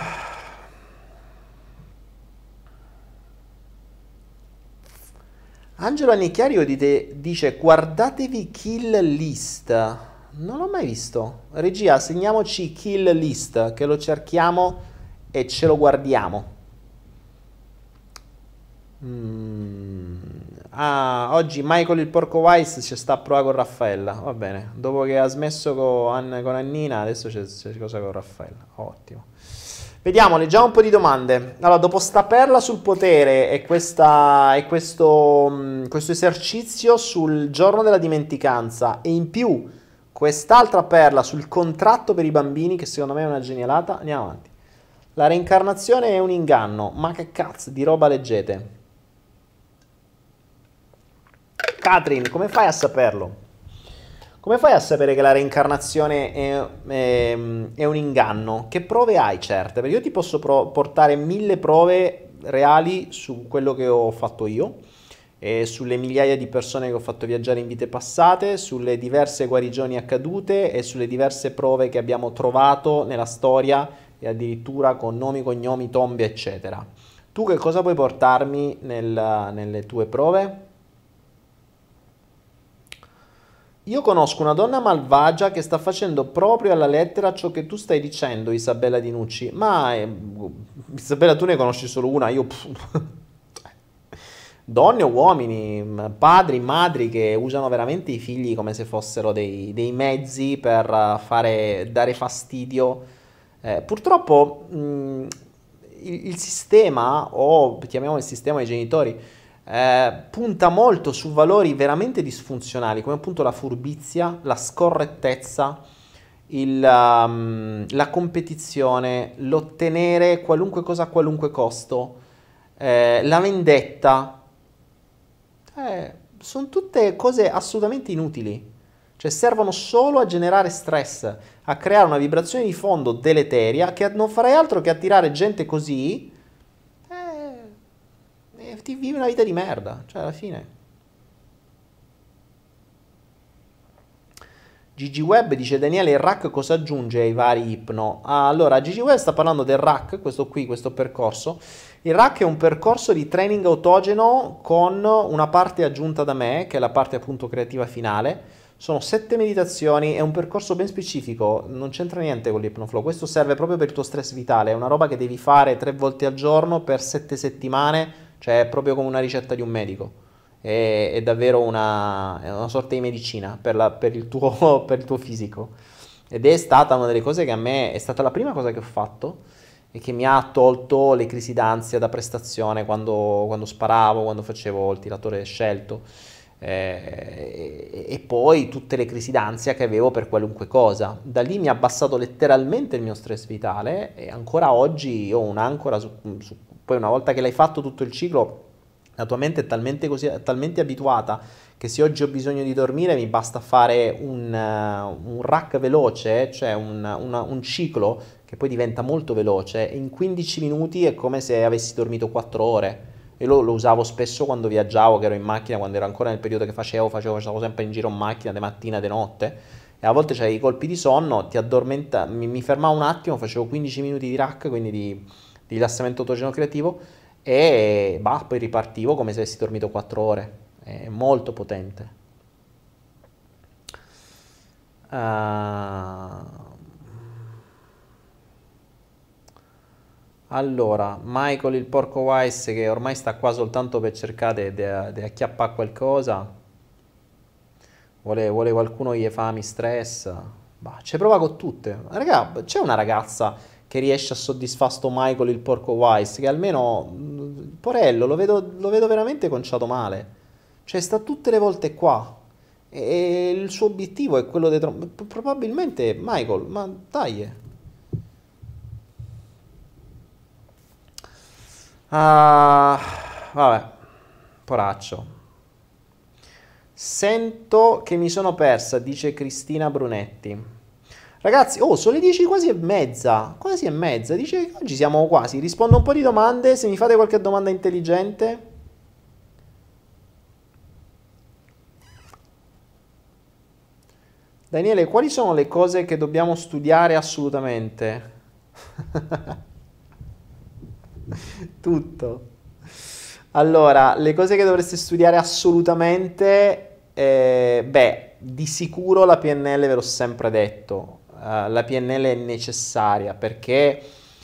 Angelo Annicchiario dite- dice guardatevi Kill List. Non l'ho mai visto. Regia, segniamoci Kill List, che lo cerchiamo e ce lo guardiamo. Mm. Ah, oggi Michael il Porco Wise ci sta a provare con Raffaella. Va bene, dopo che ha smesso con, Ann- con Annina, adesso c'è, c'è cosa con Raffaella. Ottimo. Vediamo, leggiamo un po' di domande. Allora, dopo sta perla sul potere e, questa, e questo, mh, questo esercizio sul giorno della dimenticanza e in più quest'altra perla sul contratto per i bambini, che secondo me è una genialata, andiamo avanti. La reincarnazione è un inganno, ma che cazzo di roba leggete? Katrin, come fai a saperlo? Come fai a sapere che la reincarnazione è, è, è un inganno? Che prove hai certe? Perché io ti posso pro- portare mille prove reali su quello che ho fatto io, e sulle migliaia di persone che ho fatto viaggiare in vite passate, sulle diverse guarigioni accadute e sulle diverse prove che abbiamo trovato nella storia e addirittura con nomi, cognomi, tombe, eccetera. Tu che cosa puoi portarmi nel- nelle tue prove? Io conosco una donna malvagia che sta facendo proprio alla lettera ciò che tu stai dicendo, Isabella Dinucci. Ma eh, Isabella, tu ne conosci solo una, io... Donne o uomini, padri, madri che usano veramente i figli come se fossero dei, dei mezzi per eh, fare, dare fastidio. Eh, purtroppo mh, il, il sistema, o chiamiamo il sistema i genitori, eh, punta molto su valori veramente disfunzionali, come appunto la furbizia, la scorrettezza, il, um, la competizione, l'ottenere qualunque cosa a qualunque costo, eh, la vendetta. Eh, sono tutte cose assolutamente inutili, cioè servono solo a generare stress, a creare una vibrazione di fondo deleteria che non farei altro che attirare gente così eh, e ti vivi una vita di merda, cioè alla fine. Gigi Webb dice Daniele, il rack cosa aggiunge ai vari ipno? Ah, allora, Gigi Webb sta parlando del rack, questo qui, questo percorso. Il rack è un percorso di training autogeno con una parte aggiunta da me, che è la parte appunto creativa finale. Sono sette meditazioni, è un percorso ben specifico, non c'entra niente con l'ipnoflow. Questo serve proprio per il tuo stress vitale, è una roba che devi fare tre volte al giorno per sette settimane, cioè è proprio come una ricetta di un medico. È, è davvero una, è una sorta di medicina per, la- per il tuo, per il tuo fisico. Ed è stata una delle cose che a me, è stata la prima cosa che ho fatto e che mi ha tolto le crisi d'ansia da prestazione quando, quando sparavo, quando facevo il tiratore scelto. Eh, e, e poi tutte le crisi d'ansia che avevo per qualunque cosa. Da lì mi ha abbassato letteralmente il mio stress vitale e ancora oggi ho un'ancora su, su- poi una volta che l'hai fatto tutto il ciclo, la tua mente è talmente, così, talmente abituata che se oggi ho bisogno di dormire mi basta fare un, uh, un rack veloce, cioè un, una- un ciclo che poi diventa molto veloce. In quindici minuti è come se avessi dormito quattro ore. E lo, lo usavo spesso quando viaggiavo, che ero in macchina, quando ero ancora nel periodo che facevo, facevo, facevo sempre in giro in macchina, di mattina, di notte. E a volte c'avevi i colpi di sonno, ti addormenta, mi, mi fermavo un attimo, facevo quindici minuti di rack, quindi di, di rilassamento autogeno creativo, e bah, poi ripartivo come se avessi dormito quattro ore. È molto potente. Ah, allora, Michael il porco Wise che ormai sta qua soltanto per cercare di acchiappare qualcosa, vuole, vuole qualcuno gli fami stress, bah, ci prova con tutte. Raga, c'è una ragazza che riesce a soddisfare sto Michael il porco Wise che almeno mh, Porello, lo vedo, lo vedo veramente conciato male. Cioè, sta tutte le volte qua. E il suo obiettivo è quello di... trom- probabilmente, Michael, ma dai. Ah, vabbè, poraccio. Sento che mi sono persa, dice Cristina Brunetti. Ragazzi, oh, sono le dieci quasi e mezza. Quasi e mezza. Dice che oggi siamo quasi. Rispondo un po' di domande. Se mi fate qualche domanda intelligente. Daniele, quali sono le cose che dobbiamo studiare assolutamente? Tutto. Allora, le cose che dovreste studiare assolutamente, eh, beh, di sicuro la P N L ve l'ho sempre detto. Uh, la P N L è necessaria perché,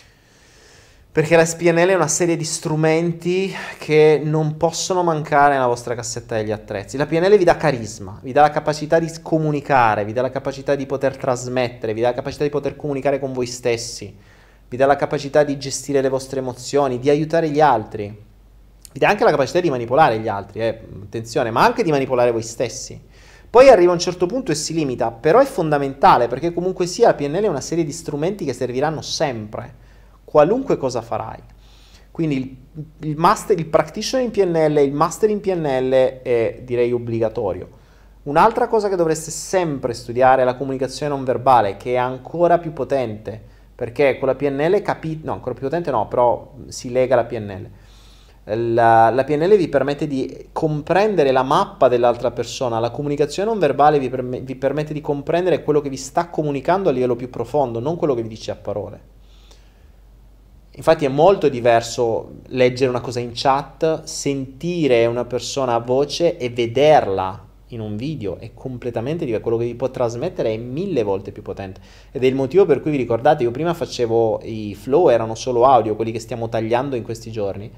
perché la P N L è una serie di strumenti che non possono mancare nella vostra cassetta degli attrezzi. La P N L vi dà carisma, vi dà la capacità di comunicare, vi dà la capacità di poter trasmettere, vi dà la capacità di poter comunicare con voi stessi, vi dà la capacità di gestire le vostre emozioni, di aiutare gli altri, vi dà anche la capacità di manipolare gli altri, eh, attenzione, ma anche di manipolare voi stessi. Poi arriva a un certo punto e si limita, però è fondamentale perché comunque sia la P N L è una serie di strumenti che serviranno sempre, qualunque cosa farai. Quindi il, il, master, il practitioner in P N L, il master in P N L è direi obbligatorio. Un'altra cosa che dovreste sempre studiare è la comunicazione non verbale, che è ancora più potente, perché con la P N L capite, no, ancora più potente no, però si lega alla P N L. La, la P N L vi permette di comprendere la mappa dell'altra persona, la comunicazione non verbale vi, perm- vi permette di comprendere quello che vi sta comunicando a livello più profondo, non quello che vi dice a parole. Infatti è molto diverso leggere una cosa in chat, sentire una persona a voce e vederla in un video, è completamente diverso, quello che vi può trasmettere è mille volte più potente ed è il motivo per cui vi ricordate, io prima facevo i flow, erano solo audio, quelli che stiamo tagliando in questi giorni.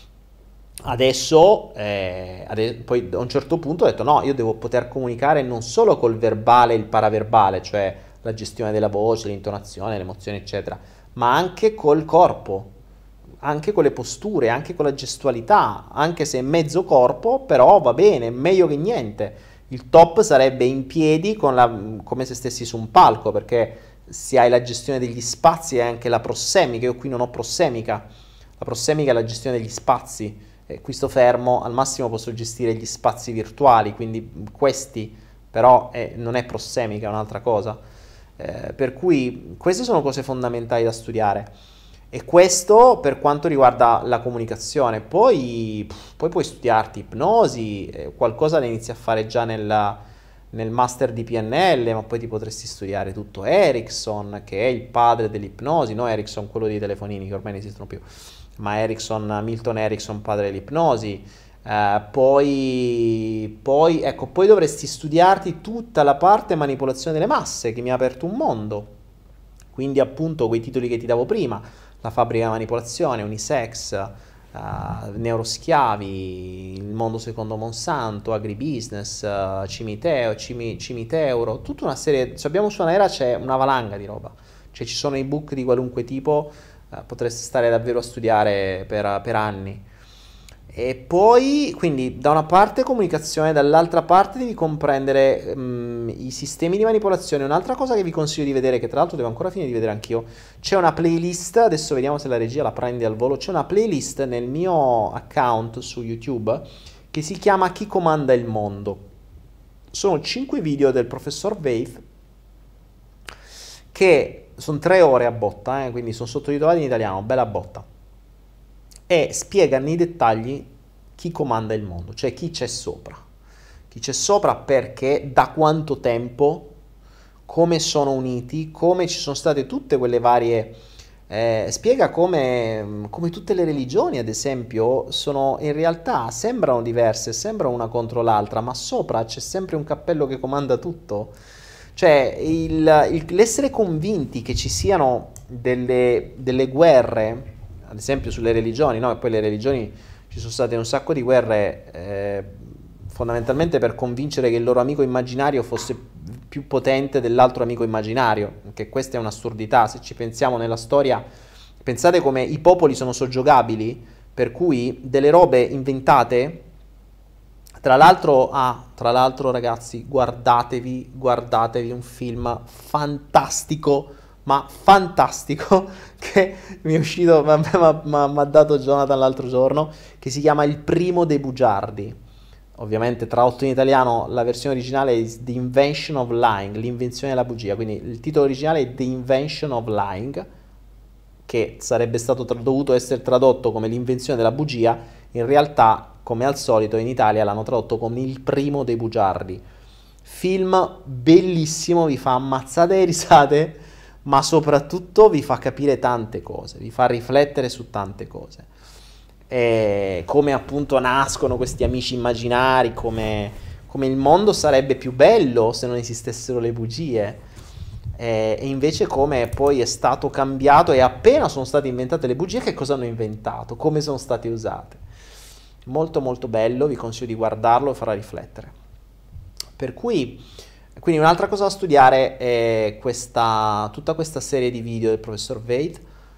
Adesso, eh, ade- poi a un certo punto ho detto no, io devo poter comunicare non solo col verbale e il paraverbale, cioè la gestione della voce, l'intonazione, le emozioni eccetera, ma anche col corpo, anche con le posture, anche con la gestualità, anche se è mezzo corpo, però va bene, meglio che niente. Il top sarebbe in piedi con la, come se stessi su un palco, perché se hai la gestione degli spazi e anche la prossemica, io qui non ho prossemica, la prossemica è la gestione degli spazi. Qui sto fermo, al massimo posso gestire gli spazi virtuali, quindi questi però è, non è prossemica, è un'altra cosa. Eh, per cui queste sono cose fondamentali da studiare. E questo per quanto riguarda la comunicazione. Poi, poi puoi studiarti ipnosi, eh, qualcosa ne inizi a fare già nella, nel master di P N L, ma poi ti potresti studiare tutto Erickson, che è il padre dell'ipnosi, no Erickson quello dei telefonini che ormai non esistono più, ma Erickson, Milton Erickson, padre dell'ipnosi. Eh, poi, poi, ecco, poi dovresti studiarti tutta la parte manipolazione delle masse, che mi ha aperto un mondo. Quindi appunto quei titoli che ti davo prima, la fabbrica di manipolazione, Unisex, eh, neuroschiavi, il mondo secondo Monsanto, agribusiness, eh, cimiteo, cimi, cimiteuro, tutta una serie, se abbiamo su Anera c'è una valanga di roba, cioè ci sono ebook di qualunque tipo. Uh, potreste stare davvero a studiare per, per anni. E poi, quindi, da una parte comunicazione, dall'altra parte devi comprendere um, i sistemi di manipolazione. Un'altra cosa che vi consiglio di vedere, che tra l'altro devo ancora finire di vedere anch'io, c'è una playlist, adesso vediamo se la regia la prende al volo, c'è una playlist nel mio account su YouTube che si chiama Chi comanda il mondo. Sono cinque video del professor Veith che sono tre ore a botta, eh, quindi sono sottotitolati in italiano, bella botta, e spiega nei dettagli chi comanda il mondo, cioè chi c'è sopra, chi c'è sopra perché, da quanto tempo, come sono uniti, come ci sono state tutte quelle varie, eh, spiega come, come tutte le religioni ad esempio sono in realtà, sembrano diverse, sembrano una contro l'altra, ma sopra c'è sempre un cappello che comanda tutto. Cioè, il, il, l'essere convinti che ci siano delle, delle guerre, ad esempio sulle religioni, no? E poi le religioni, ci sono state un sacco di guerre, eh, fondamentalmente per convincere che il loro amico immaginario fosse più potente dell'altro amico immaginario, che questa è un'assurdità, se ci pensiamo nella storia, pensate come i popoli sono soggiogabili, per cui delle robe inventate. Tra l'altro, ah, tra l'altro ragazzi, guardatevi, guardatevi un film fantastico, ma fantastico, che mi è uscito, mi ha dato Jonathan l'altro giorno, che si chiama Il primo dei bugiardi. Ovviamente tradotto in italiano la versione originale è The Invention of Lying, l'invenzione della bugia, quindi il titolo originale è The Invention of Lying, che sarebbe stato tra- dovuto essere tradotto come l'invenzione della bugia, in realtà, come al solito, in Italia l'hanno tradotto come Il primo dei bugiardi. Film bellissimo, vi fa ammazzate e risate, ma soprattutto vi fa capire tante cose, vi fa riflettere su tante cose. E come appunto nascono questi amici immaginari, come, come il mondo sarebbe più bello se non esistessero le bugie. E invece come poi è stato cambiato e appena sono state inventate le bugie, che cosa hanno inventato, come sono state usate. Molto molto bello, vi consiglio di guardarlo e farà riflettere. Per cui, quindi un'altra cosa da studiare è questa, tutta questa serie di video del professor Wade,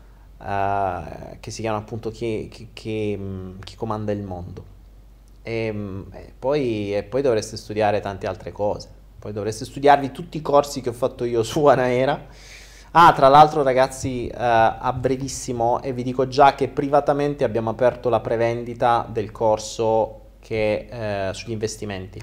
uh, che si chiama appunto chi, chi, chi, chi comanda il mondo. E, e, poi, e poi dovreste studiare tante altre cose. Poi dovreste studiarvi tutti i corsi che ho fatto io su Anaera. Ah, tra l'altro ragazzi, eh, a brevissimo, e vi dico già che privatamente abbiamo aperto la prevendita del corso che, eh, sugli investimenti.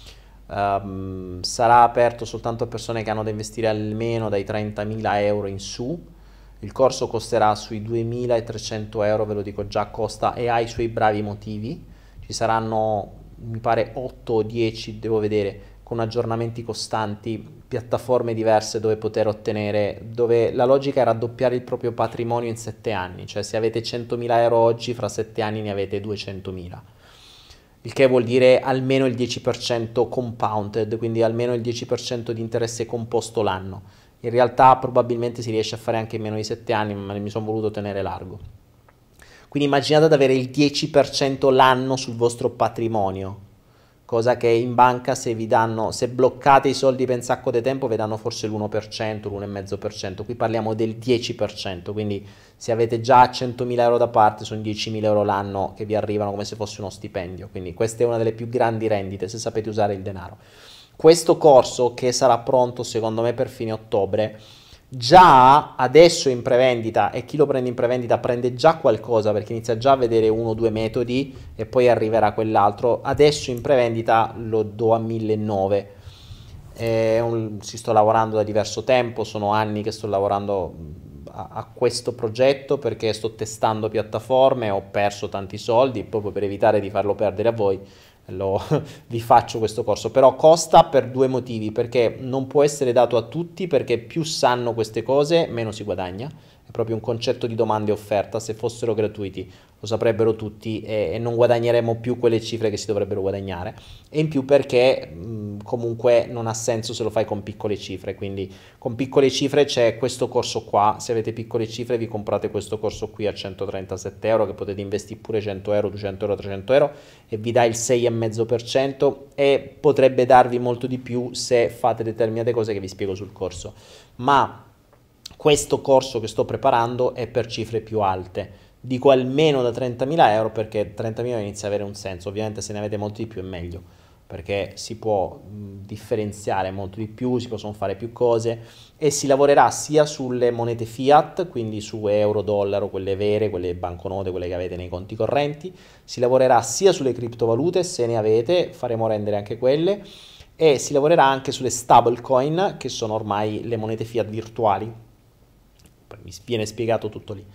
Um, sarà aperto soltanto a persone che hanno da investire almeno dai trentamila euro in su. Il corso costerà sui duemilatrecento euro, ve lo dico già, costa e ha i suoi bravi motivi. Ci saranno, mi pare, otto o dieci, devo vedere, con aggiornamenti costanti, piattaforme diverse dove poter ottenere, dove la logica è raddoppiare il proprio patrimonio in sette anni, cioè se avete centomila euro oggi, fra sette anni ne avete duecentomila, il che vuol dire almeno il dieci per cento compounded, quindi almeno il dieci per cento di interesse composto l'anno. In realtà probabilmente si riesce a fare anche in meno di sette anni, ma mi sono voluto tenere largo. Quindi immaginate di avere il dieci per cento l'anno sul vostro patrimonio, cosa che in banca se vi danno, se bloccate i soldi per un sacco di tempo vi danno forse l'uno per cento, l'uno virgola cinque per cento, qui parliamo del dieci per cento, quindi se avete già centomila euro da parte sono diecimila euro l'anno che vi arrivano come se fosse uno stipendio, quindi questa è una delle più grandi rendite se sapete usare il denaro. Questo corso, che sarà pronto secondo me per fine ottobre, già adesso in prevendita, e chi lo prende in prevendita prende già qualcosa perché inizia già a vedere uno o due metodi e poi arriverà quell'altro. Adesso in prevendita lo do a millenovecento. È un, ci sto lavorando da diverso tempo, sono anni che sto lavorando a, a questo progetto perché sto testando piattaforme, ho perso tanti soldi proprio per evitare di farlo perdere a voi. Lo, vi faccio questo corso, però costa per due motivi, perché non può essere dato a tutti, perché più sanno queste cose meno si guadagna, è proprio un concetto di domanda e offerta. Se fossero gratuiti lo saprebbero tutti e, e non guadagneremo più quelle cifre che si dovrebbero guadagnare, e in più perché mh, comunque non ha senso se lo fai con piccole cifre. Quindi con piccole cifre c'è questo corso qua, se avete piccole cifre vi comprate questo corso qui a centotrentasette euro, che potete investire pure cento euro, duecento euro, trecento euro e vi dà il sei virgola cinque per cento, e potrebbe darvi molto di più se fate determinate cose che vi spiego sul corso. Ma questo corso che sto preparando è per cifre più alte, dico almeno da trentamila euro, perché trentamila inizia a avere un senso. Ovviamente se ne avete molti di più è meglio, perché si può mh, differenziare molto di più, si possono fare più cose, e si lavorerà sia sulle monete fiat, quindi su euro, dollaro, quelle vere, quelle banconote, quelle che avete nei conti correnti, si lavorerà sia sulle criptovalute, se ne avete, faremo rendere anche quelle, e si lavorerà anche sulle stablecoin, che sono ormai le monete fiat virtuali. Mi viene spiegato tutto lì.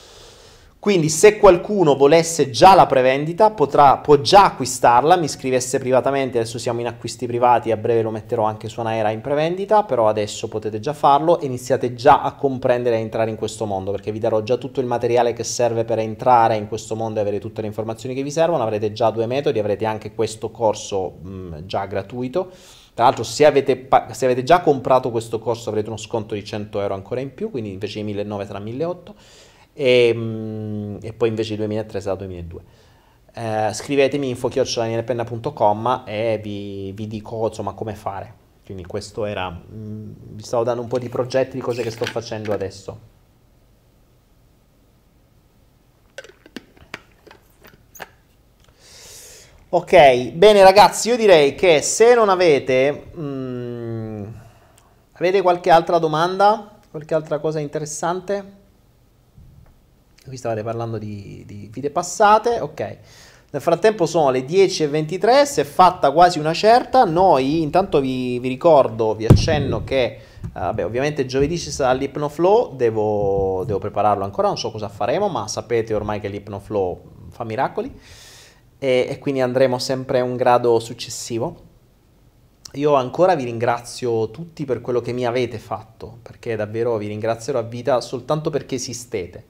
Quindi se qualcuno volesse già la prevendita potrà, può già acquistarla, mi scrivesse privatamente, adesso siamo in acquisti privati, a breve lo metterò anche su Anaera in prevendita, però adesso potete già farlo e iniziate già a comprendere e a entrare in questo mondo, perché vi darò già tutto il materiale che serve per entrare in questo mondo e avere tutte le informazioni che vi servono. Avrete già due metodi, avrete anche questo corso mh, già gratuito. Tra l'altro se avete, se avete già comprato questo corso avrete uno sconto di cento euro ancora in più, quindi invece di millenovecento sarà milleottocento. E, e poi invece di duemilatré sarà duemiladuecento. Eh, scrivetemi info chiocciola daniele penna punto com e vi, vi dico insomma come fare. Quindi questo era, mh, vi stavo dando un po' di progetti, di cose che sto facendo adesso. Ok, bene ragazzi, io direi che se non avete... mm, avete qualche altra domanda? Qualche altra cosa interessante? Qui stavate parlando di, di vite passate, ok. Nel frattempo sono le dieci e ventitré, si è fatta quasi una certa. Noi intanto vi, vi ricordo, vi accenno che, eh, vabbè, ovviamente giovedì ci sarà l'Hypnoflow, devo, devo prepararlo ancora, non so cosa faremo, ma sapete ormai che l'Hypnoflow fa miracoli. E, e quindi andremo sempre a un grado successivo. Io ancora vi ringrazio tutti per quello che mi avete fatto, perché davvero vi ringrazierò a vita soltanto perché esistete.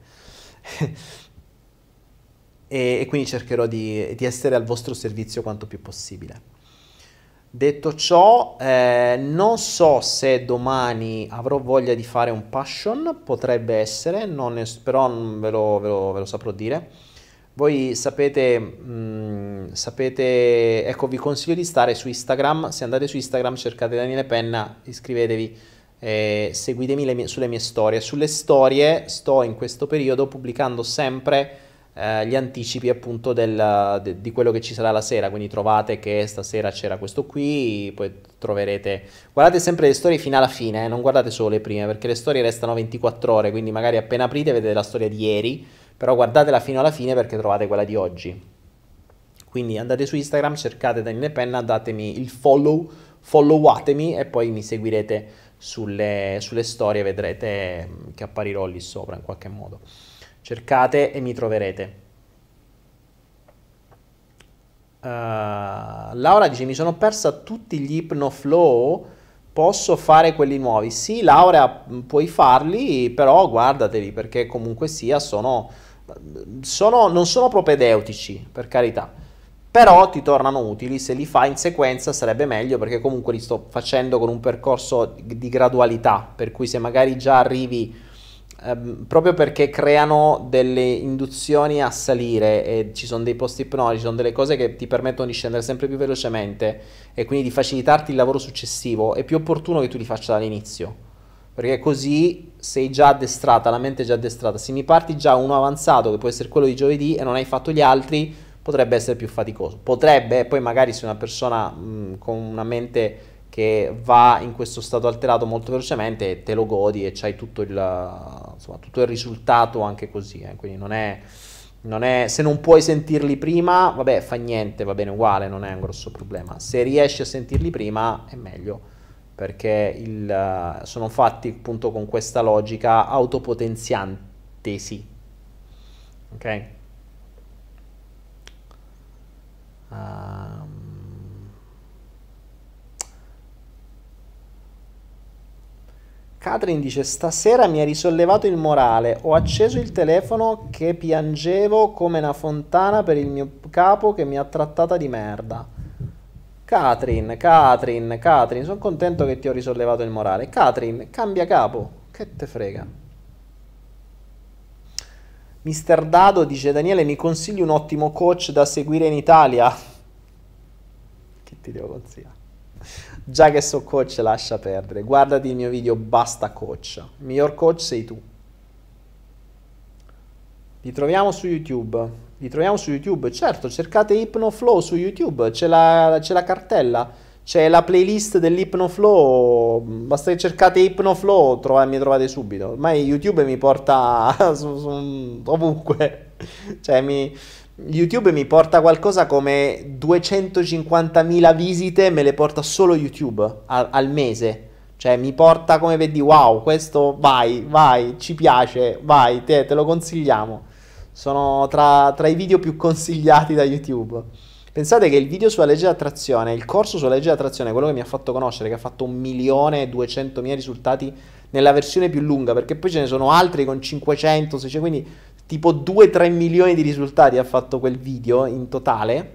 e, e quindi cercherò di, di essere al vostro servizio quanto più possibile. Detto ciò, eh, non so se domani avrò voglia di fare un passion, potrebbe essere, non ne, però non ve lo, ve lo, ve lo saprò dire. Voi sapete, mh, sapete, ecco, vi consiglio di stare su Instagram. Se andate su Instagram, cercate Daniele Penna, iscrivetevi, eh, seguitemi le mie- sulle mie storie. Sulle storie sto in questo periodo pubblicando sempre eh, gli anticipi appunto del- de- di quello che ci sarà la sera. Quindi trovate che stasera c'era questo qui, poi troverete. Guardate sempre le storie fino alla fine, eh, non guardate solo le prime, perché le storie restano ventiquattro ore. Quindi magari appena aprite vedete la storia di ieri. Però guardatela fino alla fine perché trovate quella di oggi. Quindi andate su Instagram, cercate Daniele Penna, datemi il follow, followatemi e poi mi seguirete sulle, sulle storie, vedrete che apparirò lì sopra in qualche modo. Cercate e mi troverete. Uh, Laura dice: mi sono persa tutti gli Hypnoflow, posso fare quelli nuovi? Sì, Laura, puoi farli, però guardateli perché comunque sia sono, sono non sono propedeutici, per carità, però ti tornano utili. Se li fai in sequenza sarebbe meglio, perché comunque li sto facendo con un percorso di gradualità, per cui se magari già arrivi ehm, proprio perché creano delle induzioni a salire e ci sono dei post ipnotici, ci sono delle cose che ti permettono di scendere sempre più velocemente e quindi di facilitarti il lavoro successivo, è più opportuno che tu li faccia dall'inizio, perché così sei già addestrata, la mente è già addestrata. Se mi parti già uno avanzato, che può essere quello di giovedì, e non hai fatto gli altri, potrebbe essere più faticoso. Potrebbe, poi magari se una persona mh, con una mente che va in questo stato alterato molto velocemente, te lo godi e c'hai tutto il, insomma, tutto il risultato anche così, eh. Quindi non è, non è, se non puoi sentirli prima, vabbè, fa niente, va bene uguale, non è un grosso problema. Se riesci a sentirli prima è meglio, perché il, sono fatti appunto con questa logica autopotenziantesi, ok? Um, Catherine dice: stasera mi ha risollevato il morale, ho acceso il telefono che piangevo come una fontana per il mio capo che mi ha trattata di merda. Catherine, Catherine, Catherine, sono contento che ti ho risollevato il morale. Catherine, cambia capo, che te frega. Mister Dado dice: Daniele, mi consigli un ottimo coach da seguire in Italia? Che ti devo consigliare? Già che so coach, lascia perdere. Guardati il mio video Basta Coach. Il miglior coach sei tu. Li troviamo su YouTube. Li troviamo su YouTube. Certo, cercate Hypnoflow su YouTube. C'è la, c'è la cartella. C'è la playlist dell'Hypnoflow. Basta che cercate Hypnoflow, trova, mi trovate subito. Ormai YouTube mi porta su, su, ovunque. Cioè mi... YouTube mi porta qualcosa come duecentocinquantamila visite, me le porta solo YouTube a, al mese. Cioè mi porta, come vedi, wow, questo vai, vai, ci piace, vai, te, te lo consigliamo. Sono tra, tra i video più consigliati da YouTube. Pensate che il video sulla legge dell'attrazione, il corso sulla legge dell'attrazione, quello che mi ha fatto conoscere, che ha fatto un milione e duecentomila risultati nella versione più lunga, perché poi ce ne sono altri con cinquecento, seicento, quindi tipo due tre milioni di risultati ha fatto quel video in totale.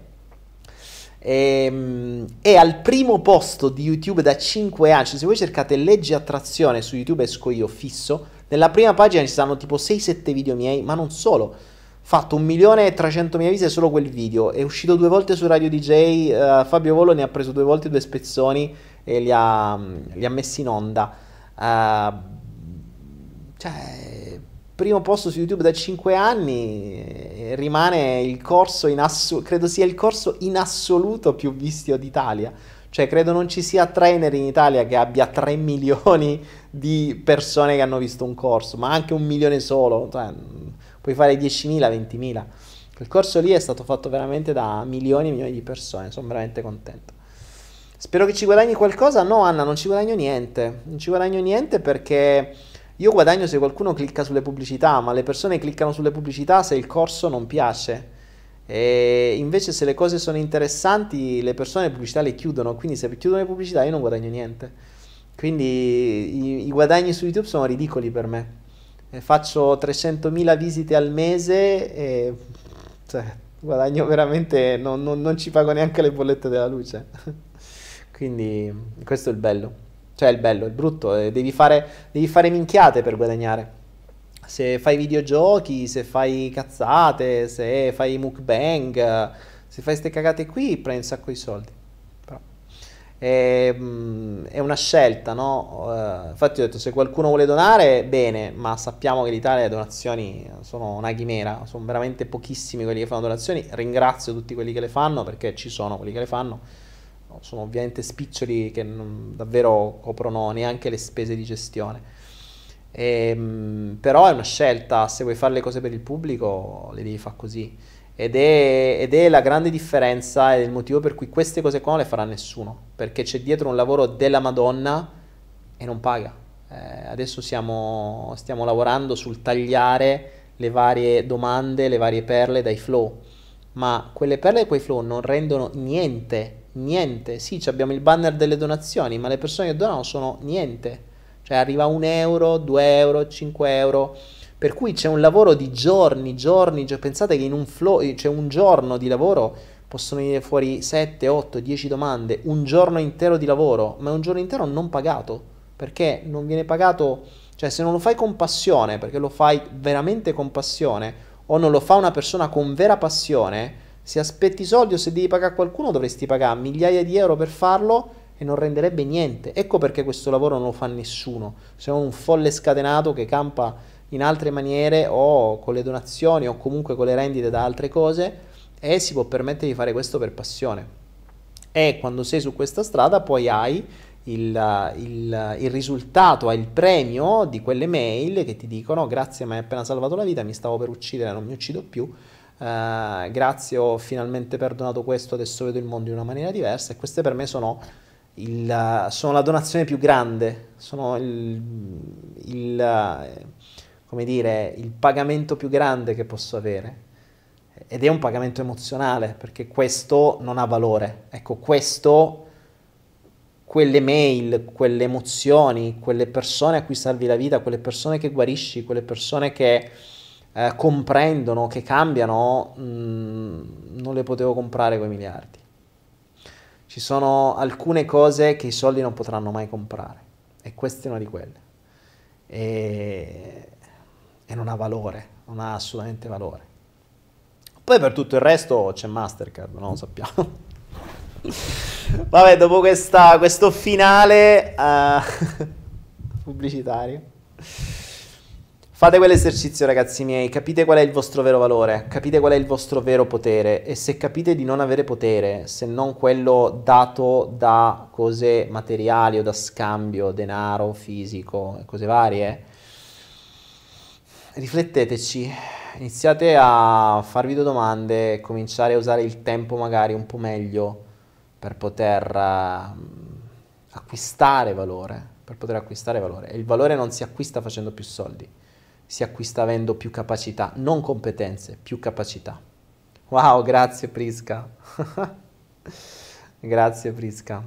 E, è al primo posto di YouTube da cinque anni. Cioè, se voi cercate legge attrazione su YouTube, esco io fisso, nella prima pagina ci stanno tipo sei sette video miei, ma non solo. Fatto un milione e trecentomila visite solo quel video. È uscito due volte su Radio D J. uh, Fabio Volo ne ha preso due volte due spezzoni e li ha, li ha messi in onda. Uh, cioè primo posto su YouTube da cinque anni, eh, rimane il corso in assoluto, credo sia il corso in assoluto più visto d'Italia. Cioè, credo non ci sia trainer in Italia che abbia tre milioni di persone che hanno visto un corso, ma anche un milione solo. Cioè, puoi fare diecimila, ventimila. Quel corso lì è stato fatto veramente da milioni e milioni di persone, sono veramente contento. Spero che ci guadagni qualcosa. No, Anna, non ci guadagno niente. Non ci guadagno niente perché io guadagno se qualcuno clicca sulle pubblicità, ma le persone cliccano sulle pubblicità se il corso non piace. E invece se le cose sono interessanti, le persone le pubblicità le chiudono, quindi se chiudono le pubblicità io non guadagno niente. Quindi i, i guadagni su YouTube sono ridicoli per me. E faccio trecentomila visite al mese e cioè, guadagno veramente, non, non, non ci pago neanche le bollette della luce. Quindi questo è il bello. Cioè il bello, il brutto, eh, devi fare, devi fare minchiate per guadagnare. Se fai videogiochi, se fai cazzate, se fai mukbang, se fai ste cagate qui, prendi un sacco di soldi. Però è, mm, è una scelta, no? Uh, infatti ho detto, se qualcuno vuole donare, bene, ma sappiamo che in Italia le donazioni sono una chimera, sono veramente pochissimi quelli che fanno donazioni. Ringrazio tutti quelli che le fanno, perché ci sono quelli che le fanno. Sono ovviamente spiccioli che non davvero coprono neanche le spese di gestione. E, però è una scelta, se vuoi fare le cose per il pubblico le devi fare così ed è, ed è la grande differenza e il motivo per cui queste cose qua non le farà nessuno, perché c'è dietro un lavoro della Madonna e non paga. Eh, adesso siamo, stiamo lavorando sul tagliare le varie domande, le varie perle dai flow, ma quelle perle e quei flow non rendono niente, niente. Sì, abbiamo il banner delle donazioni, ma le persone che donano sono niente. Cioè arriva un euro, due euro, cinque euro, per cui c'è un lavoro di giorni, giorni, gi- pensate che in un flow, c'è un giorno di lavoro, possono venire fuori sette, otto, dieci domande, un giorno intero di lavoro, ma è un giorno intero non pagato, perché non viene pagato, cioè se non lo fai con passione, perché lo fai veramente con passione, o non lo fa una persona con vera passione, se aspetti soldi o se devi pagare qualcuno dovresti pagare migliaia di euro per farlo, e non renderebbe niente. Ecco perché questo lavoro non lo fa nessuno, se non un folle scatenato che campa in altre maniere o con le donazioni o comunque con le rendite da altre cose e si può permettere di fare questo per passione. E quando sei su questa strada poi hai il, il, il risultato, hai il premio di quelle mail che ti dicono grazie, mi hai appena salvato la vita, mi stavo per uccidere, non mi uccido più, uh, grazie, ho finalmente perdonato questo, adesso vedo il mondo in una maniera diversa. E queste per me sono Il, sono la donazione più grande, sono il, il, come dire, il pagamento più grande che posso avere, ed è un pagamento emozionale perché questo non ha valore. Ecco, questo, quelle mail, quelle emozioni, quelle persone a cui salvi la vita, quelle persone che guarisci, quelle persone che eh, comprendono, che cambiano, mh, non le potevo comprare coi miliardi. Ci sono alcune cose che i soldi non potranno mai comprare e questa è una di quelle. E, e non ha valore, non ha assolutamente valore. Poi per tutto il resto c'è Mastercard, non lo sappiamo. Vabbè, dopo questa, questo finale uh, pubblicitario. Fate quell'esercizio, ragazzi miei, capite qual è il vostro vero valore, capite qual è il vostro vero potere, e se capite di non avere potere, se non quello dato da cose materiali o da scambio, denaro, fisico, cose varie, rifletteteci, iniziate a farvi due domande e cominciare a usare il tempo magari un po' meglio per poter uh, acquistare valore, per poter acquistare valore. E il valore non si acquista facendo più soldi, si acquista avendo più capacità, non competenze, più capacità. Wow, grazie Prisca. Grazie Prisca.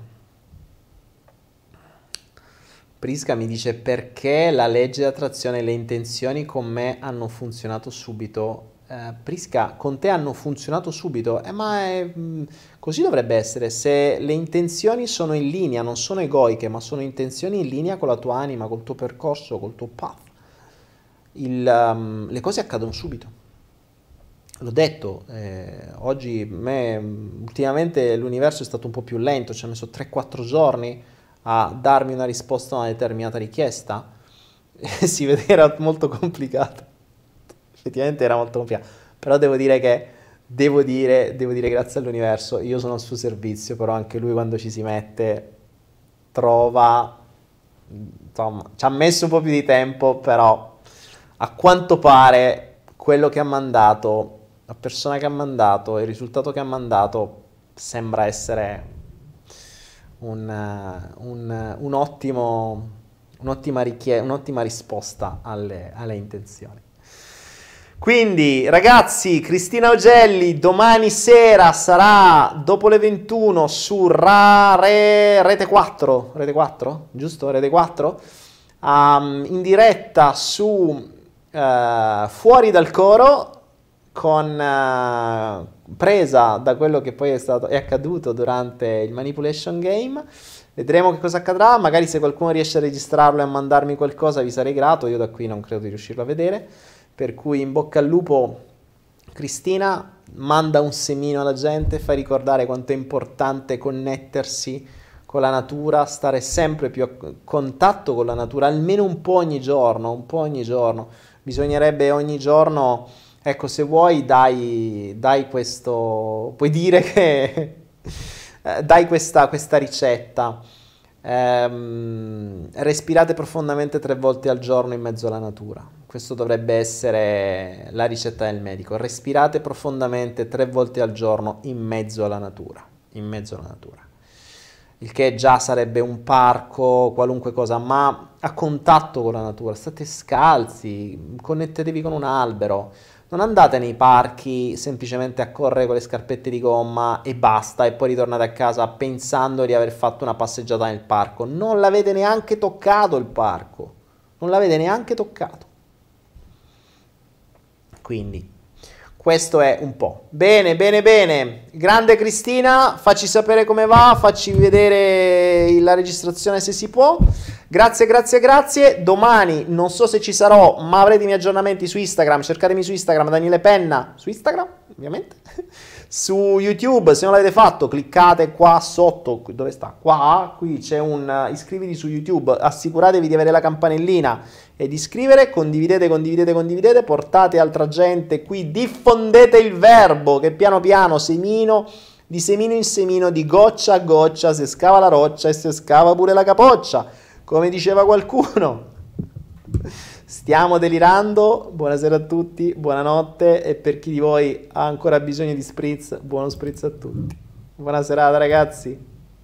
Prisca mi dice perché la legge di attrazione e le intenzioni con me hanno funzionato subito. Eh, Prisca, con te hanno funzionato subito, eh, ma è, mh, così dovrebbe essere. Se le intenzioni sono in linea, non sono egoiche, ma sono intenzioni in linea con la tua anima, col tuo percorso, col tuo path, Il, um, le cose accadono subito. L'ho detto, eh, oggi me, ultimamente l'universo è stato un po' più lento, ci ha messo tre quattro giorni a darmi una risposta a una determinata richiesta e si vede che era molto complicato. effettivamente era molto complicato, però devo dire che devo dire, devo dire grazie all'universo, io sono al suo servizio, però anche lui quando ci si mette trova, insomma, ci ha messo un po' più di tempo, però a quanto pare quello che ha mandato, la persona che ha mandato, il risultato che ha mandato sembra essere un, un, un ottimo, un'ottima richie- un'ottima risposta alle, alle intenzioni. Quindi ragazzi, Cristina Augelli domani sera sarà dopo le ventuno su Ra, Re, Rete quattro, Rete quattro, giusto? Rete quattro, um, in diretta su uh, Fuori dal Coro, con uh, presa da quello che poi è stato è accaduto durante il Manipulation Game. Vedremo che cosa accadrà, magari se qualcuno riesce a registrarlo e a mandarmi qualcosa vi sarei grato, io da qui non credo di riuscirlo a vedere. Per cui in bocca al lupo Cristina, manda un semino alla gente, fai ricordare quanto è importante connettersi con la natura, stare sempre più a contatto con la natura, almeno un po' ogni giorno, un po' ogni giorno. Bisognerebbe ogni giorno, ecco, se vuoi dai, dai questo, puoi dire che dai questa, questa ricetta. Ehm, respirate profondamente tre volte al giorno in mezzo alla natura. Questo dovrebbe essere la ricetta del medico. Respirate profondamente tre volte al giorno in mezzo alla natura. In mezzo alla natura. Il che già sarebbe un parco, qualunque cosa, ma a contatto con la natura. State scalzi, connettetevi con un albero. Non andate nei parchi semplicemente a correre con le scarpette di gomma e basta, e poi ritornate a casa pensando di aver fatto una passeggiata nel parco. Non l'avete neanche toccato il parco. Non l'avete neanche toccato. Quindi questo è un po'. Bene, bene, bene. Grande Cristina, facci sapere come va, facci vedere la registrazione se si può. Grazie, grazie, grazie. Domani non so se ci sarò, ma avrete i miei aggiornamenti su Instagram. Cercatemi su Instagram, Daniele Penna, su Instagram, ovviamente. Su YouTube, se non l'avete fatto, cliccate qua sotto. Dove sta? Qua, qui c'è un uh, iscriviti su YouTube. Assicuratevi di avere la campanellina e di iscrivere. Condividete, condividete, condividete. Portate altra gente qui. Diffondete il verbo che piano piano, semino, di semino in semino, di goccia a goccia, si scava la roccia e si scava pure la capoccia. Come diceva qualcuno. Stiamo delirando, buonasera a tutti, buonanotte, e per chi di voi ha ancora bisogno di spritz, buono spritz a tutti. Buona serata ragazzi.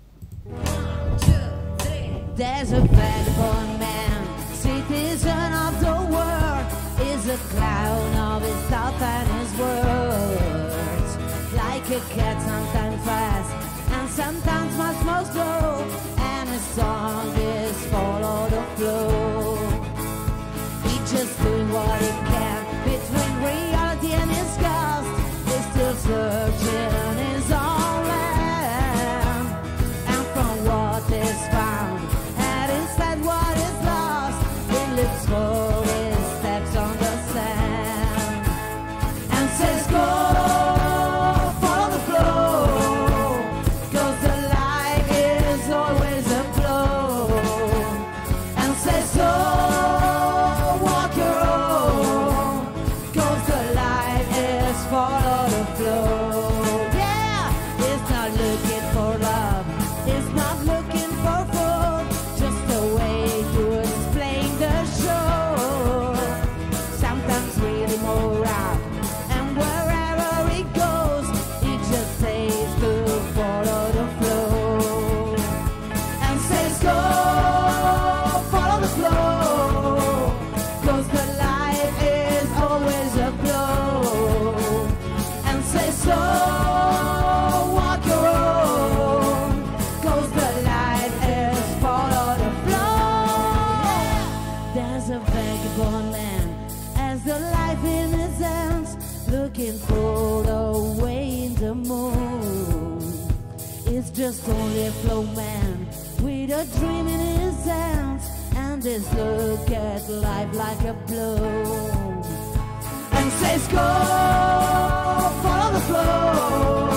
There's a vagabond man, citizen of the world, is a clown of his thoughts and his words. Like a cat, sometimes fast, and sometimes much more slow, and his song is follow the flow. Just doing what he can between reality and his ghost. He's still searching his own land, and from what is found and instead what is lost, he looks for his steps on the sand and says go, follow the flow, 'cause the life is always a flow, and says so. For the way in the moon, it's just only a flow man with a dream in his hands, and this look at life like a blow, and says go, follow the flow.